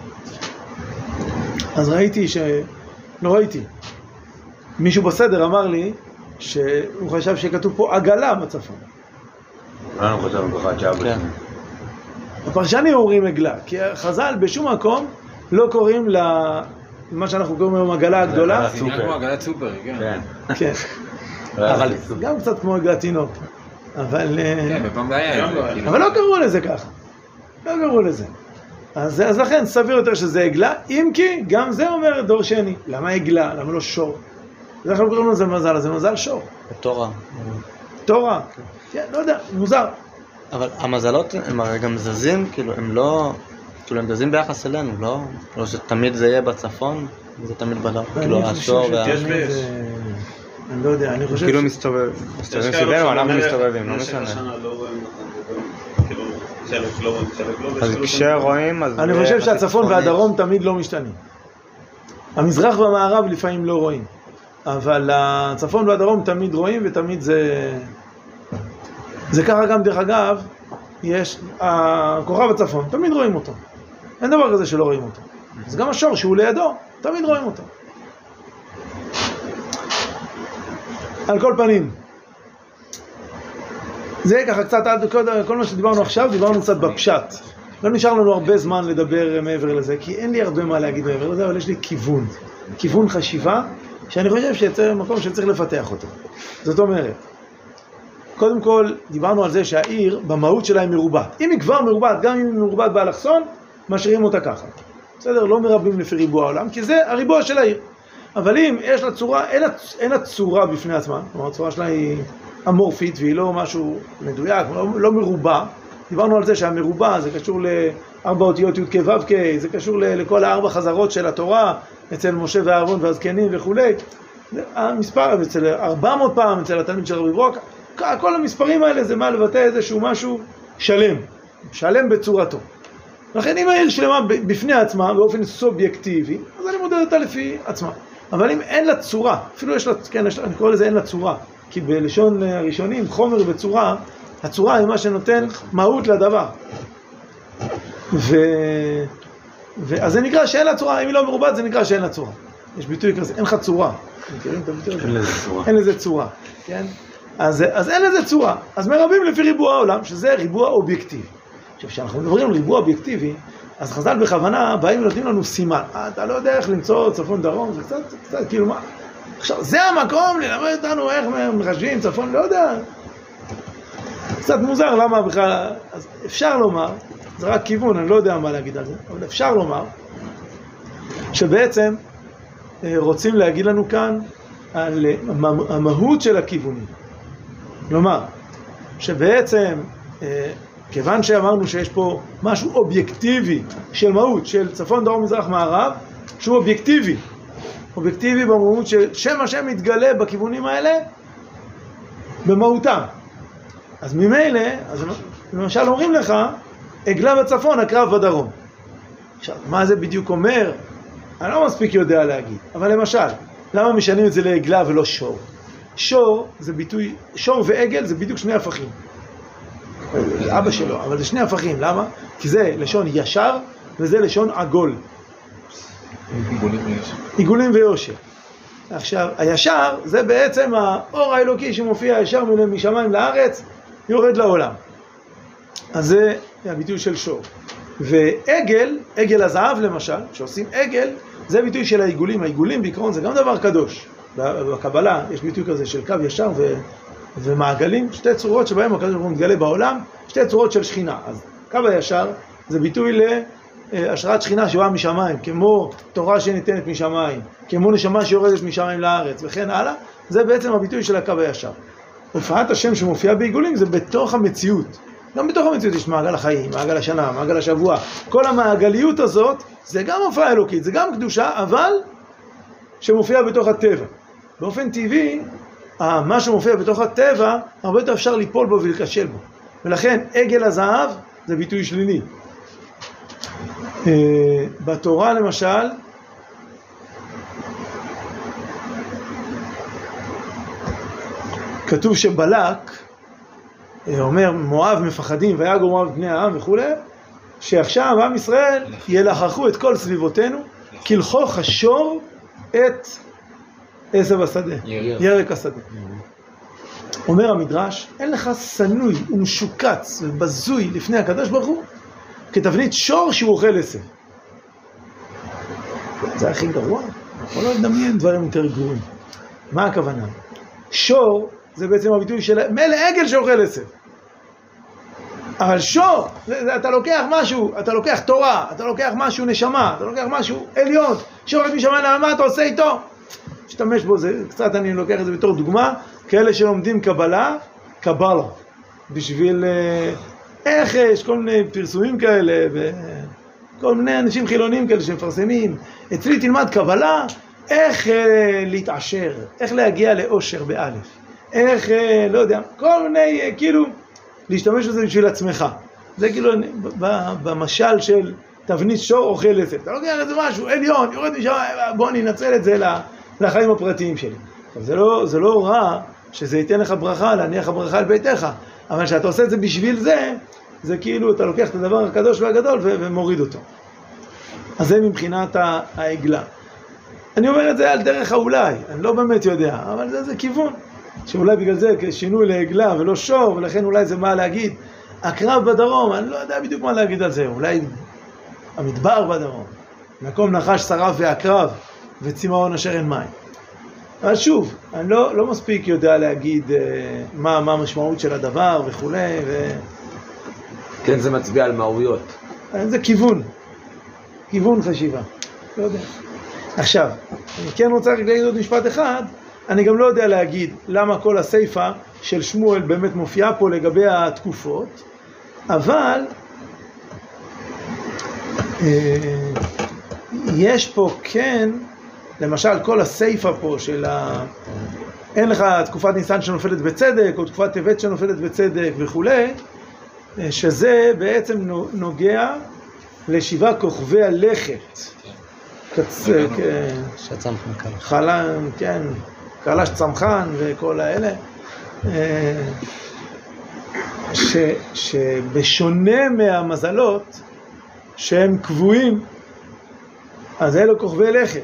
אז לא ראיתי. מישהו בסדר אמר לי שהוא חשב שכתוב פה עגלה בצפון. אני חושב בכלל שאבא. הפרשנים אומרים עגלה, כי חז"ל בשום מקום לא קוראים למה שאנחנו קוראים היום עגלה הגדולה. זה נראה כמו עגלת סופר, כן. כן. אבל גם קצת כמו עגלת תינוק. אבל... כן, בפעם זה היה. אבל לא קראו לזה ככה. לא קראו לזה. אז לכן סביר יותר שזה עגלה, אם כי גם זה אומר דור שני. למה עגלה? למה לא שור? זה אנחנו קוראים לזה מזל, זה מזל שור. תורה. תורה. כן, לא יודע, מוזר. אבל המזלות הם הרי גם זזים, כאילו הם לא... כאילו הם זזים ביחס אלינו, לא שתמיד זה יהיה בצפון, זה תמיד בדרך. כאילו השור אני לא יודע, אני חושב... כאילו מסתובבים סביבנו, אנחנו מסתובבים, לא משנה. אז כשרואים... אני חושב שהצפון והדרום תמיד לא משתנים. המזרח והמערב לפעמים לא רואים. אבל הצפון והדרום תמיד רואים ותמיד זה ככה גם דרך אגב, יש הכוכב הצפון, תמיד רואים אותו. אין דבר כזה שלא רואים אותו. אז גם השור שהוא לידו, תמיד רואים אותו. על כל פנים, זה ככה קצת, כל מה שדיברנו עכשיו, דיברנו קצת בפשט. לא נשאר לנו הרבה זמן לדבר מעבר לזה, כי אין לי הרבה מה להגיד מעבר לזה, אבל יש לי כיוון חשיבה, שאני חושב שיצא מקום שצריך לפתח אותו. זאת אומרת, קודם כל, דיברנו על זה שהעיר, במהות שלה היא מרובעת. אם היא כבר מרובעת, גם אם היא מרובעת באלכסון, משאירים אותה ככה. בסדר? לא מרבים לפי ריבוע העולם, כי זה הריבוע של העיר. אבל אם יש לה צורה, אין לה צורה בפני עצמה, כלומר, הצורה שלה היא אמורפית, והיא לא משהו מדויק, לא מרובע. דיברנו על זה שהמרובע זה קשור לארבע אותיות י' כ' ו' כ', זה קשור לכל הארבע חזרות של התורה, אצל משה ואהרון והזקנים וכולי. המספר, אצל 400 פעם, אצל התלמיד של רבי ברוק, כל המספרים האלה זה מה לבטא איזשהו משהו שלם בצורתו. לכן אם העיר שלמה בפני עצמה, באופן סובייקטיבי, אז אני מודד אותה לפי עצמה. אבל אם אין לה צורה, אפילו יש לה, כן, אני קורא לזה אין לה צורה, כי בלשון הראשונים, חומר בצורה, הצורה היא מה שנותן מהות לדבר. אז זה נקרא שאין לה צורה, אם היא לא מרובעת זה נקרא שאין לה צורה. יש ביטוי כזה, אין לך צורה. אין לזה צורה, כן? אז אין לזה צורה. אז מרבים לפי ריבוע העולם, שזה ריבוע אובייקטיבי. עכשיו, כשאנחנו מדברים על ריבוע אובייקטיבי, אז חז"ל בכוונה באים ונותנים לנו סימן. אתה לא יודע איך למצוא צפון דרום, זה קצת כאילו מה? עכשיו, זה המקום ללמד אותנו איך מחשבים צפון, לא יודע. קצת מוזר, למה בכלל... אז אפשר לומר, זה רק כיוון, אני לא יודע מה להגיד על זה, אבל אפשר לומר, שבעצם רוצים להגיד לנו כאן על המהות של הכיוונים. כלומר, שבעצם, כיוון שאמרנו שיש פה משהו אובייקטיבי של מהות, של צפון, דרום, מזרח, מערב, שהוא אובייקטיבי. אובייקטיבי במהות של שם השם מתגלה בכיוונים האלה, במהותם. אז ממילא, אז למשל אומרים לך, עגלה בצפון, הקרב בדרום. עכשיו, מה זה בדיוק אומר? אני לא מספיק יודע להגיד, אבל למשל, למה משנים את זה לעגלה ולא שור? שור זה ביטוי, שור ועגל זה בדיוק שני הפכים. אבא שלו, אבל זה שני הפכים, למה? כי זה לשון ישר וזה לשון עגול. עיגולים ויושר. עכשיו, הישר זה בעצם האור האלוקי שמופיע ישר משמיים לארץ, יורד לעולם. אז זה הביטוי של שור. ועגל, עגל הזהב למשל, שעושים עגל, זה ביטוי של העיגולים. העיגולים בעיקרון זה גם דבר קדוש. בקבלה יש ביטוי כזה של קו ישר ומעגלים, שתי צורות שבהם הקדוש ברוך הוא מתגלה בעולם, שתי צורות של שכינה. אז קו הישר זה ביטוי להשראת שכינה שבאה משמיים, כמו תורה שניתנת משמיים, כמו נשמה שיורדת משמיים לארץ וכן הלאה. זה בעצם הביטוי של הקו הישר. הופעת השם שמופיע בעיגולים זה בתוך המציאות. גם בתוך המציאות יש מעגל החיים, מעגל השנה, מעגל השבוע. כל המעגליות הזאת זה גם הופעה אלוקית, זה גם קדושה, אבל שמופיע בתוך הטבע. באופן טבעי, מה שמופיע בתוך הטבע, הרבה יותר אפשר ליפול בו ולקשל בו. ולכן, עגל הזהב זה ביטוי שלילי. בתורה למשל, כתוב שבלק, אומר מואב מפחדים ויגור מואב בני העם וכו', שעכשיו עם ישראל ילחכו את כל סביבותינו, כלחוך השור את עשב השדה, ירק השדה. אומר המדרש, אין לך סנוי ומשוקץ ובזוי לפני הקדוש ברוך הוא, כתבנית שור שהוא אוכל עשב. זה הכי גרוע, אנחנו לא לדמיין דברים יותר גרועים. מה הכוונה? שור זה בעצם הביטוי של מלא עגל שאוכל עשב. אבל שור, אתה לוקח משהו, אתה לוקח תורה, אתה לוקח משהו נשמה, אתה לוקח משהו עליון, שיורד משמיים, מה אתה עושה איתו? משתמש בו, זה, קצת אני לוקח את זה בתור דוגמה, כאלה שלומדים קבלה, קבלה, בשביל, איך יש כל מיני פרסומים כאלה, וכל מיני אנשים חילונים כאלה שמפרסמים, אצלי תלמד קבלה, איך להתעשר, איך להגיע לאושר באלף, איך, לא יודע, כל מיני, כאילו, להשתמש בזה בשביל עצמך. זה כאילו במשל של תבנית שור אוכל עשב. אתה לוקח איזה משהו, עליון, יורד משם, בוא ננצל את זה לחיים הפרטיים שלי. זה לא רע שזה ייתן לך ברכה, להניח הברכה על ביתך, אבל כשאתה עושה את זה בשביל זה, זה כאילו אתה לוקח את הדבר הקדוש והגדול ומוריד אותו. אז זה מבחינת העגלה. אני אומר את זה על דרך האולי, אני לא באמת יודע, אבל זה כיוון. שאולי בגלל זה שינוי לעגלה ולא שור, ולכן אולי זה מה להגיד. הקרב בדרום, אני לא יודע בדיוק מה להגיד על זה, אולי המדבר בדרום. מקום נחש שרף והקרב, וצמאון אשר אין מים. אבל שוב, אני לא מספיק יודע להגיד מה המשמעות של הדבר וכו'. כן, זה מצביע על מהויות. זה כיוון חשיבה. לא יודע. עכשיו, אני כן רוצה להגיד עוד משפט אחד, אני גם לא יודע להגיד למה כל הסייפה של שמואל באמת מופיעה פה לגבי התקופות, אבל יש פה כן, למשל כל הסייפה פה של אין לך תקופת ניסן שנופלת בצדק, או תקופת טבת שנופלת בצדק וכו', שזה בעצם נוגע לשבעה כוכבי הלכת. חלן, כן. קלש צמחן וכל האלה, שבשונה מהמזלות שהם קבועים, אז אלו כוכבי לכת,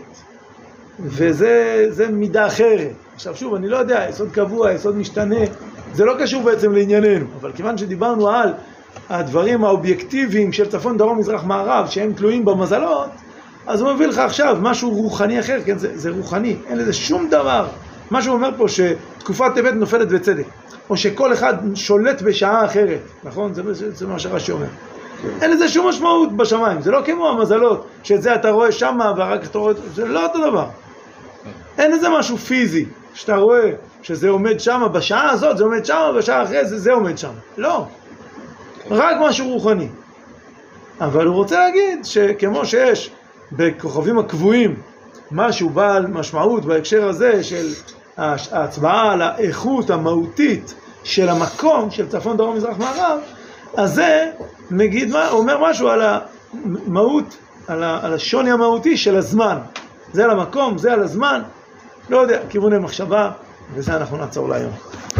וזה מידה אחרת. עכשיו שוב, אני לא יודע, יסוד קבוע, יסוד משתנה, זה לא קשור בעצם לענייננו, אבל כיוון שדיברנו על הדברים האובייקטיביים של צפון, דרום, מזרח, מערב, שהם תלויים במזלות, אז הוא מביא לך עכשיו משהו רוחני אחר, כן, זה רוחני, אין לזה שום דבר. מה שהוא אומר פה שתקופת טבת נופלת בצדק, או שכל אחד שולט בשעה אחרת, נכון? זה מה שרש"י אומר. אין לזה שום משמעות בשמיים, זה לא כמו המזלות, שאת זה אתה רואה שמה ורק אתה רואה, זה לא אותו דבר. אין לזה משהו פיזי, שאתה רואה שזה עומד שמה, בשעה הזאת זה עומד שמה, בשעה אחרי זה עומד שמה. לא, רק משהו רוחני. אבל הוא רוצה להגיד שכמו שיש בכוכבים הקבועים, משהו בעל משמעות בהקשר הזה של ההצבעה על האיכות המהותית של המקום של צפון, דרום, מזרח, מערב, אז זה מגיד, אומר משהו על המהות, על השוני המהותי של הזמן. זה על המקום, זה על הזמן, לא יודע, כיווני מחשבה, וזה אנחנו נעצור להיום.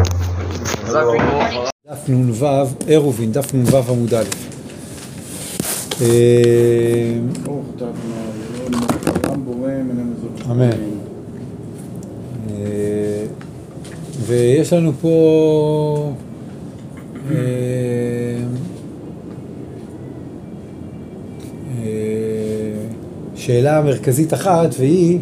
דף נ"ו, עירובין, דף נ"ו עמוד א'. אמן. ויש לנו פה שאלה מרכזית אחת, והיא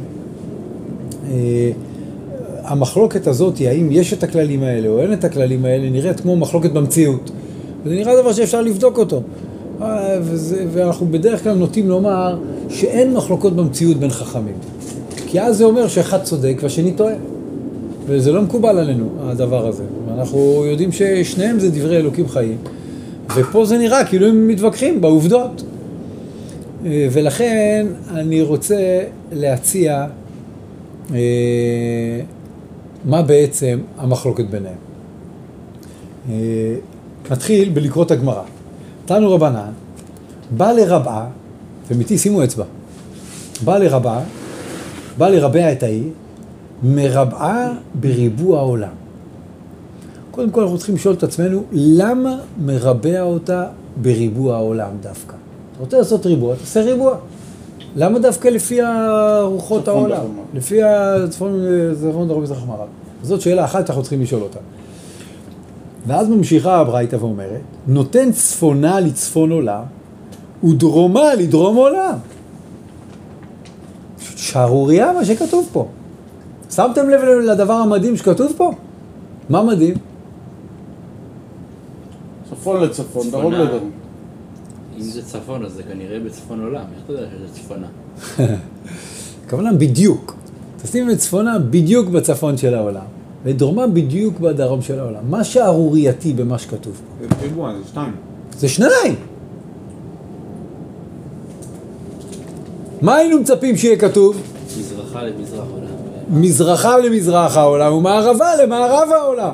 המחלוקת הזאת, האם יש את הכללים האלה או אין את הכללים האלה, נראית כמו מחלוקת במציאות. וזה נראה דבר שאפשר לבדוק אותו. ואנחנו בדרך כלל נוטים לומר שאין מחלוקות במציאות בין חכמים. כי אז זה אומר שאחד צודק והשני טועה. וזה לא מקובל עלינו, הדבר הזה. אנחנו יודעים ששניהם זה דברי אלוקים חיים. ופה זה נראה כאילו הם מתווכחים בעובדות. ולכן אני רוצה להציע מה בעצם המחלוקת ביניהם. נתחיל בלקרוא את הגמרא. תנו רבנן, בא לרבעה, ומיתי שימו אצבע, בא לרבע את העיר, מרבעה בריבוע העולם. קודם כל אנחנו צריכים לשאול את עצמנו, למה מרבע אותה בריבוע העולם דווקא? אתה רוצה לעשות ריבוע, תעשה ריבוע. למה דווקא לפי רוחות העולם? לפי הצפון דרום מזרח מערב. זאת שאלה אחת שאנחנו צריכים לשאול אותה. ואז ממשיכה הברייתא ואומרת, נותן צפונה לצפון עולם, ודרומה לדרום עולם. שערוריה מה שכתוב פה. שמתם לב לדבר המדהים שכתוב פה? מה מדהים? צפון לצפון, דרום לדרום. אם זה צפון, אז זה כנראה בצפון עולם. איך אתה יודע שזה צפונה? כמובן בדיוק. תשים את צפונה בדיוק בצפון של העולם. ודרומה בדיוק בדרום של העולם. מה שערורייתי במה שכתוב פה? זה ריבוע, זה שתיים. זה שניים. מה היינו מצפים שיהיה כתוב? מזרחה למזרח העולם. מזרחה למזרח העולם ומערבה למערב העולם.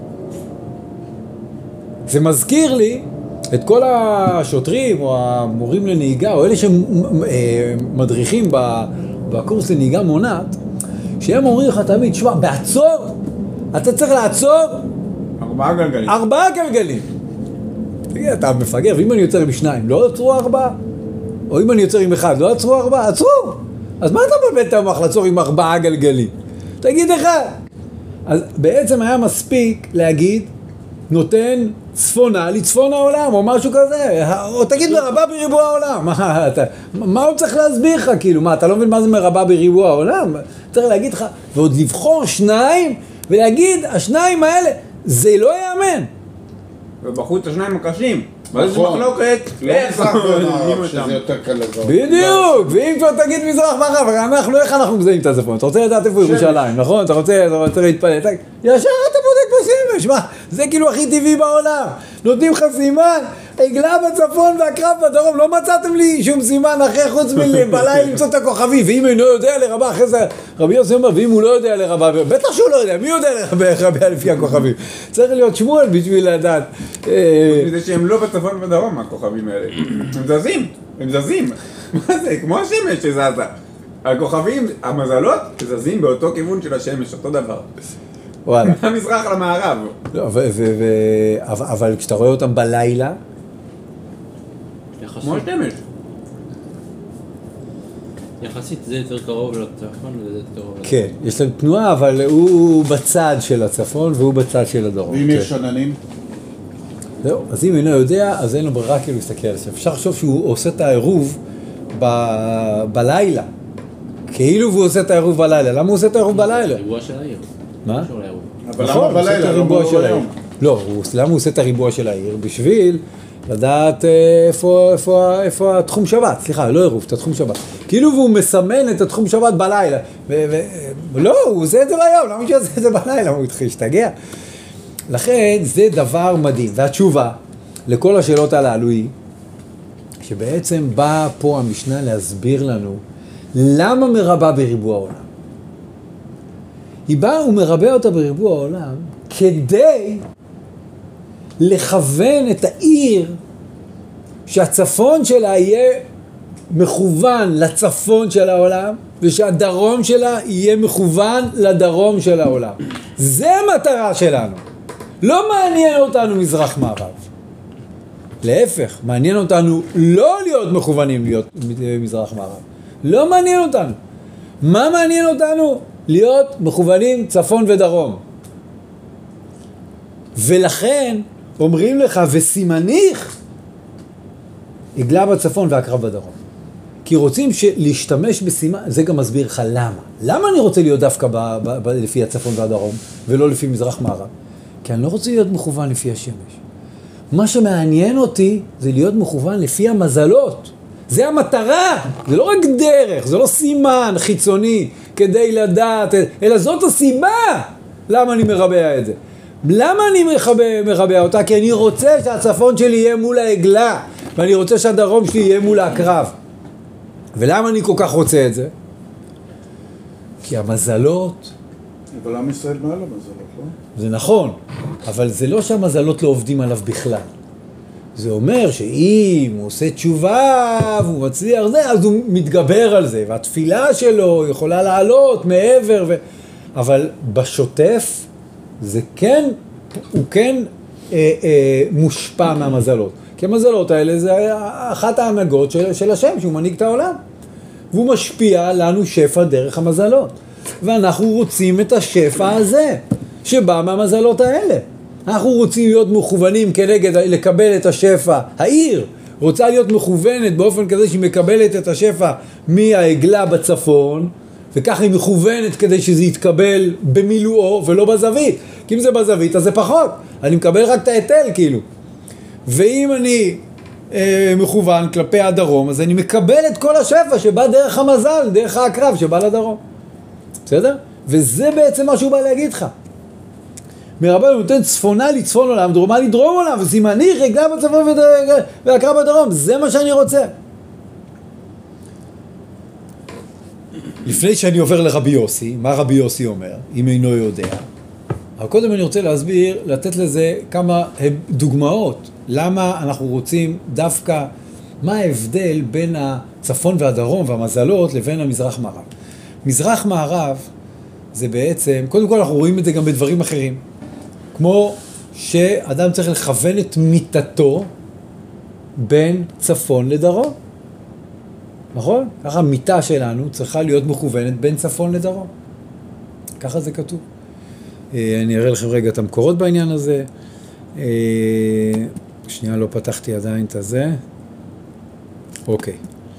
זה מזכיר לי את כל השוטרים או המורים לנהיגה או אלה שמדריכים בקורס לנהיגה מונעת, שהם אומרים לך תמיד, שמע, בעצור, אתה צריך לעצור 4 גלגלים. 4 גלגלים. תגיד, אתה מפגר, ואם אני יוצר עם 2, לא עצרו 4? או אם אני יוצר עם 1, לא עצרו 4? עצרו! אז מה אתה מבלבל את המוח לעצור עם 4 גלגלים? תגיד 1. אז בעצם היה מספיק להגיד, נותן צפונה לצפון העולם, או משהו כזה, או תגיד מרבע בריבוע העולם. מה הוא צריך להסביר לך, כאילו? מה, אתה לא מבין מה זה מרבע בריבוע העולם? צריך להגיד לך, ועוד לבחור 2, ולהגיד, השניים האלה, זה לא יאמן. ובחוץ השניים הקשים. ואז יש מחלוקת, איך שזה יותר קל לזהות. בדיוק, ואם כבר תגיד מזרח מערב, איך אנחנו מזהים את הצפון? אתה רוצה לדעת איפה ירושלים, נכון? אתה רוצה להתפלל, ישר אתה בודק בשמש, מה? זה כאילו הכי טבעי בעולם. נותנים לך סימן, עגלה בצפון והקרב בדרום, לא מצאתם לי שום סימן אחרי חוץ בלילה למצוא את הכוכבי, ואם אינו יודע לרבה, אחרי זה רבי יוסי אומר, ואם הוא לא יודע לרבה, בטח שהוא לא יודע, מי יודע לרבה לפי הכוכבים? צריך להיות שמואל בשביל לדעת. זה שהם לא בצפון ובדרום, הכוכבים האלה. הם זזים. מה זה? כמו השמש שזזה. הכוכבים, המזלות, זזים באותו כיוון של השמש, אותו דבר. וואלה. מהמזרח למערב. אבל כשאתה רואה אותם בלילה, כמו השמש. יחסית זה יותר קרוב לצפון וזה יותר קרוב לדרום. כן, יש להם תנועה, אבל הוא בצד של הצפון והוא בצד של הדרום. ואם יש עננים? זהו, אז אם אינו יודע, אז אין לו ברירה כאילו להסתכל על זה. אפשר לחשוב שהוא עושה את העירוב בלילה. כאילו הוא עושה את העירוב בלילה. למה הוא עושה את העירוב בלילה? ריבוע של העיר. מה? אבל למה בלילה? לא ברור היום. לא, למה הוא עושה את הריבוע של העיר? בשביל לדעת איפה התחום שבת. סליחה, לא עירוב, את התחום שבת. כאילו הוא מסמן את התחום שבת בלילה. לא, הוא עושה את זה ביום. למה שהוא עושה את זה בלילה? הוא התחיל להשתגע. לכן זה דבר מדהים. והתשובה לכל השאלות הללו היא, שבעצם באה פה המשנה להסביר לנו למה מרבה בריבוע העולם. היא באה ומרבה אותה בריבוע העולם כדי לכוון את העיר שהצפון שלה יהיה מכוון לצפון של העולם ושהדרום שלה יהיה מכוון לדרום של העולם. זה המטרה שלנו. לא מעניין אותנו מזרח מערב. להפך, מעניין אותנו לא להיות מכוונים להיות מזרח מערב. לא מעניין אותנו. מה מעניין אותנו? להיות מכוונים צפון ודרום. ולכן אומרים לך, וסימניך עגלה בצפון והקרב בדרום. כי רוצים להשתמש בסימן, זה גם מסביר לך למה. למה אני רוצה להיות דווקא לפי הצפון והדרום, ולא לפי מזרח מערב? כי אני לא רוצה להיות מכוון לפי השמש. מה שמעניין אותי זה להיות מכוון לפי המזלות. זה המטרה, זה לא רק דרך, זה לא סימן חיצוני כדי לדעת, אלא זאת הסיבה למה אני מרבע את זה. למה אני מרבע אותה? כי אני רוצה שהצפון שלי יהיה מול העגלה, ואני רוצה שהדרום שלי יהיה מול הקרב. ולמה אני כל כך רוצה את זה? כי המזלות... אבל עם ישראל מעל המזלות, לא? זה נכון, אבל זה לא שהמזלות לא עובדים עליו בכלל. זה אומר שאם הוא עושה תשובה והוא מצליח זה, אז הוא מתגבר על זה, והתפילה שלו יכולה לעלות מעבר, אבל בשוטף זה כן, הוא כן מושפע מהמזלות. כי המזלות האלה זה אחת ההנהגות של השם, שהוא מנהיג את העולם. והוא משפיע לנו שפע דרך המזלות. ואנחנו רוצים את השפע הזה, שבא מהמזלות האלה. אנחנו רוצים להיות מכוונים כנגד לקבל את השפע. העיר רוצה להיות מכוונת באופן כזה שהיא מקבלת את השפע מהעגלה בצפון, וכך היא מכוונת כדי שזה יתקבל במילואו ולא בזווית. כי אם זה בזווית אז זה פחות. אני מקבל רק את ההיטל כאילו. ואם אני מכוון כלפי הדרום, אז אני מקבל את כל השפע שבא דרך המזל, דרך הקרב שבא לדרום. בסדר? וזה בעצם מה שהוא בא להגיד לך. מרבה הוא נותן צפונה לצפון עולם, דרומה לדרום עולם, וסימני רגלה בצפון והקרב בדרום. זה מה שאני רוצה. לפני שאני עובר לרבי יוסי, מה רבי יוסי אומר, אם אינו יודע? אבל קודם אני רוצה להסביר, לתת לזה כמה דוגמאות. למה אנחנו רוצים דווקא, מה ההבדל בין הצפון והדרום והמזלות לבין המזרח מערב. מזרח מערב זה בעצם, קודם כל אנחנו רואים את זה גם בדברים אחרים. כמו שאדם צריך לכוון את מיטתו בין צפון לדרום. נכון? ככה המיטה שלנו צריכה להיות מכוונת בין צפון לדרום. ככה זה כתוב. אני אראה לכם רגע את המקורות בעניין הזה. שנייה, לא פתחתי עדיין את הזה. אוקיי.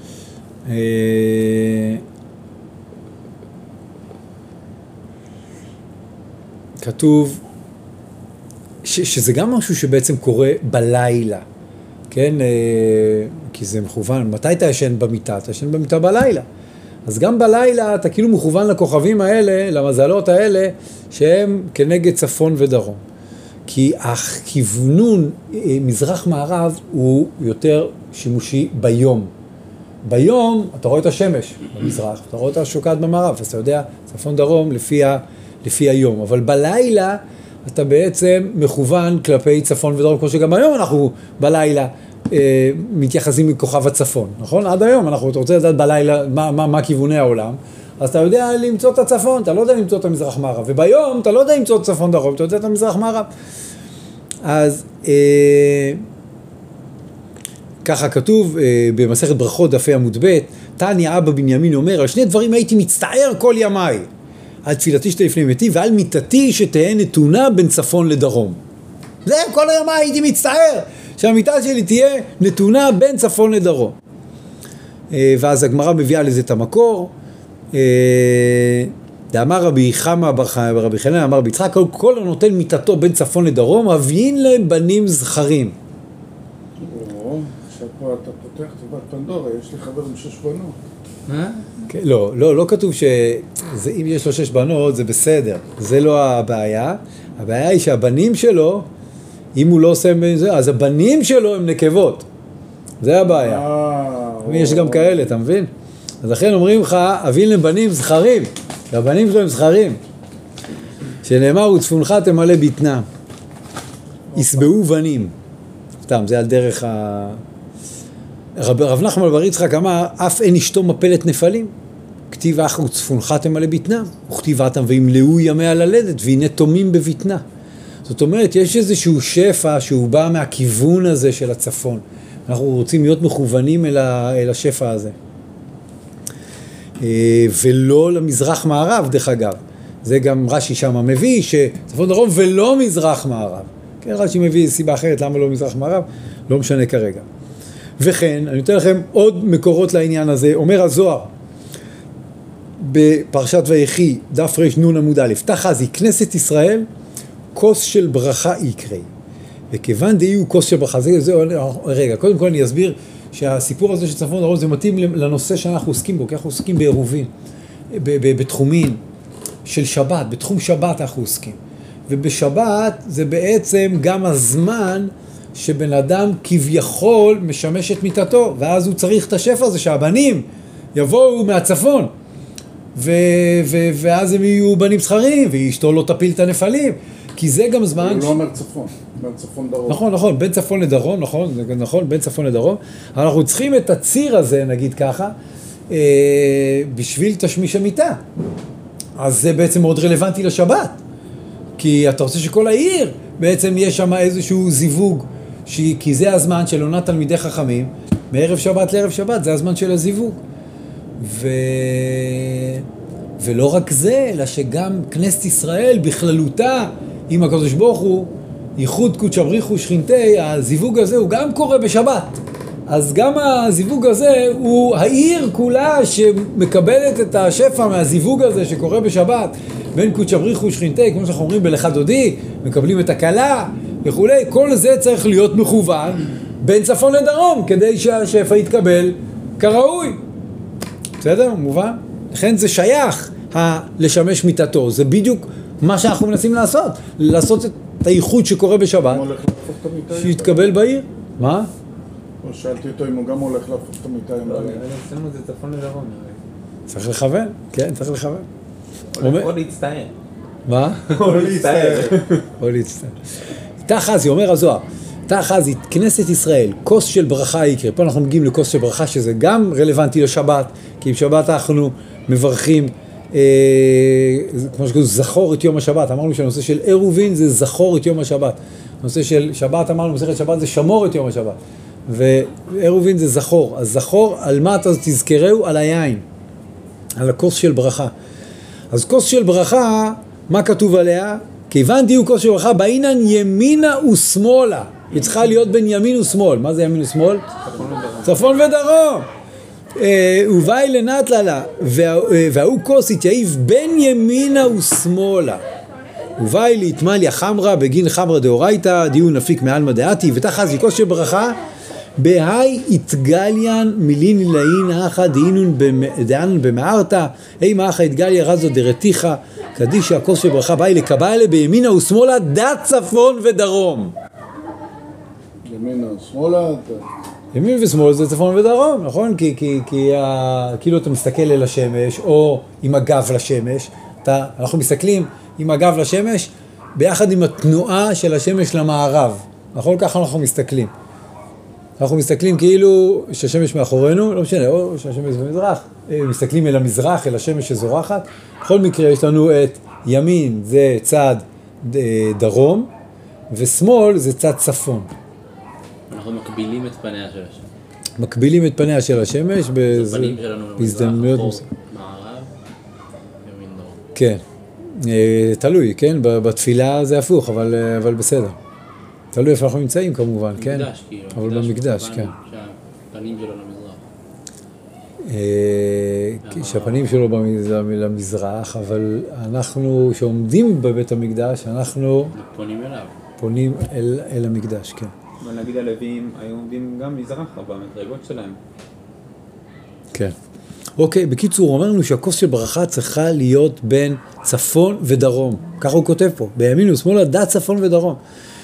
כתוב שזה גם משהו שבעצם קורה בלילה. כן? כי זה מכוון. מתי אתה ישן במיטה? אתה ישן במיטה בלילה. אז גם בלילה אתה כאילו מכוון לכוכבים האלה, למזלות האלה, שהם כנגד צפון ודרום. כי הכיוונון מזרח מערב הוא יותר שימושי ביום. ביום אתה רואה את השמש במזרח, אתה רואה את השוקעת במערב, אז אתה יודע צפון דרום לפי היום. אבל בלילה אתה בעצם מכוון כלפי צפון ודרום, כמו שגם היום אנחנו בלילה מתייחסים מכוכב הצפון, נכון? עד היום אתה רוצה לדעת בלילה מה כיווני העולם, אז אתה יודע למצוא את הצפון, אתה לא יודע למצוא את המזרח מערב, וביום אתה לא יודע למצוא את צפון דרום, אתה יודע את המזרח מערב. אז ככה כתוב במסכת ברכות דפי עמוד ב', תניא אבא בנימין אומר, על שני דברים הייתי מצטער כל ימיי, על תפילתי שתהיה לפני מתי ועל מיטתי שתהיה נתונה בין צפון לדרום. זה כל ימיי הייתי מצטער, שהמיטה שלי תהיה נתונה בין צפון לדרום. ואז הגמרא מביאה לזה את המקור. דאמר רבי חמא ברבי חנן אמר רבי יצחק, כל הנותן מיטתו בין צפון לדרום, מביאים להם בנים זכרים. עכשיו פה אתה פותח תיבת פנדורה, יש לי חבר עם 6 בנות. לא כתוב שאם יש לו 6 בנות זה בסדר, זה לא הבעיה. הבעיה היא שהבנים שלו, אם הוא לא עושה זה, אז הבנים שלו הם נקבות. זה הבעיה. יש גם כאלה, אתה מבין? אז לכן אומרים לך, אבין להם בנים זכרים. והבנים שלו הם זכרים. שנאמר, וצפונך תמלא בטנה. יסבעו בנים. סתם, זה על דרך רב נחמן בר יצחק אמר, אף אין אשתו מפלת נפלים. וכתיב אחר וצפונחתם על בטנם, וכתיבתם וימלאו ימי הללדת, והנה תומים בבטנה. זאת אומרת, יש איזשהו שפע שהוא בא מהכיוון הזה של הצפון. אנחנו רוצים להיות מכוונים אל השפע הזה. ולא למזרח מערב, דרך אגב. זה גם רש"י שם מביא, שצפון דרום ולא מזרח מערב. כן, רש"י מביא סיבה אחרת, למה לא מזרח מערב? לא משנה כרגע. וכן, אני נותן לכם עוד מקורות לעניין הזה. אומר הזוהר, בפרשת ויחי, דף רנ עמוד א', תחזי כנסת ישראל, כוס של ברכה יקרה. וכיוון דהיו כוס של ברכה, רגע, קודם כל אני אסביר שהסיפור הזה של צפון דרום זה מתאים לנושא שאנחנו עוסקים בו, כי אנחנו עוסקים בעירובין, בתחומים של שבת, בתחום שבת אנחנו עוסקים. ובשבת זה בעצם גם הזמן שבן אדם כביכול משמש את מיטתו, ואז הוא צריך את השפע הזה שהבנים יבואו מהצפון, ואז הם יהיו בנים זכרים, ואשתו לא תפיל את הנפלים, כי זה גם זמן... הוא לא אומר צפון, בין צפון דרום. נכון, בין צפון לדרום, נכון, בין צפון לדרום. אנחנו צריכים את הציר הזה, נגיד ככה, בשביל תשמיש המיטה. אז זה בעצם מאוד רלוונטי לשבת, כי אתה רוצה שכל העיר בעצם יש שם איזשהו זיווג, כי זה הזמן של עונת תלמידי חכמים, מערב שבת לערב שבת, זה הזמן של הזיווג. ולא רק זה, אלא שגם כנסת ישראל בכללותה, עם הקדוש ברוך הוא, ייחוד קודשא בריך שכינתי, הזיווג הזה הוא גם קורה בשבת. אז גם הזיווג הזה הוא העיר כולה שמקבלת את השפע מהזיווג הזה שקורה בשבת, בין קודשא בריך שכינתי, כמו שאנחנו אומרים בלכה דודי, מקבלים את הכלה וכולי, כל זה צריך להיות מכוון בין צפון לדרום, כדי שהשפע יתקבל כראוי. בסדר? מובן? לכן זה שייך לשמש מיטתו, זה בדיוק מה שאנחנו מנסים לעשות את הייחוד שקורה בשבת, שיתקבל בעיר. מה? שאלתי אותו אם הוא גם הולך להפוך את המיטה עם בעיר. אצלנו זה צפון לדרום. צריך לכוון, כן, צריך לכוון. או להצטער. מה? או להצטער. או להצטער. תחזי, אומר הזוהר, תחזי, כנסת ישראל, כוס של ברכה יקרה. פה אנחנו מגיעים לכוס של ברכה, שזה גם רלוונטי לשבת, כי עם שבת אנחנו מברכים, כמו שקוראים, זכור את יום השבת. אמרנו שהנושא של עירובין זה זכור את יום השבת. הנושא של שבת, אמרנו, מסכת שבת זה שמור את יום השבת. ועירובין זה זכור. אז זכור, על מה אתה תזכרהו? על היין. על הכוס של ברכה. אז כוס של ברכה, מה כתוב עליה? כיוון דיוק כוס של ברכה, בעינן ימינה ושמאלה. היא צריכה להיות בין ימין ושמאל. מה זה ימין ושמאל? צפון ודרום. ובאי לנטללה, והוא כוס התייעיב בין ימינה ושמאלה. ובאי להתמליה חמרה, בגין חמרה דאורייתא, דיון נפיק מעלמא דעתי, ותחזי כוס של ברכה, בהי התגליין מילין לעין אחא דענן במערתא, אימה אחא התגליה רזו דרתיחא, קדישא כוס של ברכה, באי לקבלה בימינה ושמאלה, דת צפון ודרום. ימינה ושמאלה, ימין ושמאל זה צפון ודרום, נכון? כי כאילו אתה מסתכל אל השמש, או עם הגב לשמש, אנחנו מסתכלים עם הגב לשמש, ביחד עם התנועה של השמש למערב, נכון? ככה אנחנו מסתכלים. אנחנו מסתכלים כאילו שהשמש מאחורינו, לא משנה, או שהשמש במזרח, מסתכלים אל המזרח, אל השמש שזורחת. בכל מקרה יש לנו את ימין, זה צד דרום, ושמאל זה צד צפון. אנחנו מקבילים את פניה של השמש. מקבילים את פניה של השמש בהזדמנויות מזרח, מערב, ימין דרום. כן, תלוי, כן? בתפילה זה הפוך, אבל בסדר. תלוי איפה אנחנו נמצאים כמובן, כן? במקדש, כאילו. אבל במקדש, כן. שהפנים שלו למזרח. שהפנים שלו למזרח, אבל אנחנו, שעומדים בבית המקדש, אנחנו פונים אל המקדש, כן. אבל נגיד הלוויים היו עומדים גם מזרחה במדרגות שלהם. כן. אוקיי, בקיצור, הוא אומר לנו שהכוס של ברכה צריכה להיות בין צפון ודרום. ככה הוא כותב פה, בימין ושמאלה, דת צפון ודרום.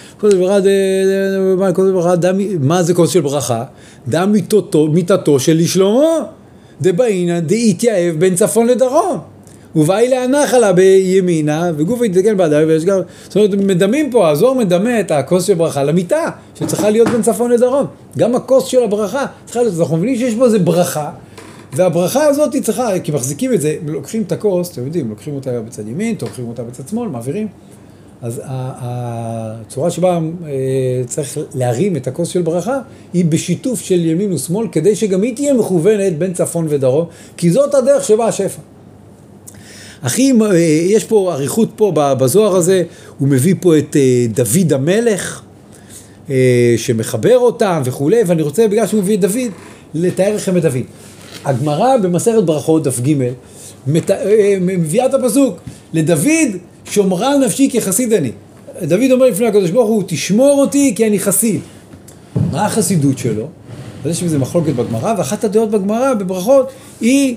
מה זה כוס של ברכה? דם מיטתו של שלמה, דבעינא דהתייעב בין צפון לדרום. ובאי להנח עלה בימינה, וגוף יתקן בעדה, ויש גם, זאת אומרת, מדמים פה, הזוהר מדמה את הכוס של ברכה למיטה, שצריכה להיות בין צפון לדרום. גם הכוס של הברכה צריכה להיות, אנחנו מבינים שיש פה איזה ברכה, והברכה הזאת היא צריכה, כי מחזיקים את זה, לוקחים את הכוס, אתם יודעים, לוקחים אותה בצד ימין, לוקחים אותה בצד שמאל, מעבירים. אז הצורה שבה צריך להרים את הכוס של ברכה, היא בשיתוף של ימין ושמאל, כדי שגם היא תהיה מכוונת בין צפון ודרום, כי זאת הדרך שבה השפע. אחי, יש פה אריכות פה בזוהר הזה, הוא מביא פה את דוד המלך, שמחבר אותם וכו', ואני רוצה, בגלל שהוא מביא את דוד, לתאר לכם את דוד. הגמרא במסכת ברכות, דף ג', מביאה את הפסוק, לדוד שומרה על נפשי כחסיד אני. דוד אומר לפני הקדוש ברוך הוא, תשמור אותי כי אני חסיד. מה החסידות שלו? אז יש בזה מחלוקת בגמרא, ואחת הדעות בגמרא בברכות היא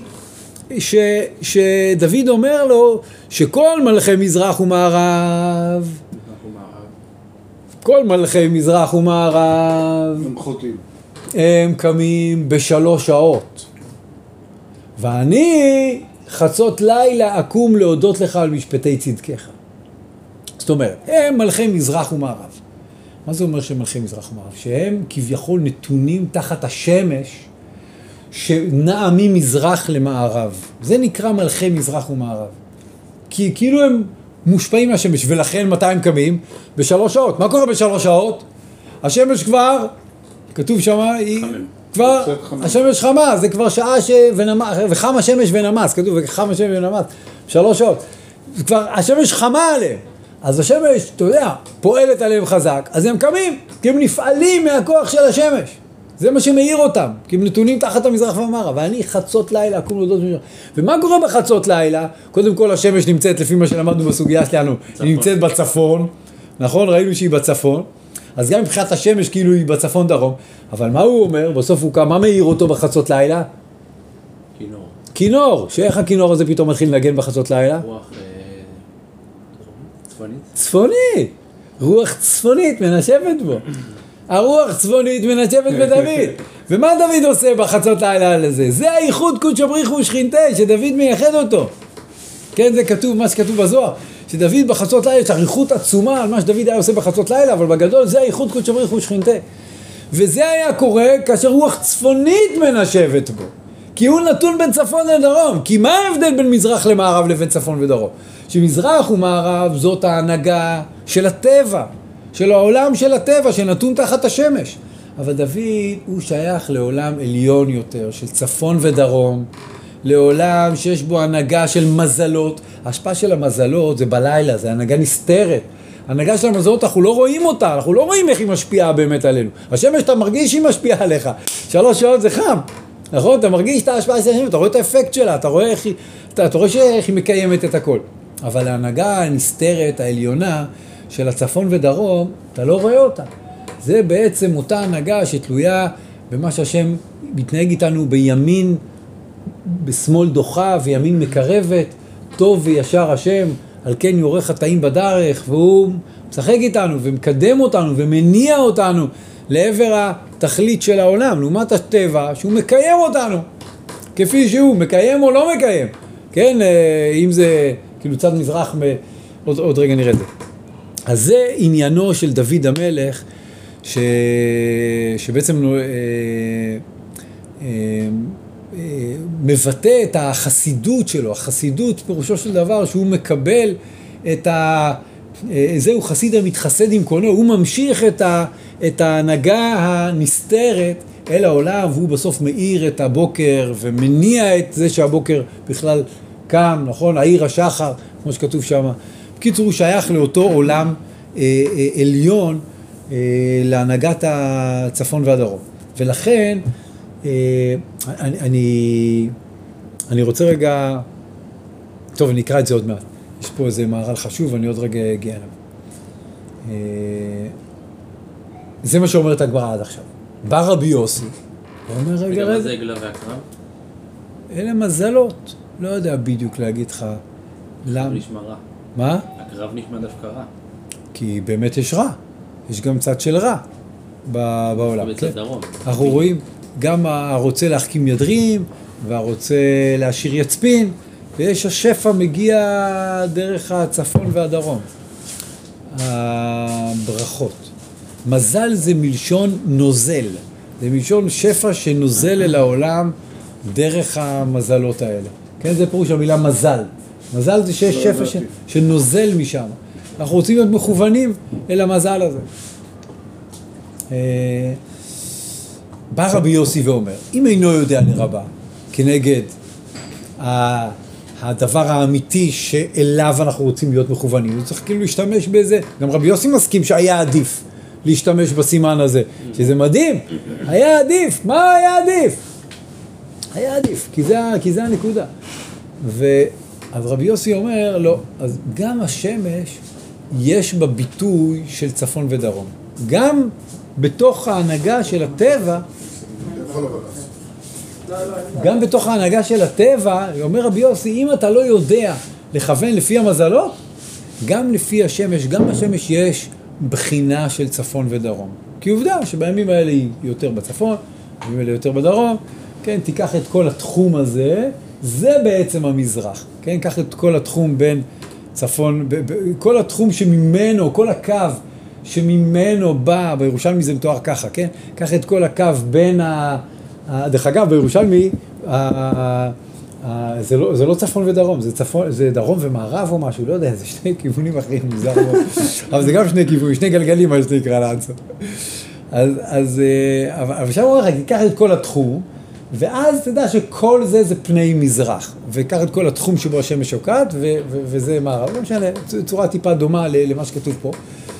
שדוד אומר לו שכל מלכי מזרח ומערב, כל מלכי מזרח ומערב הם קמים ב3 שעות, ואני חצות לילה אקום להודות לך על משפטי צדקך. זאת אומרת, הם מלכי מזרח ומערב. מה זה אומר שהם מלכי מזרח ומערב? שהם כביכול נתונים תחת השמש שנעה ממזרח למערב. זה נקרא מלכי מזרח ומערב. כי כאילו הם מושפעים מהשמש, ולכן מתי הם קמים? ב3 שעות. מה קורה ב3 שעות? השמש כבר, כתוב שמה, היא כבר, השמש חמה, זה כבר שעה וחם השמש ונמס, כתוב, וחם השמש ונמס, 3 שעות. כבר השמש חמה עליהם. אז השמש, אתה יודע, פועלת עליהם חזק, אז הם קמים, כי הם נפעלים מהכוח של השמש. זה מה שמאיר אותם, כי הם נתונים תחת המזרח והמערב. ואני חצות לילה, אקום להודות מזרח. ומה קורה בחצות לילה? קודם כל השמש נמצאת, לפי מה שלמדנו בסוגיה שלנו, היא נמצאת בצפון, נכון? ראינו שהיא בצפון. אז גם מבחינת השמש כאילו היא בצפון דרום. אבל מה הוא אומר? בסוף הוא קם, מה מאיר אותו בחצות לילה? כינור. כינור. שאיך הכינור הזה פתאום מתחיל לנגן בחצות לילה? רוח צפונית. צפונית. רוח צפונית מנשבת בו. הרוח צפונית מנשבת בדוד. ומה דוד עושה בחצות לילה לזה? זה הייחוד קודש בריך הוא שכינתה, שדוד מייחד אותו. כן, זה כתוב, מה שכתוב בזוהר. שדוד בחצות לילה יש אריכות עצומה על מה שדוד היה עושה בחצות לילה, אבל בגדול זה הייחוד קודש בריך הוא שכינתה. וזה היה קורה כאשר רוח צפונית מנשבת בו. כי הוא נתון בין צפון לדרום. כי מה ההבדל בין מזרח למערב לבין צפון ודרום? שמזרח ומערב זאת ההנהגה של הטבע, של העולם של הטבע שנתון תחת השמש. אבל דוד הוא שייך לעולם עליון יותר, של צפון ודרום, לעולם שיש בו הנהגה של מזלות. ההשפעה של המזלות זה בלילה, זה הנהגה נסתרת. ההנהגה של המזלות אנחנו לא רואים אותה, אנחנו לא רואים איך היא משפיעה באמת עלינו. השמש אתה מרגיש שהיא משפיעה עליך, 3 שעות זה חם, נכון? אתה מרגיש את ההשפעה של השמש, אתה רואה את האפקט שלה, אתה רואה איך היא מקיימת את הכל. אבל ההנהגה הנסתרת, העליונה של הצפון ודרום, אתה לא רואה אותה. זה בעצם אותה הנהגה שתלויה במה שהשם מתנהג איתנו בימין, בשמאל דוחה וימין מקרבת, טוב וישר השם, על כן יורה חטאים בדרך, והוא משחק איתנו ומקדם אותנו ומניע אותנו לעבר התכלית של העולם, לעומת הטבע שהוא מקיים אותנו, כפי שהוא מקיים או לא מקיים. כן, אם זה כאילו צד מזרח, עוד רגע נראה את זה. אז זה עניינו של דוד המלך, שבעצם מבטא את החסידות שלו. החסידות פירושו של דבר שהוא מקבל את זהו חסיד המתחסד עם קונו, הוא ממשיך את ההנהגה הנסתרת אל העולם, והוא בסוף מאיר את הבוקר ומניע את זה שהבוקר בכלל קם, נכון? העיר השחר, כמו שכתוב שם. בקיצור, הוא שייך לאותו עולם עליון, להנהגת הצפון והדרום. ולכן, אני רוצה רגע, טוב, אני אקרא את זה עוד מעט. יש פה איזה מערל חשוב, אני עוד רגע אגיע אליו. זה מה שאומרת הגמרא עד עכשיו. בא רבי יוסי, ואומר רגע, וגם זה עגלה והקרב? אלה מזלות. לא יודע בדיוק להגיד לך למה. הקרב נשמע רע. מה? הקרב נשמע דווקא רע. כי באמת יש רע. יש גם צד של רע בעולם. בצד דרום. אנחנו רואים גם הרוצה להחכים ידרים, והרוצה להשאיר יצפין, ויש השפע מגיע דרך הצפון והדרום. הברכות. מזל זה מלשון נוזל. זה מלשון שפע שנוזל אל העולם, דרך המזלות האלה. כן, זה פירוש המילה מזל. מזל זה שיש שפע שנוזל משם. אנחנו רוצים להיות מכוונים אל המזל הזה. בא רבי יוסי ואומר, אם אינו יודע לרבה כנגד הדבר האמיתי שאליו אנחנו רוצים להיות מכוונים, הוא צריך כאילו להשתמש בזה. גם רבי יוסי מסכים שהיה עדיף להשתמש בסימן הזה, שזה מדהים, היה עדיף. מה היה עדיף? היה עדיף, כי זה הנקודה. אז רבי יוסי אומר, לא, אז גם השמש יש בה ביטוי של צפון ודרום. גם בתוך ההנהגה של הטבע, גם בתוך ההנהגה של הטבע, אומר רבי יוסי, אם אתה לא יודע לכוון לפי המזלות, גם לפי השמש, גם בשמש יש בחינה של צפון ודרום. כי עובדה שבימים האלה היא יותר בצפון, בימים האלה יותר בדרום, כן, תיקח את כל התחום הזה, זה בעצם המזרח, כן, קח את כל התחום בין צפון, כל התחום שממנו, כל הקו שממנו בא, בירושלמי זה מתואר ככה, כן, קח את כל הקו בין דרך אגב, בירושלמי, זה לא צפון ודרום, זה דרום ומערב או משהו, לא יודע, זה שני כיוונים אחרים, מוזר מאוד, אבל זה גם שני כיוונים, שני גלגלים, מה שנקרא לעצור. אבל שם אומר לך, קח את כל התחום, ואז תדע שכל זה פני מזרח, וקח את כל התחום שבו השמש שוקעת, וזה מערב. לא משנה, צורה טיפה דומה למה שכתוב פה.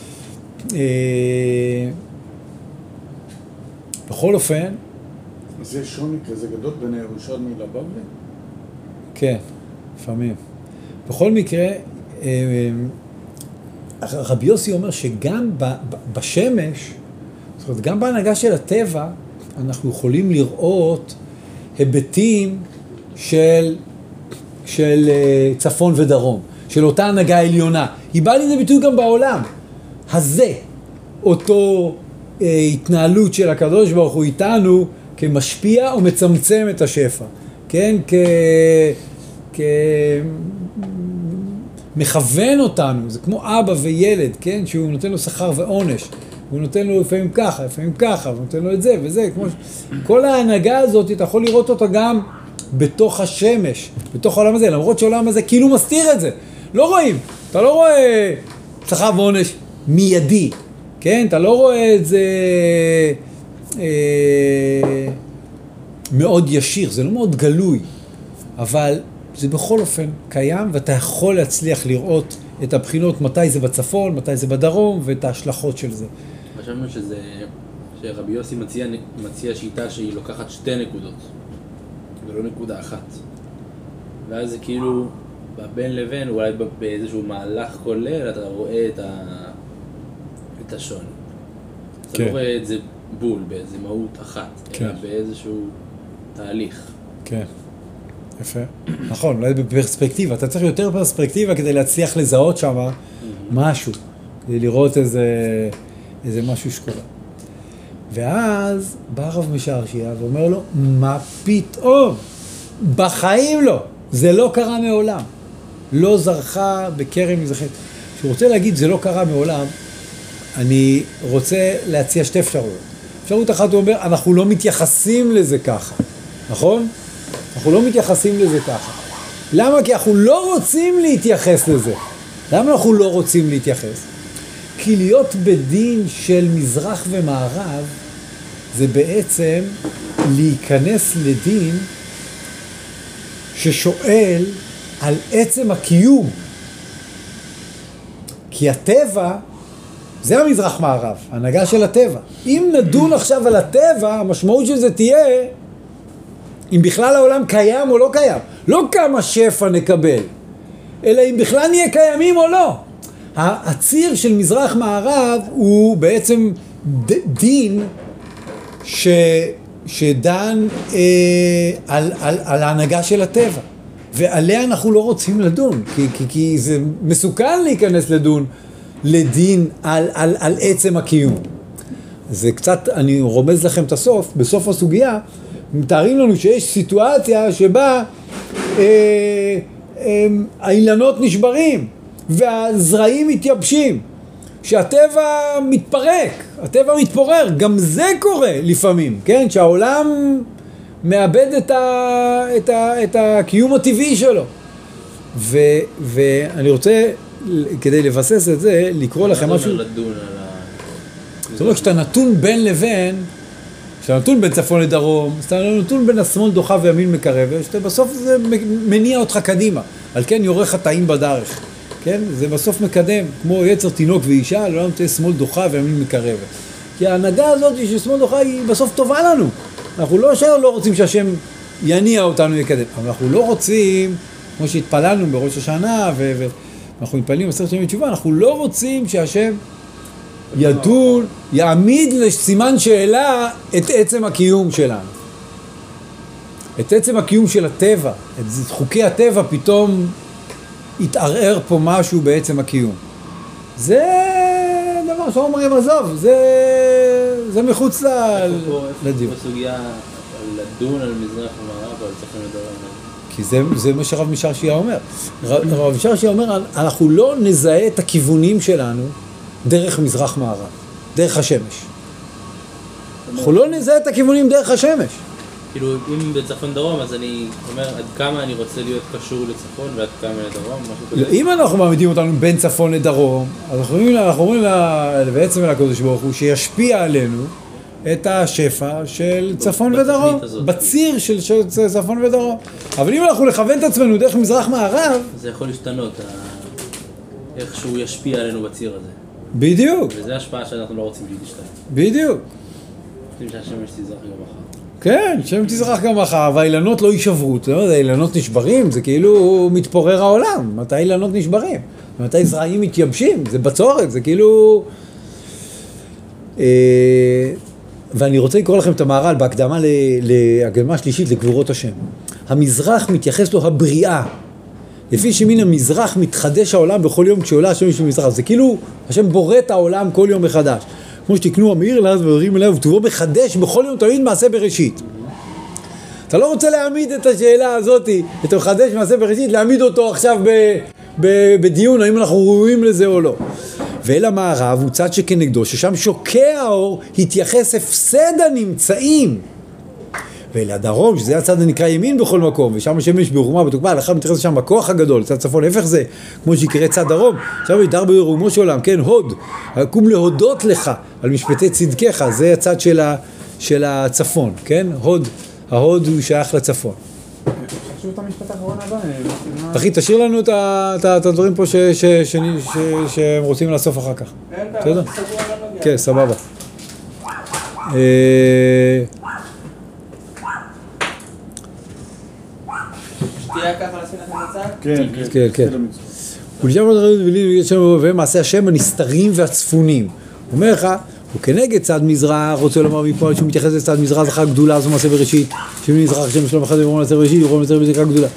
בכל אופן... אז יש שוני כזה גדול בין הירושלמי לבבלי? כן, לפעמים. בכל מקרה, רבי יוסי אומר שגם בשמש, זאת אומרת, גם בהנהגה של הטבע, אנחנו יכולים לראות היבטים של צפון ודרום, של אותה הנהגה עליונה. היא באה לידי ביטוי גם בעולם. הזה, אותו התנהלות של הקדוש ברוך הוא איתנו, כמשפיע או מצמצם את השפע. כן? מכוון אותנו, זה כמו אבא וילד, כן? שהוא נותן לו שכר ועונש. הוא נותן לו לפעמים ככה, לפעמים ככה, הוא נותן לו את זה וזה, כמו כל ההנהגה הזאת, אתה יכול לראות אותה גם בתוך השמש, בתוך העולם הזה, למרות שהעולם הזה כאילו מסתיר את זה. לא רואים, אתה לא רואה שכר ועונש מיידי, כן? אתה לא רואה את זה מאוד ישיר, זה לא מאוד גלוי, אבל זה בכל אופן קיים, ואתה יכול להצליח לראות את הבחינות, מתי זה בצפון, מתי זה בדרום, ואת ההשלכות של זה. חשבנו שרבי יוסי מציע שיטה שהיא לוקחת שתי נקודות, ולא נקודה אחת. ואז זה כאילו, בין לבין, אולי באיזשהו מהלך כולל, אתה רואה את השוני. אתה לא רואה את זה בול, באיזו מהות אחת, אלא באיזשהו תהליך. כן. יפה. נכון, אולי בפרספקטיבה, אתה צריך יותר פרספקטיבה כדי להצליח לזהות שם משהו, כדי לראות איזה משהו שקורה. ואז בא רב משעשע ואומר לו, מה פתאום? בחיים לא, זה לא קרה מעולם. לא זרחה בקרן מזרחית. כשהוא רוצה להגיד זה לא קרה מעולם, אני רוצה להציע שתי אפשרויות. אפשרות אחת הוא אומר, אנחנו לא מתייחסים לזה ככה, נכון? אנחנו לא מתייחסים לזה ככה. למה? כי אנחנו לא רוצים להתייחס לזה. למה אנחנו לא רוצים להתייחס? כי להיות בדין של מזרח ומערב, זה בעצם להיכנס לדין ששואל על עצם הקיום. כי הטבע, זה המזרח מערב, ההנהגה של הטבע. אם נדון עכשיו על הטבע, המשמעות של זה תהיה, אם בכלל העולם קיים או לא קיים. לא כמה שפע נקבל, אלא אם בכלל נהיה קיימים או לא. הציר של מזרח מערב הוא בעצם דין שדן על ההנהגה של הטבע. ועליה אנחנו לא רוצים לדון, כי זה מסוכן להיכנס לדין על עצם הקיום. זה קצת, אני רומז לכם את הסוף, בסוף הסוגיה, מתארים לנו שיש סיטואציה שבה האילנות נשברים והזרעים מתייבשים, שהטבע מתפרק, הטבע מתפורר, גם זה קורה לפעמים, כן? שהעולם מאבד את הקיום הטבעי שלו. ואני רוצה, כדי לבסס את זה, לקרוא לכם משהו. זאת אומרת, כשאתה נתון בין לבין, כשאתה נתון בין צפון לדרום, כשאתה נתון בין השמאל דוחה וימין מקרב, בסוף זה מניע אותך קדימה. על כן יורך חטאים בדרך. כן? זה בסוף מקדם, כמו יצר תינוק ואישה, לעולם תהיה שמאל דוחה וימין מקרב. כי ההנהגה הזאת של שמאל דוחה היא בסוף טובה לנו. אנחנו לא רוצים שהשם יניע אותנו יקדם, אבל אנחנו לא רוצים, כמו שהתפללנו בראש השנה, ואנחנו מתפללים בסרט שם בתשובה, אנחנו לא רוצים שהשם ידון, יעמיד לסימן שאלה את עצם הקיום שלנו. את עצם הקיום של הטבע, את חוקי הטבע, פתאום יתערער פה משהו בעצם הקיום. זה דבר שאומרים עזוב, זה מחוץ לדיון. איפה בסוגיה לדון על מזרח ומערב ועל צפון ודרום? כי זה מה שרב משרשיה אומר. רב משרשיה אומר, אנחנו לא נזהה את הכיוונים שלנו דרך מזרח מערב, דרך השמש. אנחנו לא נזהה את הכיוונים דרך השמש. כאילו, אם בצפון דרום, אז אני אומר עד כמה אני רוצה להיות קשור לצפון ועד כמה לדרום, משהו כזה. אם אנחנו מעמידים אותנו בין צפון לדרום, אז אנחנו אומרים בעצם לקדוש ברוך הוא שישפיע עלינו את השפע של צפון ודרום, בציר של צפון ודרום. אבל אם אנחנו לכוון את עצמנו דרך מזרח מערב, זה יכול להשתנות, איך שהוא ישפיע עלינו בציר הזה. בדיוק. וזה השפעה שאנחנו לא רוצים להשתנה. בדיוק. רוצים שהשמש תזרח גם מחר. כן, שם תזרח גם מחר, והאילנות לא יישברו, האילנות נשברים, זה כאילו מתפורר העולם, מתי אילנות נשברים? מתי זרעים מתייבשים? זה בצורת, זה כאילו... ואני רוצה לקרוא לכם את המהר"ל בהקדמה להקדמה שלישית לגבורות השם. המזרח מתייחס לו הבריאה, לפי שמן המזרח מתחדש העולם בכל יום כשעולה השמש במזרח, זה כאילו השם בורא את העולם כל יום מחדש. כמו שתקנו המאיר לעז ודברים אליו וכתובו מחדש בכל יום תמיד מעשה בראשית. אתה לא רוצה להעמיד את השאלה הזאת, את המחדש מעשה בראשית, להעמיד אותו עכשיו בדיון, האם אנחנו ראויים לזה או לא. ואל המערב הוא צד שכנגדו, ששם שוקע האור, התייחס הפסד הנמצאים. ואל הדרום, שזה הצד הנקרא ימין בכל מקום, ושם השמש ברמה בתוקפה, לאחר מתייחס לשם הכוח הגדול, צד צפון, הפך זה, כמו שיקרא צד דרום, שם ידר ברומו של עולם, כן, הוד, קום להודות לך על משפטי צדקך, זה הצד של הצפון, כן, הוד, ההוד הוא שייך לצפון. חשוב את המשפט האחרון הבא. אחי, תשאיר לנו את הדברים פה שהם רוצים לאסוף אחר כך. בסדר? כן, סבבה. כן, כן. ולשם הדברים ומעשה השם הנסתרים והצפונים. הוא אומר לך, הוא כנגד צד מזרח, רוצה לומר מפה שהוא מתייחס לצד מזרח, זכר גדולה, זו מעשה בראשית. שמזרח השם שלום אחד יברום לעשה בראשית, יברום לעשה בזכר גדולה.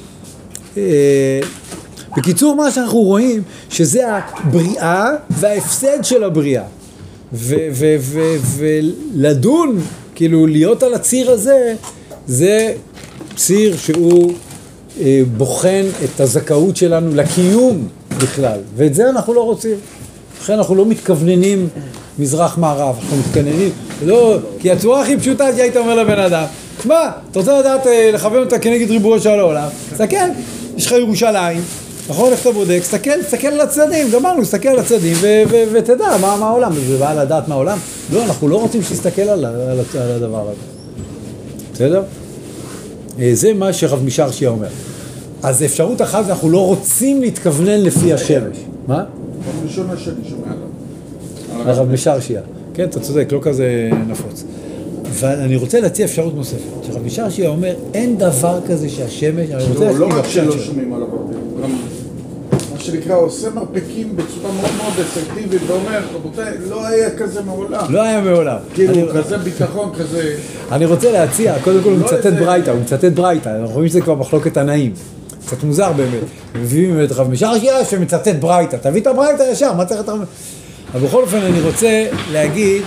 בקיצור, מה שאנחנו רואים, שזה הבריאה וההפסד של הבריאה. ולדון, כאילו להיות על הציר הזה, זה ציר שהוא בוחן את הזכאות שלנו לקיום בכלל, ואת זה אנחנו לא רוצים. לכן אנחנו לא מתכווננים מזרח מערב, אנחנו מתכווננים, לא, כי הצורה הכי פשוטה שהיית אומר לבן אדם, תשמע, אתה רוצה לדעת לכוון אותה כנגד ריבועו של העולם, תסתכל, יש לך ירושלים, נכון, איך אתה בודק, תסתכל על הצדדים, גמרנו, תסתכל על הצדדים ותדע מה העולם, זה בא לדעת מה העולם, לא, אנחנו לא רוצים שתסתכל על הדבר הזה, בסדר? זה מה שרב משרשיה אומר. אז אפשרות אחת, אנחנו לא רוצים להתכוונן לפי השמש. מה? ראשונה שאני שומע עליו. הרב משרשיה. כן, אתה צודק, לא כזה נפוץ. ואני רוצה להציע אפשרות נוספת. שרב משרשיה אומר, אין דבר כזה שהשמש... לא רק שלא שומעים עליו, גם מה שנקרא עושה מרפקים בצורה מאוד מאוד אפקטיבית, ואומר, רבותיי, לא היה כזה מעולם. לא היה מעולם. כאילו, כזה ביטחון, כזה... אני רוצה להציע, קודם כל הוא מצטט ברייתא, אנחנו רואים שזה כבר מחלוקת תנאים. קצת מוזר באמת. מביאים את רב משרשיה שמצטט ברייתא. תביא את הברייתא ישר, מה צריך את הרב... אבל בכל אופן אני רוצה להגיד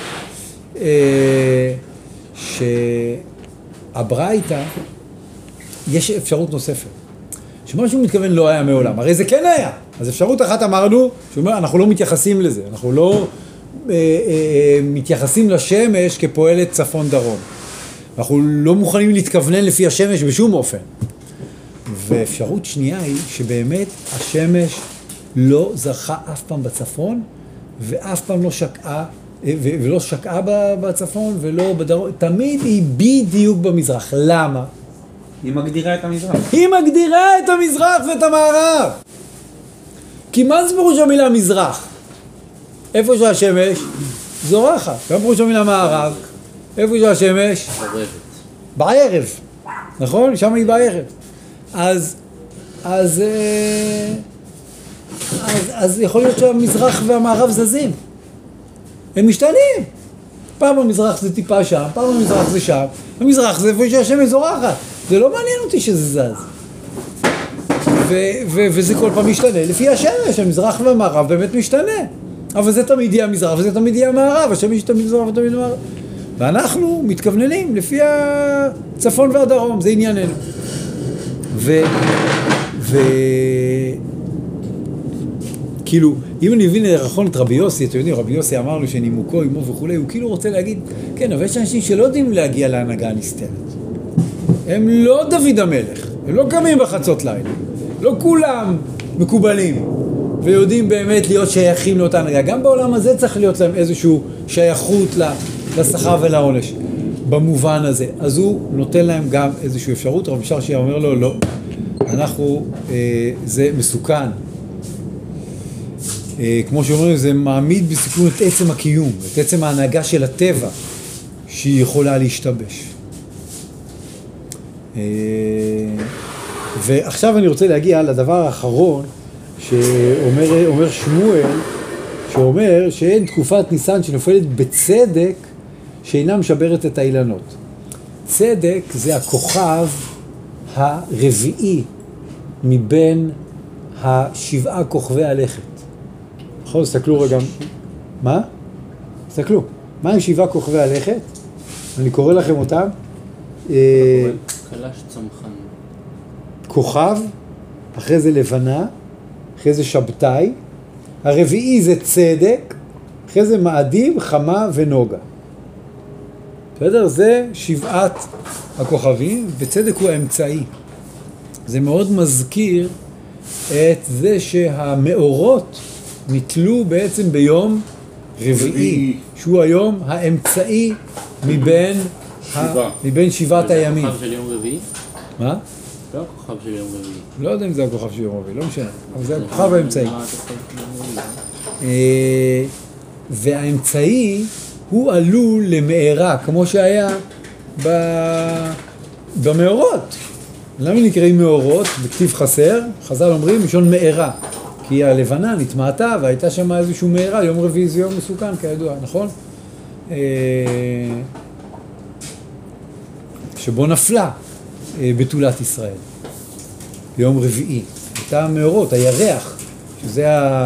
שהברייתא, יש אפשרות נוספת. שמשהו מתכוון לא היה מעולם. הרי זה כן היה. אז אפשרות אחת אמרנו, שאומר, אנחנו לא מתייחסים לזה. אנחנו לא מתייחסים לשמש כפועלת צפון דרום. אנחנו לא מוכנים להתכוונן לפי השמש בשום אופן. ואפשרות שנייה היא שבאמת השמש לא זרחה אף פעם בצפון, ואף פעם לא שקעה, ולא שקעה בצפון ולא בדרום, תמיד היא בדיוק במזרח. למה? היא מגדירה את המזרח. היא מגדירה את המזרח ואת המערב. כי מה זה פירוש המילה מזרח? איפה שהשמש זורחת. גם פירוש המילה מערב, איפה שהשמש בערב. נכון? שם היא בערב. אז יכול להיות שהמזרח והמערב זזים. הם משתנים. פעם המזרח זה טיפה שם, פעם המזרח זה שם. המזרח זה איפה שהשמש זורחת. זה לא מעניין אותי שזה זז. וזה כל פעם משתנה. לפי השמש, המזרח והמערב באמת משתנה. אבל זה תמיד יהיה המזרח וזה תמיד יהיה המערב. השמש תמיד מזרח ותמיד מערב. ואנחנו מתכווננים לפי הצפון והדרום. זה ענייננו. כאילו, אם אני מבין נכון את רבי יוסי, אתם יודעים, רבי יוסי אמר לו שנימוקו, אמו וכולי, הוא כאילו רוצה להגיד, כן, אבל יש אנשים שלא יודעים להגיע להנהגה הנסתרת. הם לא דוד המלך, הם לא קמים בחצות לילה. לא כולם מקובלים ויודעים באמת להיות שייכים לאותה הנהגה. גם בעולם הזה צריך להיות להם איזושהי שייכות לשכר ולעונש. במובן הזה. אז הוא נותן להם גם איזושהי אפשרות, רבי שרשי אומר לו, לא, אנחנו, זה מסוכן. כמו שאומרים, זה מעמיד בסיכון את עצם הקיום, את עצם ההנהגה של הטבע, שהיא יכולה להשתבש. ועכשיו אני רוצה להגיע לדבר האחרון, שאומר שמואל, שאומר שאין תקופת ניסן שנופלת בצדק, שאינה משברת את האילנות. צדק זה הכוכב הרביעי מבין השבעה כוכבי הלכת. נכון? תסתכלו רגע. מה? תסתכלו. מה הם שבעה כוכבי הלכת? אני קורא לכם אותם. קלש צמחן. כוכב, אחרי זה לבנה, אחרי זה שבתאי. הרביעי זה צדק, אחרי זה מאדים, חמה ונוגה. בסדר? זה שבעת הכוכבים, וצדק הוא האמצעי. זה מאוד מזכיר את זה שהמאורות נתלו בעצם ביום רביעי, שהוא היום האמצעי מבין שבעת הימים. הכוכב של יום רביעי? מה? לא הכוכב של יום רביעי. לא יודע אם זה הכוכב של יום רביעי, לא משנה, אבל זה הכוכב האמצעי. והאמצעי הוא עלול למארה, כמו שהיה במאורות. למה נקראים מאורות? בכתיב חסר, חז"ל אומרים משון מארה. כי הלבנה נתמעטה והייתה שם איזשהו מארה, יום רביעי זה יום מסוכן כידוע, נכון? שבו נפלה בתולת ישראל. ביום רביעי. הייתה מאורות, הירח, שזה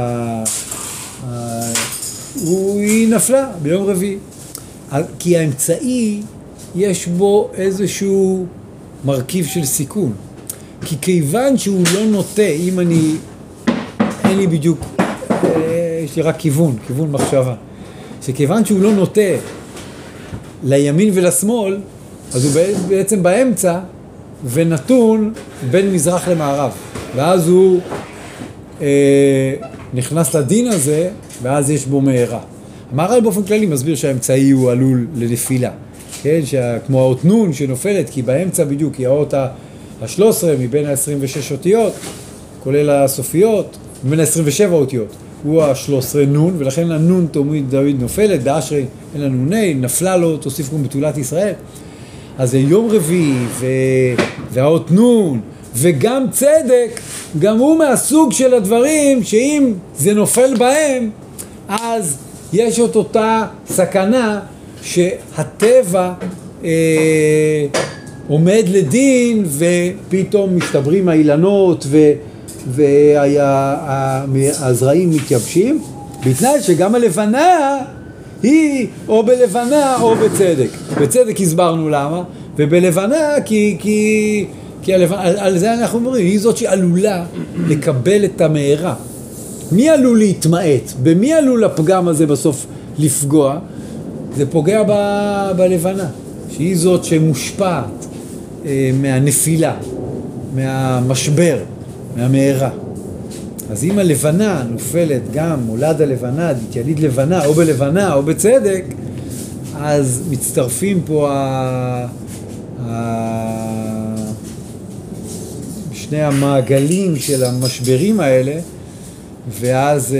היא נפלה ביום רביעי. כי האמצעי יש בו איזשהו מרכיב של סיכון. כי כיוון שהוא לא נוטה, אם אין לי בדיוק, יש לי רק כיוון מחשבה. שכיוון שהוא לא נוטה לימין ולשמאל, אז הוא בעצם באמצע ונתון בין מזרח למערב. ואז הוא נכנס לדין הזה, ואז יש בו מארה. המהר"ל באופן כללי מסביר שהאמצעי הוא עלול לנפילה. כן? כמו האות נון שנופלת, כי באמצע בדיוק היא האות ה-13 מבין ה-26 אותיות, כולל הסופיות, מבין ה-27 אותיות. הוא ה-13 נון, ולכן הנון תמיד דוד נופלת, באשרי אין לנו נוני, נפלה לו, תוסיף גם בתולת ישראל. אז זה יום רביעי, והאות נון, וגם צדק, גם הוא מהסוג של הדברים שאם זה נופל בהם, אז יש את אותה סכנה שהטבע עומד לדין ופתאום משתברים האילנות והזרעים מתייבשים, בתנאי שגם הלבנה היא או בלבנה או בצדק. בצדק הסברנו למה, ובלבנה כי על זה אנחנו אומרים, היא זאת שעלולה לקבל את המארה. מי עלול להתמעט? במי עלול הפגם הזה בסוף לפגוע? זה פוגע בלבנה, שהיא זאת שמושפעת מהנפילה, מהמשבר, מהמהרה. אז אם הלבנה נופלת גם מולד הלבנה, יליד לבנה, או בלבנה או בצדק, אז מצטרפים פה שני המעגלים של המשברים האלה, ואז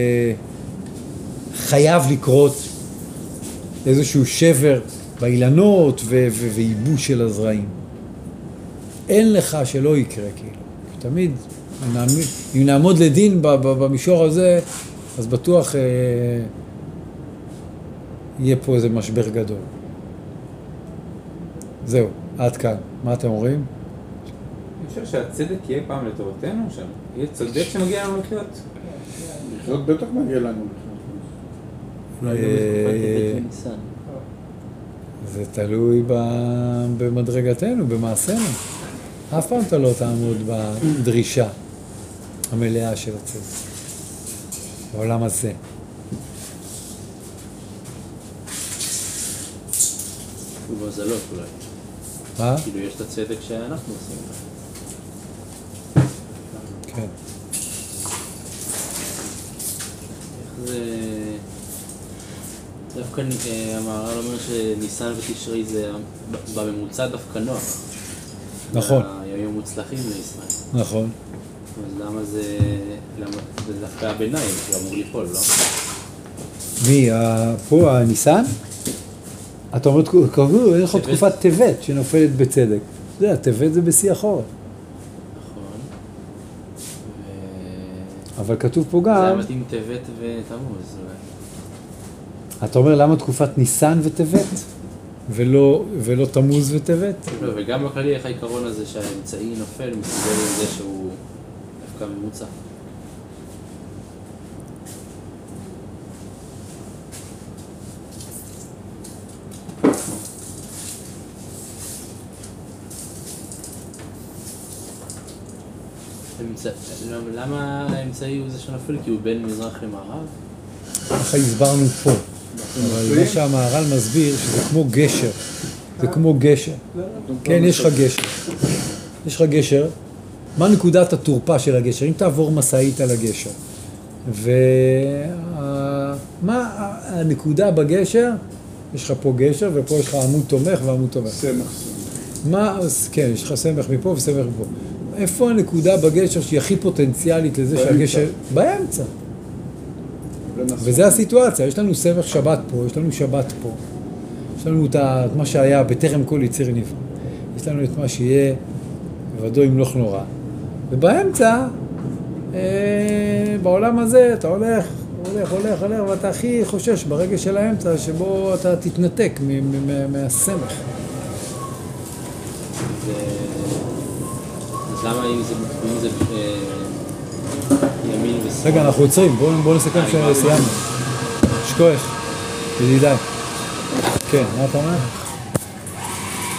חייב לקרות איזשהו שבר באילנות וייבוש של הזרעים. אין לך שלא יקרה, כאילו. תמיד, אם נעמוד לדין במישור הזה, אז בטוח יהיה פה איזה משבר גדול. זהו, עד כאן. מה אתם אומרים? אני חושב שהצדק יהיה פעם לטובתנו, שיהיה צודק שמגיע לנו לחיות. לחיות בטח מגיע לנו לחיות. זה תלוי במדרגתנו, במעשינו. אף פעם אתה לא תעמוד בדרישה המלאה של הצדק. בעולם הזה. ובזלות אולי. מה? כאילו יש את הצדק שאנחנו עושים. כן. איך זה... דווקא המהר"ל אומר שניסן ותשרי זה בממוצע דווקא נוח. נכון. הימים מוצלחים לישראל. נכון. אז למה זה דווקא הביניים, זה אמור ליפול, לא? מי? פה הניסן? אתה אומר, קראו, אין לך תקופת טבת שנופלת בצדק. זה, הטבת זה בשיא החורף. נכון. אבל כתוב פה גם... זה היה מתאים טבת ותמוז, אולי. אתה אומר, למה תקופת ניסן וטבת? ולא תמוז וטבת? לא, וגם בכללי איך העיקרון הזה שהאמצעי נופל מסתבר עם זה שהוא דווקא ממוצע. למה האמצעי הוא זה שנופל? כי הוא בין מזרח למערב? ככה הסברנו פה. אבל מה שהמהר"ל מסביר שזה כמו גשר. זה כמו גשר. כן, יש לך גשר. יש לך גשר. מה נקודת התורפה של הגשר? אם תעבור מסעית על הגשר. ומה הנקודה בגשר? יש לך פה גשר ופה יש לך עמוד תומך ועמוד תומך. סמך. מה, כן, יש לך סמך מפה וסמך מפה. איפה הנקודה בגשר שהיא הכי פוטנציאלית לזה שהגשר... באמצע. וזה הסיטואציה, יש לנו סמך שבת פה, יש לנו שבת פה. יש לנו את מה שהיה בטרם כל יציר נברא. יש לנו את מה שיהיה לבדו ימלוך נורא. ובאמצע, בעולם הזה, אתה הולך, ואתה הכי חושש ברגע של האמצע, שבו אתה תתנתק מהסמך. אז למה אם זה ימין ושמאל? רגע, אנחנו עוצרים, בואו נסכם שסיימנו. שכוח, ידידיי. כן, מה אתה אומר?